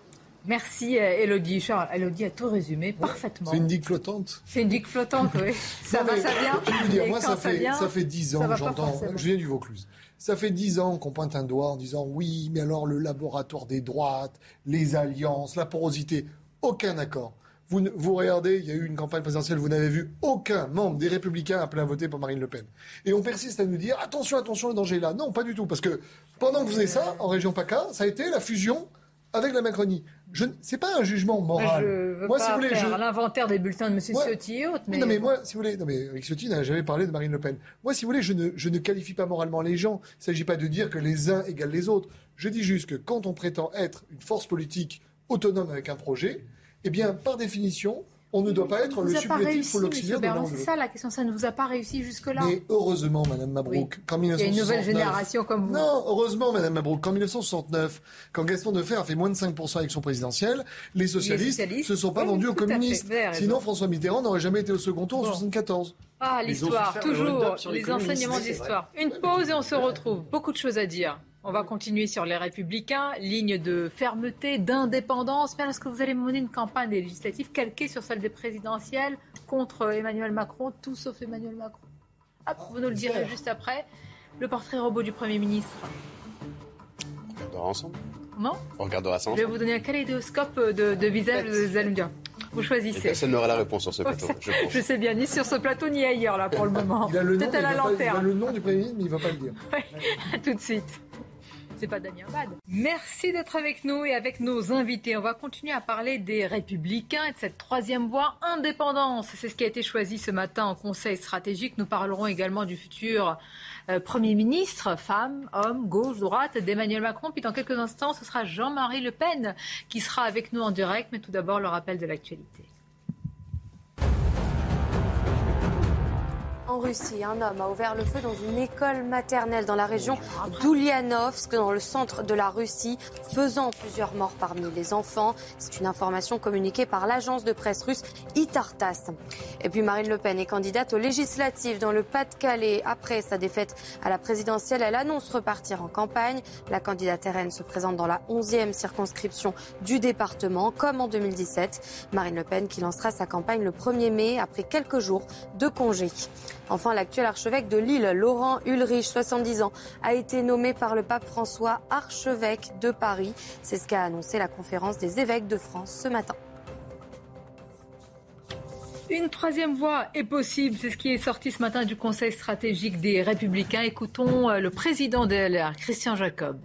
Merci Élodie. Charles, Élodie a tout résumé ouais, parfaitement. C'est une digue flottante. C'est une digue flottante, oui. Ça va, ça vient. Je veux dire, moi, ça fait, ça, ça fait dix ans, j'entends, je viens du Vaucluse. Ça fait dix ans qu'on pointe un doigt en disant oui, mais alors le laboratoire des droites, les alliances, la porosité, aucun accord. Vous, vous regardez, il y a eu une campagne présidentielle, vous n'avez vu aucun membre des Républicains appeler à voter pour Marine Le Pen. Et on persiste à nous dire attention, attention, le danger est là. Non, pas du tout, parce que pendant que vous faisiez ça, en région PACA, ça a été la fusion avec la Macronie. Je, c'est pas un jugement moral. Je veux moi, pas si vous voulez, faire je... l'inventaire des bulletins de M. Ouais. Ciotti et autres. Mais... Non, mais moi, si vous voulez, non, mais Eric Ciotti n'a jamais parlé de Marine Le Pen. Moi, si vous voulez, je ne, je ne qualifie pas moralement les gens. Il ne s'agit pas de dire que les uns égalent les autres. Je dis juste que quand on prétend être une force politique autonome avec un projet, eh bien, par définition, on ne doit pas être le supplétif ou l'auxiliaire de l'un ou de l'autre. C'est ça la question, ça ne vous a pas réussi jusque-là. Mais heureusement, Madame Mabrouk, oui. qu'en mille neuf cent soixante-neuf... Il y a une nouvelle génération comme vous. Non, heureusement, Madame Mabrouk, qu'en mille neuf cent soixante-neuf, quand Gaston Defferre a fait moins de cinq pour cent à l'élection présidentielle, les socialistes ne se sont pas oui, vendus aux communistes. Sinon, François Mitterrand n'aurait jamais été au second tour en bon. soixante-quatorze. Ah, l'histoire, toujours, les, les enseignements d'histoire. Une pause et on se retrouve. Beaucoup de choses à dire. On va continuer sur les Républicains, ligne de fermeté, d'indépendance. Mais est-ce que vous allez mener une campagne législative calquée sur celle des présidentielles contre Emmanuel Macron, tout sauf Emmanuel Macron? Hop, vous nous le direz juste après. Le portrait robot du Premier ministre. On regardera ensemble. Comment? On regardera ensemble. Je vais vous donner un kaléidoscope de, de visage de Zalunga. Vous choisissez. Personne n'aura la réponse sur ce plateau, je pense. Je sais bien, ni sur ce plateau, ni ailleurs, là, pour le moment. Il a le, nom, à la il, lanterne. Pas, il a le nom du Premier ministre, mais il ne va pas le dire. Ouais. À tout de suite. C'est pas Damien Abad. Merci d'être avec nous et avec nos invités. On va continuer à parler des Républicains et de cette troisième voie, indépendance. C'est ce qui a été choisi ce matin en Conseil stratégique. Nous parlerons également du futur euh, Premier ministre, femme, homme, gauche, droite, d'Emmanuel Macron. Puis dans quelques instants, ce sera Jean-Marie Le Pen qui sera avec nous en direct. Mais tout d'abord, le rappel de l'actualité. En Russie, un homme a ouvert le feu dans une école maternelle dans la région d'Ulyanovsk, dans le centre de la Russie, faisant plusieurs morts parmi les enfants. C'est une information communiquée par l'agence de presse russe Itartas. Et puis Marine Le Pen est candidate aux législatives dans le Pas-de-Calais. Après sa défaite à la présidentielle, elle annonce repartir en campagne. La candidate R N se présente dans la onzième circonscription du département, comme en deux mille dix-sept. Marine Le Pen qui lancera sa campagne le premier mai, après quelques jours de congé. Enfin, l'actuel archevêque de Lille, Laurent Ulrich, soixante-dix ans, a été nommé par le pape François archevêque de Paris. C'est ce qu'a annoncé la conférence des évêques de France ce matin. Une troisième voie est possible, c'est ce qui est sorti ce matin du Conseil stratégique des Républicains. Écoutons le président de L R, Christian Jacob.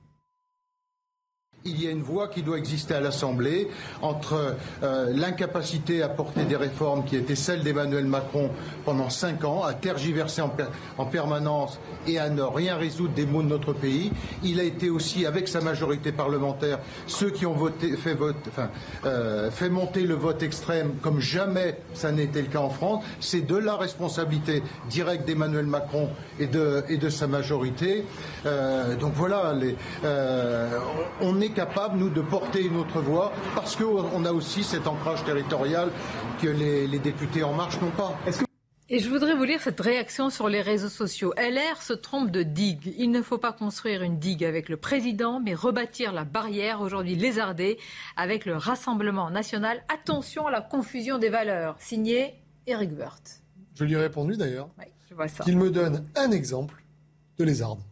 Il y a une voie qui doit exister à l'Assemblée entre euh, l'incapacité à porter des réformes qui étaient celles d'Emmanuel Macron pendant cinq ans, à tergiverser en, per- en permanence et à ne rien résoudre des maux de notre pays. Il a été aussi, avec sa majorité parlementaire, ceux qui ont voté, fait, vote, enfin, euh, fait monter le vote extrême comme jamais ça n'était le cas en France. C'est de la responsabilité directe d'Emmanuel Macron et de, et de sa majorité. Euh, donc voilà, les, euh, on est capable, nous, de porter une autre voix parce qu'on a aussi cet ancrage territorial que les, les députés En Marche n'ont pas. Est-ce que... Et je voudrais vous lire cette réaction sur les réseaux sociaux. L R se trompe de digue. Il ne faut pas construire une digue avec le président, mais rebâtir la barrière aujourd'hui lézardée avec le Rassemblement national. Attention à la confusion des valeurs. Signé Éric Woerth. Je lui ai répondu d'ailleurs. Oui, je vois ça. Qu'il me donne un exemple de lézarde.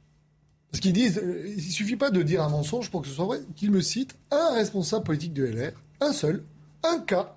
Parce qu'ils disent, il ne suffit pas de dire un mensonge pour que ce soit vrai, qu'ils me citent un responsable politique de L R, un seul, un cas,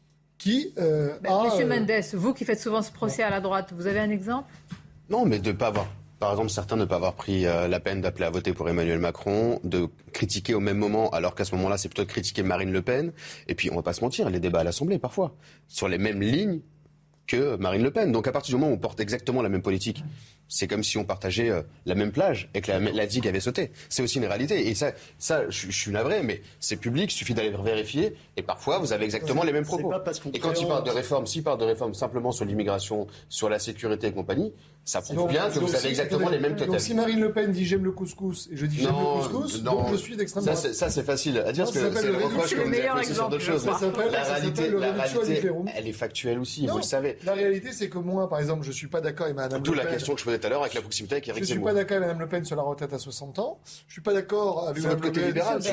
qui euh, ben, a... Monsieur euh... Mendes, vous qui faites souvent ce procès à la droite, vous avez un exemple ? Non, mais de ne pas avoir, par exemple, certains ne pas avoir pris euh, la peine d'appeler à voter pour Emmanuel Macron, de critiquer au même moment, alors qu'à ce moment-là, c'est plutôt de critiquer Marine Le Pen. Et puis, on ne va pas se mentir, les débats à l'Assemblée, parfois, sur les mêmes lignes que Marine Le Pen. Donc à partir du moment où on porte exactement la même politique, c'est comme si on partageait euh, la même plage et que la, la digue avait sauté. C'est aussi une réalité. Et ça, ça je, je suis navré, mais c'est public, il suffit d'aller vérifier. Et parfois, vous avez exactement les mêmes propos. Pas parce qu'on et quand ils parlent de réforme, s'ils parlent de réforme simplement sur l'immigration, sur la sécurité et compagnie, ça prouve donc, bien que vous avez exactement les mêmes totems. Donc si Marine Le Pen dit j'aime le couscous et je dis j'aime non, le couscous, non, donc je suis d'extrême droite. Ça, ça c'est facile à dire, parce que c'est le reproche que vous avez fait sur d'autres choses. La réalité, la réalité, elle est factuelle aussi, vous le savez. La réalité, c'est que moi, par exemple, je ne suis pas d'accord avec Mme Le Pen. D'où la question que je posais tout à l'heure avec la proximité avec Éric Zemmour. Je ne suis pas d'accord avec Mme Le Pen sur la retraite à soixante ans. Je ne suis pas d'accord avec Mme Le Pen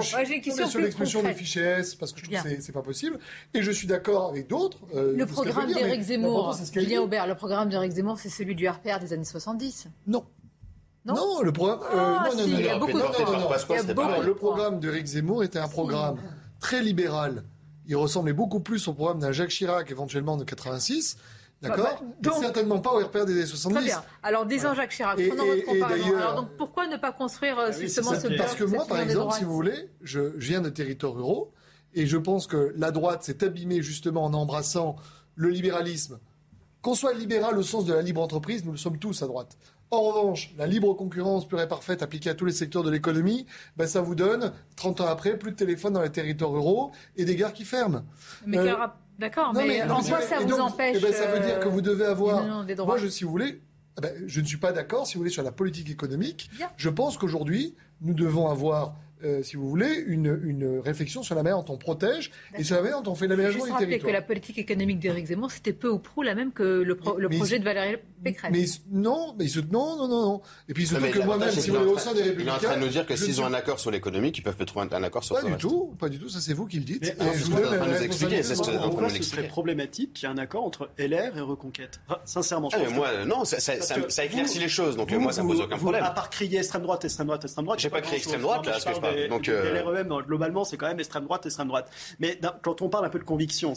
sur l'expulsion des fichiers S, parce que je trouve que ce n'est pas possible. Et je suis d'accord avec d'autres. Le programme d'Éric Zemmour, Julien Aubert, le programme d'Éric Zemmour, c'est celui du R P R des années soixante-dix. Non. Non, non, le programme. Euh, ah, non, non, si, non, il y a non, beaucoup non, de non, non, non, non. Le programme d'Éric Zemmour était un programme très libéral. Il ressemblait beaucoup plus au programme d'un Jacques Chirac, éventuellement de quatre-vingt-six. D'accord bah, bah, donc, certainement pas au R P R des années soixante-dix. Très bien. Alors, disons Jacques Chirac, et, prenons votre comparaison. Alors, donc, pourquoi ne pas construire ah, justement oui, ce plan? Parce que moi, par exemple, si vous voulez, je, je viens de territoires ruraux et je pense que la droite s'est abîmée justement en embrassant le libéralisme. Qu'on soit libéral au sens de la libre entreprise, nous le sommes tous à droite. En revanche, la libre concurrence pure et parfaite appliquée à tous les secteurs de l'économie, ben ça vous donne, trente ans après, plus de téléphone dans les territoires ruraux et des gares qui ferment. Mais euh, car... D'accord, mais, mais en quoi ça vous donc, empêche eh ben, ça veut dire que vous devez avoir... Non, non, moi, je, si vous voulez, eh ben, je ne suis pas d'accord, si vous voulez, sur la politique économique. Bien. Je pense qu'aujourd'hui, nous devons avoir... Euh, si vous voulez, une, une réflexion sur la manière dont on protège D'accord. et sur la manière dont on fait l'aménagement du territoire. Je rappeler que la politique économique d'Éric Zemmour, c'était peu ou prou la même que le, pro, le projet de Valérie Pécresse. Mais non, mais non, non, non, non. Et puis surtout que moi-même, si vous voulez, au sein des Républicains... Il est en train de nous dire que s'ils ont un accord sur l'économie, qu'ils peuvent trouver un accord sur pas le du reste. tout, pas du tout, ça c'est vous qui le dites. Mais et je vous donne la responsabilité. Pourquoi ce serait problématique qu'il y ait un accord entre L R et Reconquête? Sincèrement, je pense. Moi, non, ça éclaircit les choses, donc moi, ça me pose aucun problème. À part crier extrême droite, extrême droite, extrême droite... J'ai pas crié extrême droite, là, ce que je parle. Globalement, c'est quand même extrême droite, extrême droite. Mais quand on parle un peu de conviction, c'est quand même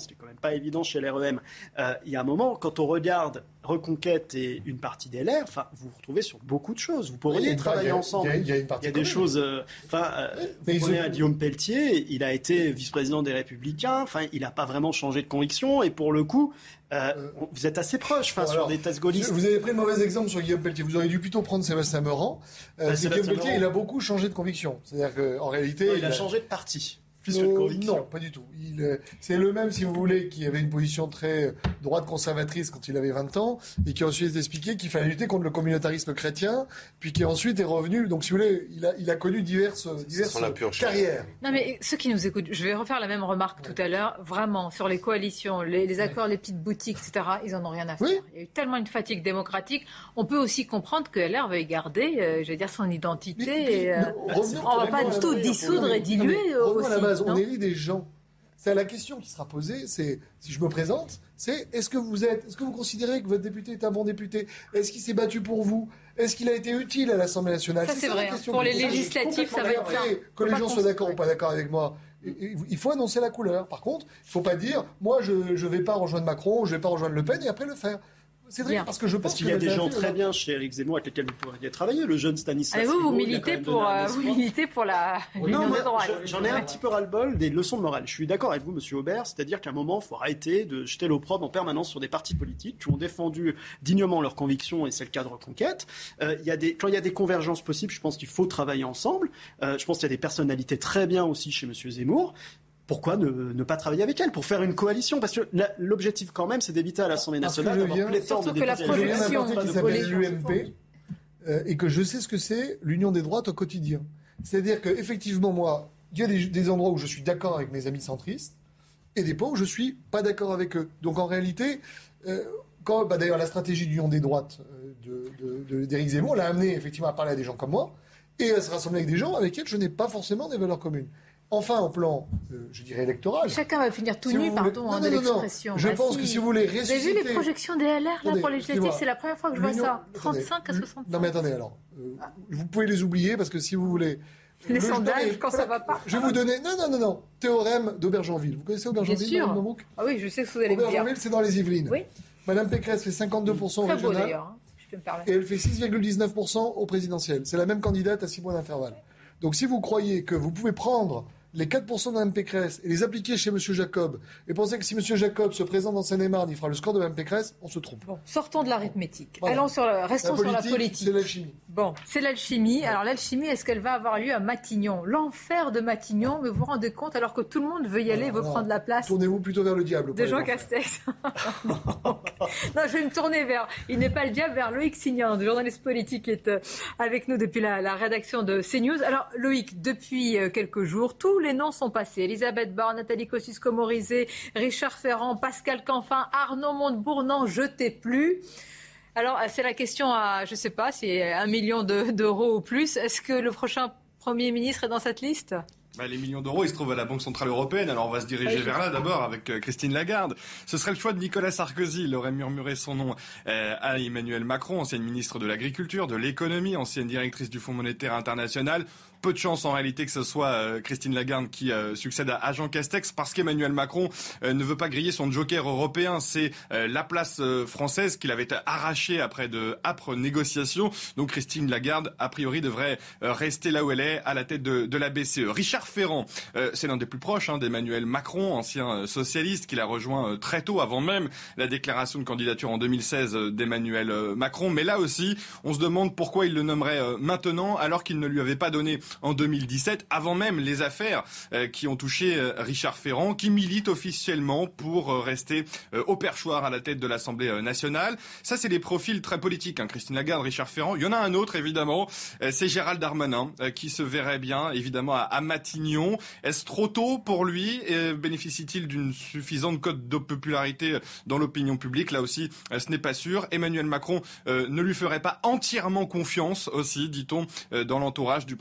pas évident chez l'R E M. Euh, il y a un moment, quand on regarde Reconquête et une partie des L R, enfin, vous vous retrouvez sur beaucoup de choses. Vous pourriez oui, travailler a, ensemble. Il y a, il y a, il y a des choses. Enfin, euh, euh, vous prenez à Guillaume Pelletier, il a été vice-président des Républicains. Enfin, il n'a pas vraiment changé de conviction. Et pour le coup, euh, euh, vous êtes assez proche. Enfin, bon, sur alors, des thèses gaullistes. Vous avez pris le mauvais exemple sur Guillaume Pelletier. Vous auriez dû plutôt prendre Sébastien Meurant. Euh, bah, Guillaume Pelletier, il a beaucoup changé de conviction. C'est-à-dire qu'en réalité, non, il, il a, a changé de parti. Euh, non, pas du tout. Il, euh, c'est le même, si vous voulez, qui avait une position très droite conservatrice quand il avait vingt ans, et qui a ensuite expliqué qu'il fallait lutter contre le communautarisme chrétien, puis qui ensuite est revenu. Donc, si vous voulez, il a, il a connu diverses, diverses carrières. Non, mais ceux qui nous écoutent, je vais refaire la même remarque ouais. tout à l'heure. Vraiment, sur les coalitions, les, les accords, ouais. les petites boutiques, et cetera, ils en ont rien à faire. Oui. Il y a eu tellement une fatigue démocratique. On peut aussi comprendre que L R veuille garder, euh, je vais dire, son identité. Mais, mais, et, euh, on ne va pas tout dissoudre et diluer aussi. On élit des gens. C'est la question qui sera posée, c'est, si je me présente, c'est est-ce que vous êtes, est-ce que vous considérez que votre député est un bon député ? Est-ce qu'il s'est battu pour vous ? Est-ce qu'il a été utile à l'Assemblée nationale ? Ça, c'est, c'est vrai. Hein. Pour les législatives, ça va être ça. Que les gens soient d'accord ou pas d'accord avec moi, il faut annoncer la couleur. Par contre, il ne faut pas dire, moi, je ne vais pas rejoindre Macron, je ne vais pas rejoindre Le Pen, et après le faire. C'est vrai, parce que je pense parce qu'il y a des gens très bien chez Éric Zemmour avec lesquels vous pourriez travailler. Le jeune Stanislas. Allez, vous, vous militez pour, euh, vous militez pour la oui. l'union des droits. J'en ai un petit peu ras-le-bol des leçons de morale. Je suis d'accord avec vous, Monsieur Aubert, c'est-à-dire qu'à un moment, il faut arrêter de jeter l'opprobre en permanence sur des partis politiques qui ont défendu dignement leurs convictions, et c'est le cas de Reconquête. Euh, il y a des, quand il y a des convergences possibles, je pense qu'il faut travailler ensemble. Euh, je pense qu'il y a des personnalités très bien aussi chez Monsieur Zemmour. Pourquoi ne, ne pas travailler avec elle pour faire une coalition ? Parce que la, l'objectif quand même, c'est d'éviter à l'Assemblée nationale d'avoir pléthore de députés. Je viens d'un parti qui s'appelle l'U M P euh, et que je sais ce que c'est l'union des droites au quotidien. C'est-à-dire qu'effectivement, moi, il y a des, des endroits où je suis d'accord avec mes amis centristes et des points où je suis pas d'accord avec eux. Donc en réalité, euh, quand, bah, d'ailleurs la stratégie d'union des droites euh, de, de, de, d'Éric Zemmour l'a amené effectivement à parler à des gens comme moi et à se rassembler avec des gens avec lesquels je n'ai pas forcément des valeurs communes. Enfin, au plan, euh, je dirais, électoral. Chacun va finir tout si nu, pardon, hein, de l'expression. Je bah pense si. que si vous voulez ressusciter... Vous avez vu les projections des L R, là, attendez, pour les législatives ? C'est la première fois que je vois ça. trente-cinq à soixante-cinq. Non, mais attendez, alors. Euh, vous pouvez les oublier, parce que si vous voulez... Les sondages, donner, quand ça va pas. Je vais vous donner... Non, non, non, non. Théorème d'Aubergenville. Vous connaissez Aubergenville ? Bien sûr. Ah oui, je sais ce que vous allez me dire. Aubergenville, c'est dans les Yvelines. Oui. Madame Pécresse fait cinquante-deux pour cent au Très régional. Beau, d'ailleurs, hein, je peux me permettre. Et elle fait six virgule dix-neuf pour cent au présidentiel. C'est la même candidate à six mois d'intervalle. Donc si vous croyez que vous pouvez prendre les quatre pour cent de Mme Pécresse et les appliquer chez M. Jacob, et penser que si M. Jacob se présente dans Seine-et-Marne, il fera le score de Mme Pécresse, on se trompe. Bon, sortons de l'arithmétique. Voilà. Allons sur le, restons la politique, sur la politique. C'est l'alchimie. Bon, c'est l'alchimie. Ouais. Alors l'alchimie, est-ce qu'elle va avoir lieu à Matignon ? L'enfer de Matignon, mais vous vous rendez compte, alors que tout le monde veut y aller, alors, veut alors, prendre la place. Tournez-vous plutôt vers le diable. De Jean Castex. non, je vais me tourner vers, il n'est pas le diable, vers Loïc Signan, journaliste politique qui est avec nous depuis la, la rédaction de CNews. Alors Loïc, depuis quelques jours, tous les noms sont passés. Elisabeth Borne, Nathalie Kosciusko-Morizet, Richard Ferrand, Pascal Canfin, Arnaud Montebourg, n'en jetez plus. Alors, c'est la question à, je ne sais pas, c'est un million de, d'euros ou plus. Est-ce que le prochain Premier ministre est dans cette liste ? Bah, les millions d'euros, ils se trouvent à la Banque Centrale Européenne, alors on va se diriger oui. vers là d'abord avec euh, Christine Lagarde. Ce serait le choix de Nicolas Sarkozy, il aurait murmuré son nom euh, à Emmanuel Macron, ancienne ministre de l'Agriculture, de l'Économie, ancienne directrice du Fonds monétaire international. Peu de chance en réalité que ce soit euh, Christine Lagarde qui euh, succède à, à Jean Castex, parce qu'Emmanuel Macron euh, ne veut pas griller son joker européen. C'est euh, la place euh, française qu'il avait arrachée après de âpres négociations. Donc Christine Lagarde, a priori, devrait euh, rester là où elle est, à la tête de, de la B C E. Richard Ferrand, euh, c'est l'un des plus proches hein, d'Emmanuel Macron, ancien euh, socialiste, qu'il a rejoint euh, très tôt, avant même la déclaration de candidature en deux mille seize euh, d'Emmanuel euh, Macron. Mais là aussi, on se demande pourquoi il le nommerait euh, maintenant, alors qu'il ne lui avait pas donné en deux mille dix-sept, avant même les affaires euh, qui ont touché euh, Richard Ferrand, qui milite officiellement pour euh, rester euh, au perchoir à la tête de l'Assemblée euh, nationale. Ça, c'est des profils très politiques, hein. Christine Lagarde, Richard Ferrand. Il y en a un autre, évidemment, euh, c'est Gérald Darmanin, euh, qui se verrait bien, évidemment, à, à Matignon. Est-ce trop tôt pour lui ? euh, Bénéficie-t-il d'une suffisante cote de popularité dans l'opinion publique ? Là aussi, euh, ce n'est pas sûr. Emmanuel Macron euh, ne lui ferait pas entièrement confiance aussi, dit-on, euh, dans l'entourage du président de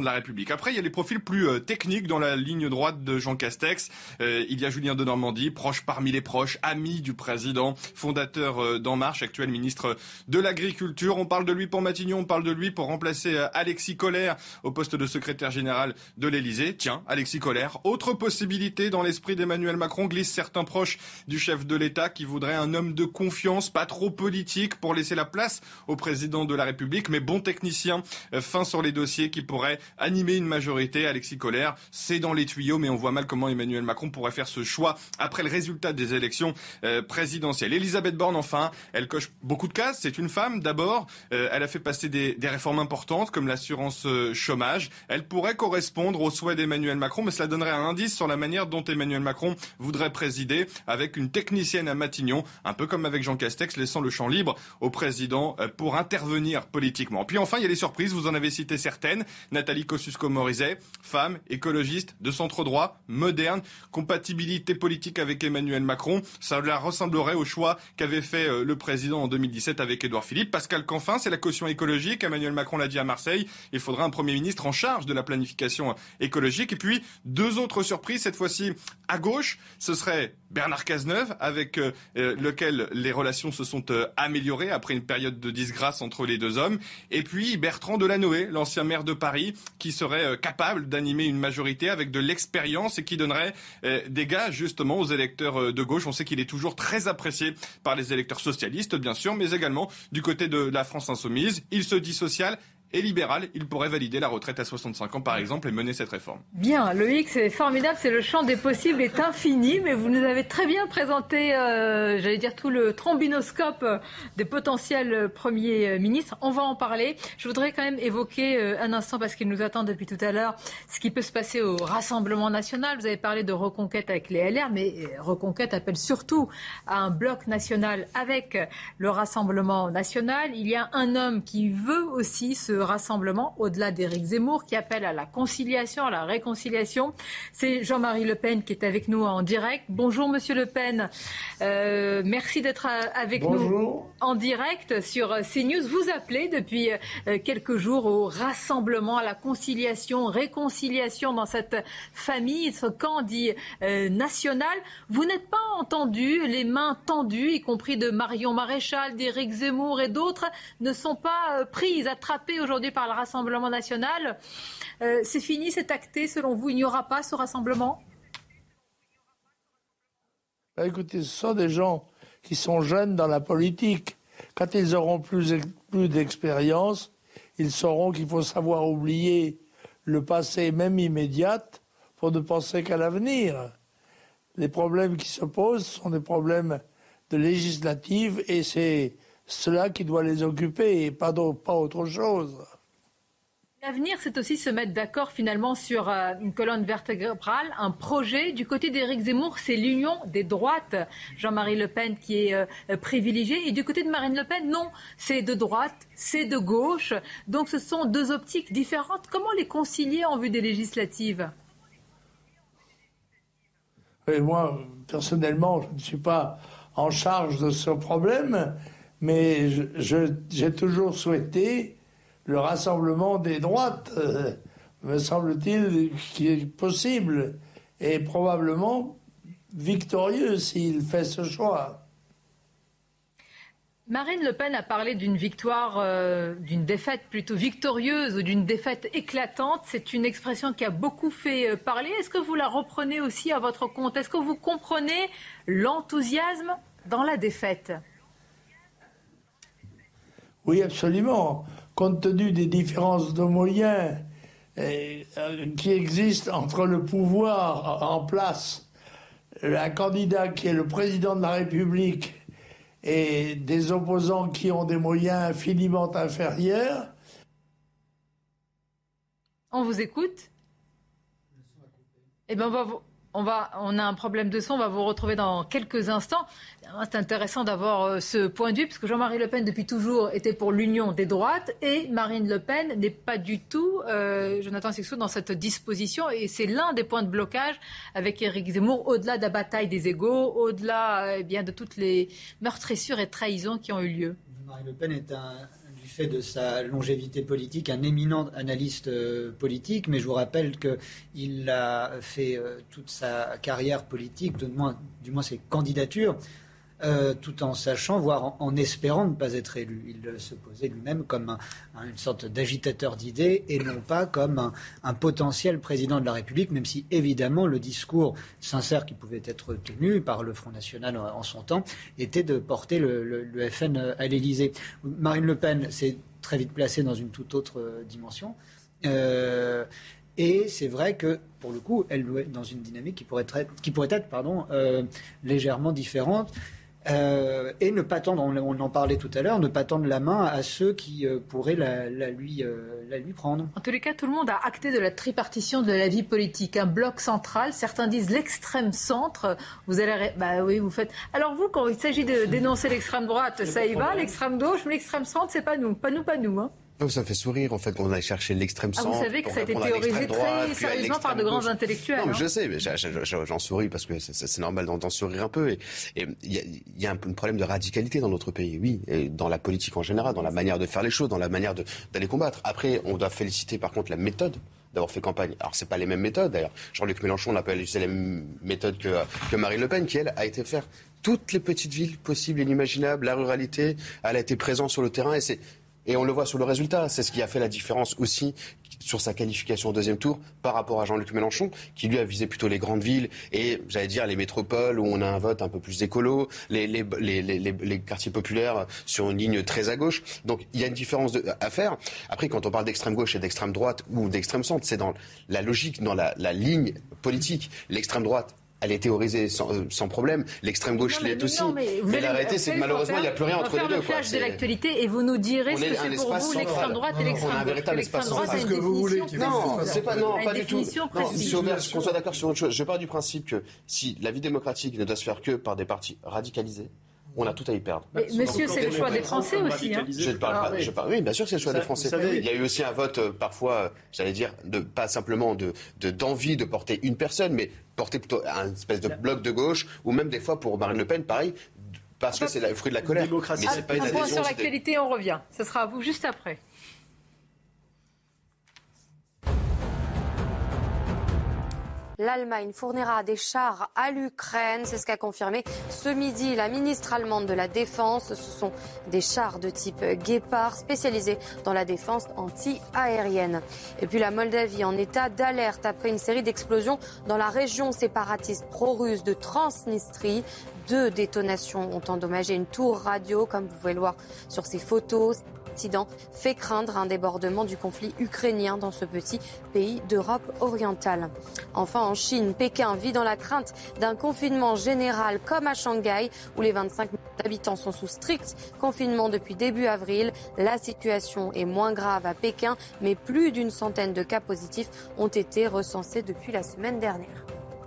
de la République. Après, il y a les profils plus euh, techniques dans la ligne droite de Jean Castex. Euh, il y a Julien Denormandie, proche parmi les proches, ami du président, fondateur euh, d'En Marche, actuel ministre de l'Agriculture. On parle de lui pour Matignon, on parle de lui pour remplacer euh, Alexis Collère au poste de secrétaire général de l'Élysée. Tiens, Alexis Collère, autre possibilité dans l'esprit d'Emmanuel Macron, glissent certains proches du chef de l'État qui voudraient un homme de confiance, pas trop politique, pour laisser la place au président de la République, mais bon technicien, euh, fin sur les dossiers, qui pourrait animer une majorité. Alexis Collère, c'est dans les tuyaux, mais on voit mal comment Emmanuel Macron pourrait faire ce choix après le résultat des élections euh, présidentielles. Elisabeth Borne, enfin, elle coche beaucoup de cases. C'est une femme, d'abord. Euh, elle a fait passer des, des réformes importantes, comme l'assurance euh, chômage. Elle pourrait correspondre aux souhaits d'Emmanuel Macron, mais cela donnerait un indice sur la manière dont Emmanuel Macron voudrait présider, avec une technicienne à Matignon, un peu comme avec Jean Castex, laissant le champ libre au président euh, pour intervenir politiquement. Puis enfin, il y a les surprises, vous en avez cité certaines. Nathalie Kosciusko-Morizet, femme, écologiste, de centre-droit, moderne, compatibilité politique avec Emmanuel Macron. Ça la ressemblerait au choix qu'avait fait euh, le président en deux mille dix-sept avec Édouard Philippe. Pascal Canfin, c'est la caution écologique. Emmanuel Macron l'a dit à Marseille. Il faudra un Premier ministre en charge de la planification écologique. Et puis, deux autres surprises, cette fois-ci à gauche. Ce serait Bernard Cazeneuve, avec euh, lequel les relations se sont euh, améliorées après une période de disgrâce entre les deux hommes. Et puis Bertrand Delanoë, l'ancien maire de Paris, qui serait euh, capable d'animer une majorité avec de l'expérience et qui donnerait euh, des gages justement aux électeurs euh, de gauche. On sait qu'il est toujours très apprécié par les électeurs socialistes, bien sûr, mais également du côté de la France insoumise. Il se dit social et libéral, il pourrait valider la retraite à soixante-cinq ans, par exemple, et mener cette réforme. Bien, Loïc, c'est formidable, c'est le champ des possibles est infini, mais vous nous avez très bien présenté, euh, j'allais dire, tout le trombinoscope des potentiels premiers ministres. On va en parler. Je voudrais quand même évoquer euh, un instant, parce qu'il nous attend depuis tout à l'heure, ce qui peut se passer au Rassemblement national. Vous avez parlé de reconquête avec les L R, mais reconquête appelle surtout à un bloc national avec le Rassemblement national. Il y a un homme qui veut aussi se rassemblement, au-delà d'Éric Zemmour, qui appelle à la conciliation, à la réconciliation. C'est Jean-Marie Le Pen qui est avec nous en direct. Bonjour Monsieur Le Pen, euh, merci d'être avec Bonjour. nous en direct sur CNews. Vous appelez depuis quelques jours au rassemblement, à la conciliation, réconciliation dans cette famille, ce camp dit euh, national. Vous n'êtes pas entendu, les mains tendues, y compris de Marion Maréchal, d'Éric Zemmour et d'autres, ne sont pas euh, prises, attrapées aujourd'hui par le Rassemblement national. Euh, c'est fini, c'est acté. Selon vous, il n'y aura pas ce rassemblement ? Bah, écoutez, ce sont des gens qui sont jeunes dans la politique. Quand ils auront plus, plus d'expérience, ils sauront qu'il faut savoir oublier le passé, même immédiat, pour ne penser qu'à l'avenir. Les problèmes qui se posent sont des problèmes de législative et c'est cela qui doit les occuper et pas, pas autre chose. L'avenir, c'est aussi se mettre d'accord finalement sur euh, une colonne vertébrale, un projet. Du côté d'Éric Zemmour, c'est l'union des droites. Jean-Marie Le Pen qui est euh, privilégié. Et du côté de Marine Le Pen, non, c'est de droite, c'est de gauche. Donc ce sont deux optiques différentes. Comment les concilier en vue des législatives ? Et moi, personnellement, je ne suis pas en charge de ce problème. Mais je, je, j'ai toujours souhaité le rassemblement des droites, euh, me semble-t-il, qui est possible et probablement victorieux s'il fait ce choix. Marine Le Pen a parlé d'une victoire, euh, d'une défaite plutôt victorieuse ou d'une défaite éclatante. C'est une expression qui a beaucoup fait parler. Est-ce que vous la reprenez aussi à votre compte ? Est-ce que vous comprenez l'enthousiasme dans la défaite ? Oui, absolument. Compte tenu des différences de moyens euh, qui existent entre le pouvoir en place, un candidat qui est le président de la République et des opposants qui ont des moyens infiniment inférieurs. On vous écoute ? Eh bien, on va vous... On, va, on a un problème de son, on va vous retrouver dans quelques instants. C'est intéressant d'avoir ce point de vue, parce que Jean-Marie Le Pen, depuis toujours, était pour l'union des droites, et Marine Le Pen n'est pas du tout, euh, Jonathan Sixou, dans cette disposition, et c'est l'un des points de blocage avec Éric Zemmour, au-delà de la bataille des égaux, au-delà eh bien, de toutes les meurtrissures et trahisons qui ont eu lieu. Marine Le Pen est un du fait de sa longévité politique, un éminent analyste euh, politique, mais je vous rappelle qu'il a fait euh, toute sa carrière politique, du moins, du moins ses candidatures, Euh, tout en sachant, voire en, en espérant ne pas être élu. Il se posait lui-même comme un, un, une sorte d'agitateur d'idées et non pas comme un, un potentiel président de la République, même si évidemment le discours sincère qui pouvait être tenu par le Front National en, en son temps était de porter le, le, le F N à l'Élysée. Marine Le Pen s'est très vite placée dans une toute autre euh, dimension. Euh, Et c'est vrai que, pour le coup, elle doit être dans une dynamique qui pourrait être, qui pourrait être pardon, euh, légèrement différente. Euh, et ne pas tendre, on, on en parlait tout à l'heure, ne pas tendre la main à ceux qui euh, pourraient la, la, lui, euh, la lui prendre. En tous les cas, tout le monde a acté de la tripartition de la vie politique. Un bloc central, certains disent l'extrême centre. Vous allez, bah oui, vous faites. Alors vous, quand il s'agit de dénoncer l'extrême droite, ça y va, l'extrême gauche, mais l'extrême centre, c'est pas nous, pas nous, pas nous, hein. Ça fait sourire, en fait, qu'on aille chercher l'extrême centre. Ah, vous savez que ça a été théorisé très sérieusement par de grands gauche. intellectuels. Non, mais hein. je sais, mais j'en souris parce que c'est, c'est normal d'en, d'en sourire un peu. Et il y a, y a un problème de radicalité dans notre pays, oui, et dans la politique en général, dans la manière de faire les choses, dans la manière de, d'aller combattre. Après, on doit féliciter par contre la méthode d'avoir fait campagne. Alors, c'est pas les mêmes méthodes, d'ailleurs. Jean-Luc Mélenchon n'a pas utilisé les mêmes méthodes que, que Marine Le Pen, qui, elle, a été faire toutes les petites villes possibles et inimaginables, la ruralité. Elle a été présente sur le terrain et c'est... Et on le voit sur le résultat. C'est ce qui a fait la différence aussi sur sa qualification au deuxième tour par rapport à Jean-Luc Mélenchon, qui lui a visé plutôt les grandes villes et, j'allais dire, les métropoles où on a un vote un peu plus écolo, les, les, les, les, les quartiers populaires sur une ligne très à gauche. Donc il y a une différence de, à faire. Après, quand on parle d'extrême gauche et d'extrême droite ou d'extrême centre, c'est dans la logique, dans la, la ligne politique. L'extrême droite, elle est théorisée sans, euh, sans problème. L'extrême gauche l'est aussi. Non, mais mais la réalité, c'est que malheureusement, il n'y a plus rien entre les deux. On va faire le flash de l'actualité et vous nous direz ce que c'est pour vous l'extrême droite et l'extrême gauche. On a un véritable espace central. C'est ce que vous voulez. Non, c'est pas, non, pas du tout. Non, si on, qu'on soit d'accord sur autre chose. Je pars du principe que si la vie démocratique ne doit se faire que par des partis radicalisés, on a tout à y perdre. Mais monsieur, c'est le choix des Français aussi. Hein. Je ne parle ah, pas. Oui. Je parle, oui, bien sûr, c'est le choix ça, des Français. Il y a eu aussi un vote, euh, parfois, euh, j'allais dire, de, pas simplement de, de, d'envie de porter une personne, mais porter plutôt un espèce de bloc de gauche, ou même des fois pour Marine Le Pen, pareil, parce que c'est le fruit de la colère. Mais c'est pas une adhésion. Un point sur l'actualité, on revient. Ce sera à vous juste après. L'Allemagne fournira des chars à l'Ukraine, c'est ce qu'a confirmé ce midi la ministre allemande de la Défense. Ce sont des chars de type Guépard spécialisés dans la défense anti-aérienne. Et puis la Moldavie en état d'alerte après une série d'explosions dans la région séparatiste pro-russe de Transnistrie. Deux détonations ont endommagé une tour radio, comme vous pouvez le voir sur ces photos. L'incident fait craindre un débordement du conflit ukrainien dans ce petit pays d'Europe orientale. Enfin, en Chine, Pékin vit dans la crainte d'un confinement général comme à Shanghai, où les vingt-cinq millions d'habitants sont sous strict confinement depuis début avril. La situation est moins grave à Pékin, mais plus d'une centaine de cas positifs ont été recensés depuis la semaine dernière.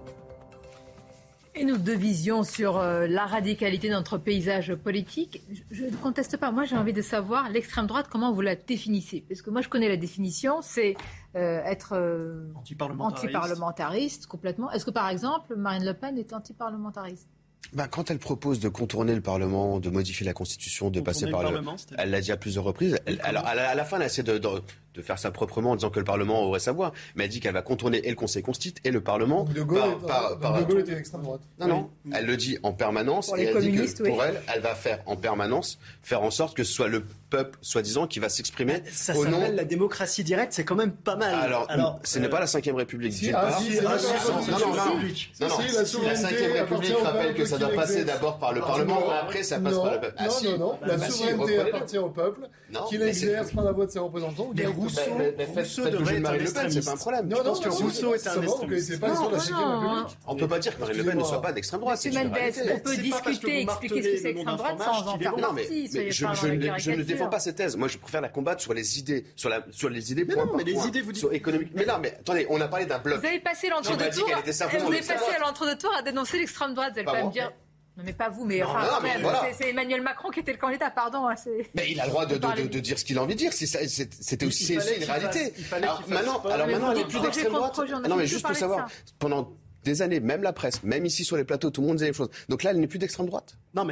Et nous deux visions sur euh, la radicalité de notre paysage politique. Je ne conteste pas. Moi, j'ai envie de savoir, l'extrême droite, comment vous la définissez ? Parce que moi, je connais la définition, c'est euh, être euh, anti-parlementariste. anti-parlementariste complètement. Est-ce que, par exemple, Marine Le Pen est anti-parlementariste ? Bah, quand elle propose de contourner le Parlement, de modifier la Constitution, de passer par le... Elle l'a dit à plusieurs reprises. Elle, alors, à la, à la fin, elle essaie de, de, de faire ça proprement en disant que le Parlement aurait sa voix. Mais elle dit qu'elle va contourner et le Conseil constitue et le Parlement. De Gaulle, par, est, par, par, de Gaulle était extrême droite. Non, non. Oui. Elle le dit en permanence. Pour et les elle dit que oui. pour elle, elle va faire en permanence, faire en sorte que ce soit le peuple, soi-disant, qui va s'exprimer ça au nom... s'appelle la démocratie directe, c'est quand même pas mal. Alors, Alors ce euh... n'est pas la cinquième République. Si, ah, si, c'est la cinquième République. Non, non, la cinquième République rappelle que ça doit passer d'abord par le Parlement, après ça passe par le peuple. Non, non, non, la souveraineté appartient au peuple, qui l'exerce par la voix de ses représentants. Mais Rousseau devrait être Marine Le Pen, c'est pas un problème. Non, non, Rousseau est un extrémiste. On ne peut pas dire que Marine Le Pen ne soit pas d'extrême droite. On peut discuter, expliquer ce que c'est extrême droite sans en faire partie. Je ne défends pas cette thèse. Moi, je préfère la combattre sur les idées, sur, la, sur les idées. Mais point non, mais les point, idées, vous dites. Sur économique. Mais non, mais attendez, on a parlé d'un bloc. Vous avez passé l'entre-deux-tours. Vous avez passé à l'entre-deux-tours à dénoncer l'extrême droite. Vous allez pas me dire. Non, mais pas vous, mais, non, enfin, non, mais même, voilà. c'est, c'est Emmanuel Macron qui était le candidat, pardon. C'est... Mais il a le droit de, de, de, de dire ce qu'il a envie de dire. C'est, c'est, c'était aussi une réalité. Alors maintenant, alors maintenant, il n'y a plus d'extrême droite. Non, mais juste pour savoir, pendant des années, même la presse, même ici sur les plateaux, tout le monde disait les choses. Donc là, elle n'est plus d'extrême droite. Non, mais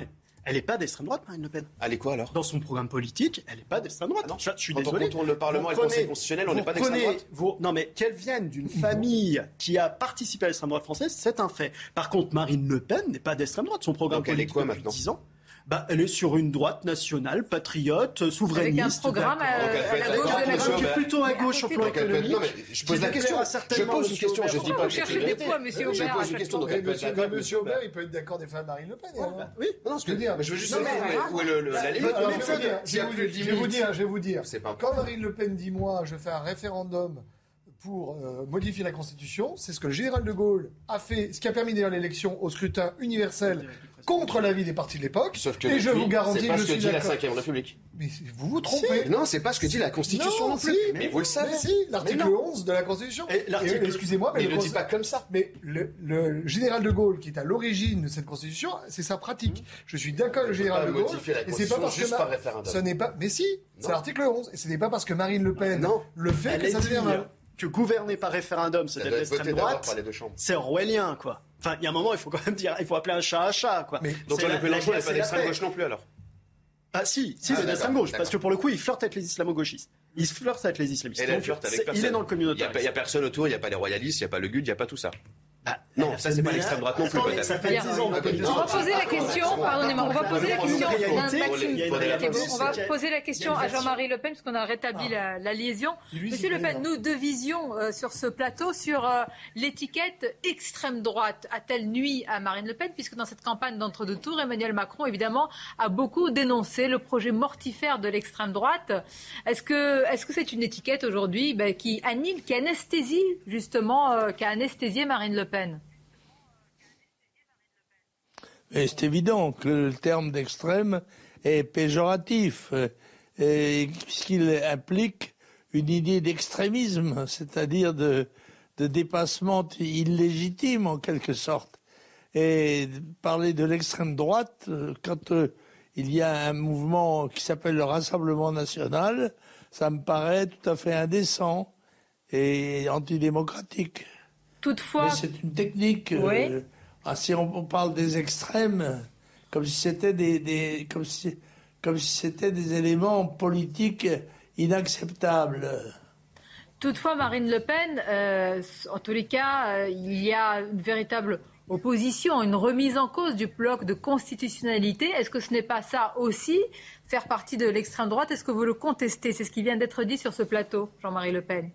Elle n'est pas d'extrême droite, Marine Le Pen. Elle est quoi alors? Dans son programme politique, elle n'est pas d'extrême droite. Ah non, je, je suis Quand désolé. on contourne le Parlement et le Conseil constitutionnel, on n'est pas d'extrême droite. Vous, non, mais qu'elle vienne d'une famille qui a participé à l'extrême droite française, c'est un fait. Par contre, Marine Le Pen n'est pas d'extrême droite. Son programme Donc elle est politique quoi depuis maintenant? dix ans. Bah, elle est sur une droite nationale, patriote, souverainiste. Avec un programme à, à la gauche de la gauche. Qui est plutôt à gauche sur le plan économique. Non, mais je pose la question. Je pose une question. Je dis pas que c'est des poids, monsieur Aubert. Je pose une question. Donc elle peut être d'accord. Monsieur Aubert, il peut être d'accord des femmes de Marine Le Pen. Oui. Non, ce que je veux dire. Mais je veux juste savoir où est la limite. Je vais vous dire, je vais vous dire. Quand Marine Le Pen dit moi, je fais un référendum pour euh, modifier la Constitution, c'est ce que le général de Gaulle a fait, ce qui a permis d'ailleurs l'élection au scrutin universel contre l'avis des partis de l'époque. Sauf que et je vous garantis c'est pas que ce je que suis dit la d'accord. cinquième République. Mais vous vous trompez. Si. Non, c'est pas ce que dit la Constitution non, non plus. Si, mais vous le savez. Mais si, l'article onze de la Constitution. Et l'article... et, excusez-moi, mais il ne le dit pas comme ça. Mais le, le général de Gaulle, qui est à l'origine de cette Constitution, c'est sa pratique. Je suis d'accord avec le général de Gaulle. Et c'est pas parce juste que par référendum. Ce n'est pas. Mais si, c'est l'article onze. Et ce n'est pas parce que Marine Le Pen non. le fait Elle que ça devient mal. Que gouverner par référendum, c'est d'être l'extrême droite, c'est orwellien, quoi. Enfin, il y a un moment, il faut quand même dire, il faut appeler un chat un chat, quoi. Mais donc Jean-Luc Mélenchon n'est pas d'extrême gauche non plus, alors? Ah si, si, ah, c'est d'extrême gauche, parce que pour le coup, il flirte avec les islamo-gauchistes. Il flirte avec les islamistes. Et donc, flirte avec personne. Il est dans le communautaire. Il n'y a, a personne autour, il n'y a pas les royalistes, il n'y a pas le G U D, il n'y a pas tout ça. Bah, non, ça c'est pas l'extrême droite non plus peut-être. Ça fait dix ans. On va poser la question, pardonnez-moi, on va poser la question On va poser la question à Jean-Marie Le Pen, puisqu'on a rétabli la, la liaison. Monsieur Le Pen, nous deux visions euh, sur ce plateau sur euh, l'étiquette extrême droite. A-t-elle nuit à Marine Le Pen, puisque dans cette campagne d'entre-deux tours, Emmanuel Macron, évidemment, a beaucoup dénoncé le projet mortifère de l'extrême droite. Est-ce que, est-ce que c'est une étiquette aujourd'hui ben, qui annule, qui anesthésie justement, euh, qui a anesthésié Marine Le Pen? Mais c'est évident que le terme d'extrême est péjoratif, et, puisqu'il implique une idée d'extrémisme, c'est-à-dire de, de dépassement illégitime en quelque sorte. Et parler de l'extrême droite, quand euh, il y a un mouvement qui s'appelle le Rassemblement national, ça me paraît tout à fait indécent et antidémocratique. Toutefois, mais c'est une technique. Oui. Euh, ah, si on, on parle des extrêmes, comme si c'était des, des comme si, comme si c'était des éléments politiques inacceptables. Toutefois, Marine Le Pen, euh, en tous les cas, euh, il y a une véritable opposition, une remise en cause du bloc de constitutionnalité. Est-ce que ce n'est pas ça aussi, faire partie de l'extrême droite? Est-ce que vous le contestez? C'est ce qui vient d'être dit sur ce plateau, Jean-Marie Le Pen.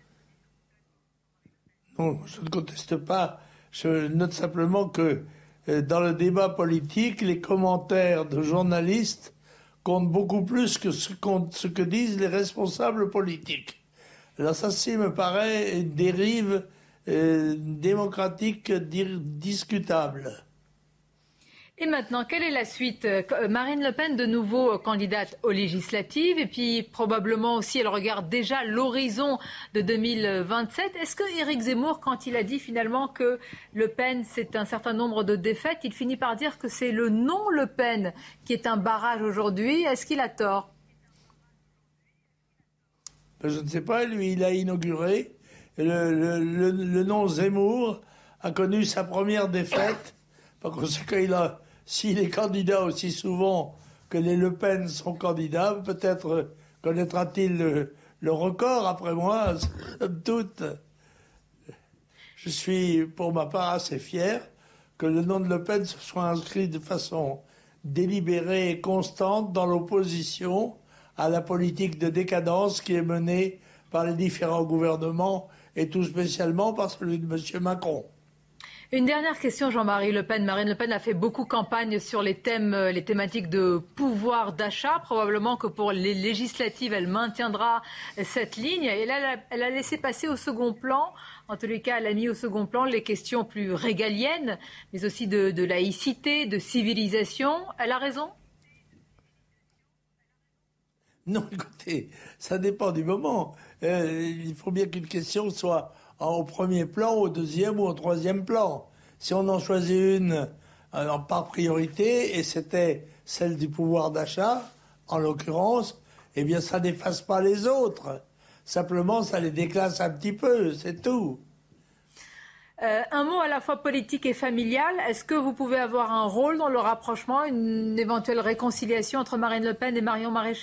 Non, je ne conteste pas. Je note simplement que euh, dans le débat politique, les commentaires de journalistes comptent beaucoup plus que ce, ce que disent les responsables politiques. Alors ça, ça me paraît une dérive euh, démocratique discutable. Et maintenant, quelle est la suite? Marine Le Pen, de nouveau candidate aux législatives, et puis probablement aussi, elle regarde déjà l'horizon de deux mille vingt-sept. Est-ce que Éric Zemmour, quand il a dit finalement que Le Pen, c'est un certain nombre de défaites, il finit par dire que c'est le non Le Pen qui est un barrage aujourd'hui? Est-ce qu'il a tort? Je ne sais pas, lui, il a inauguré. Le, le, le, le nom Zemmour a connu sa première défaite. Par conséquent, il a... S'il est candidat aussi souvent que les Le Pen sont candidats, peut-être connaîtra-t-il le, le record après moi, somme toute. Je suis, pour ma part, assez fier que le nom de Le Pen se soit inscrit de façon délibérée et constante dans l'opposition à la politique de décadence qui est menée par les différents gouvernements et tout spécialement par celui de M. Macron. Une dernière question, Jean-Marie Le Pen. Marine Le Pen a fait beaucoup campagne sur les thèmes, les thématiques de pouvoir d'achat. Probablement que pour les législatives, elle maintiendra cette ligne. Et là, elle a, elle a laissé passer au second plan, en tous les cas, elle a mis au second plan les questions plus régaliennes, mais aussi de, de laïcité, de civilisation. Elle a raison ? Non, écoutez, ça dépend du moment. Euh, il faut bien qu'une question soit au premier plan, au deuxième ou au troisième plan. Si on en choisit une euh, par priorité, et c'était celle du pouvoir d'achat, en l'occurrence, eh bien ça n'efface pas les autres. Simplement, ça les déclasse un petit peu, c'est tout. Euh, un mot à la fois politique et familial. Est-ce que vous pouvez avoir un rôle dans le rapprochement, une éventuelle réconciliation entre Marine Le Pen et Marion Maréchal ?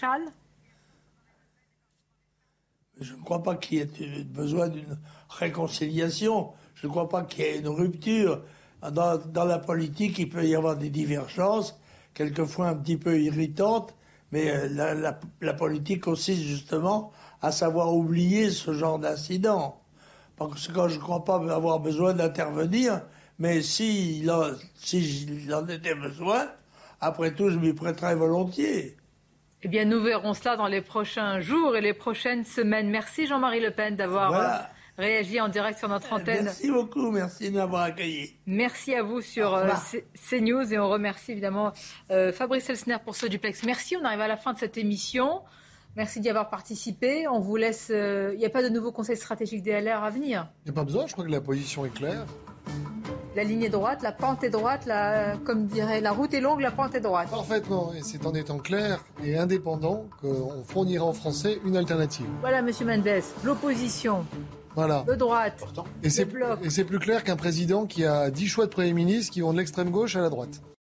Je ne crois pas qu'il y ait besoin d'une réconciliation. Je ne crois pas qu'il y ait une rupture. Dans, dans la politique, il peut y avoir des divergences, quelquefois un petit peu irritantes, mais la, la, la politique consiste justement à savoir oublier ce genre d'incident. Parce que je ne crois pas avoir besoin d'intervenir, mais s'il en, si en était besoin, après tout, je m'y prêterais volontiers. Eh bien, nous verrons cela dans les prochains jours et les prochaines semaines. Merci Jean-Marie Le Pen d'avoir voilà. réagi en direct sur notre antenne. Merci beaucoup, merci de m'avoir accueilli. Merci à vous sur euh, CNews et on remercie évidemment euh, Fabrice Elsner pour ce duplex. Merci, on arrive à la fin de cette émission. Merci d'y avoir participé. On vous laisse. Il euh, n'y a pas de nouveau conseil stratégique D L R à venir. Il n'y a pas besoin, je crois que la position est claire. La ligne est droite, la pente est droite, la, comme dirait, la route est longue, la pente est droite. Parfaitement, et c'est en étant clair et indépendant qu'on fournira aux Français une alternative. Voilà, Monsieur Mendes, l'opposition, voilà. De droite, et c'est, bloc. Et c'est plus clair qu'un président qui a dix choix de Premier ministre qui vont de l'extrême gauche à la droite.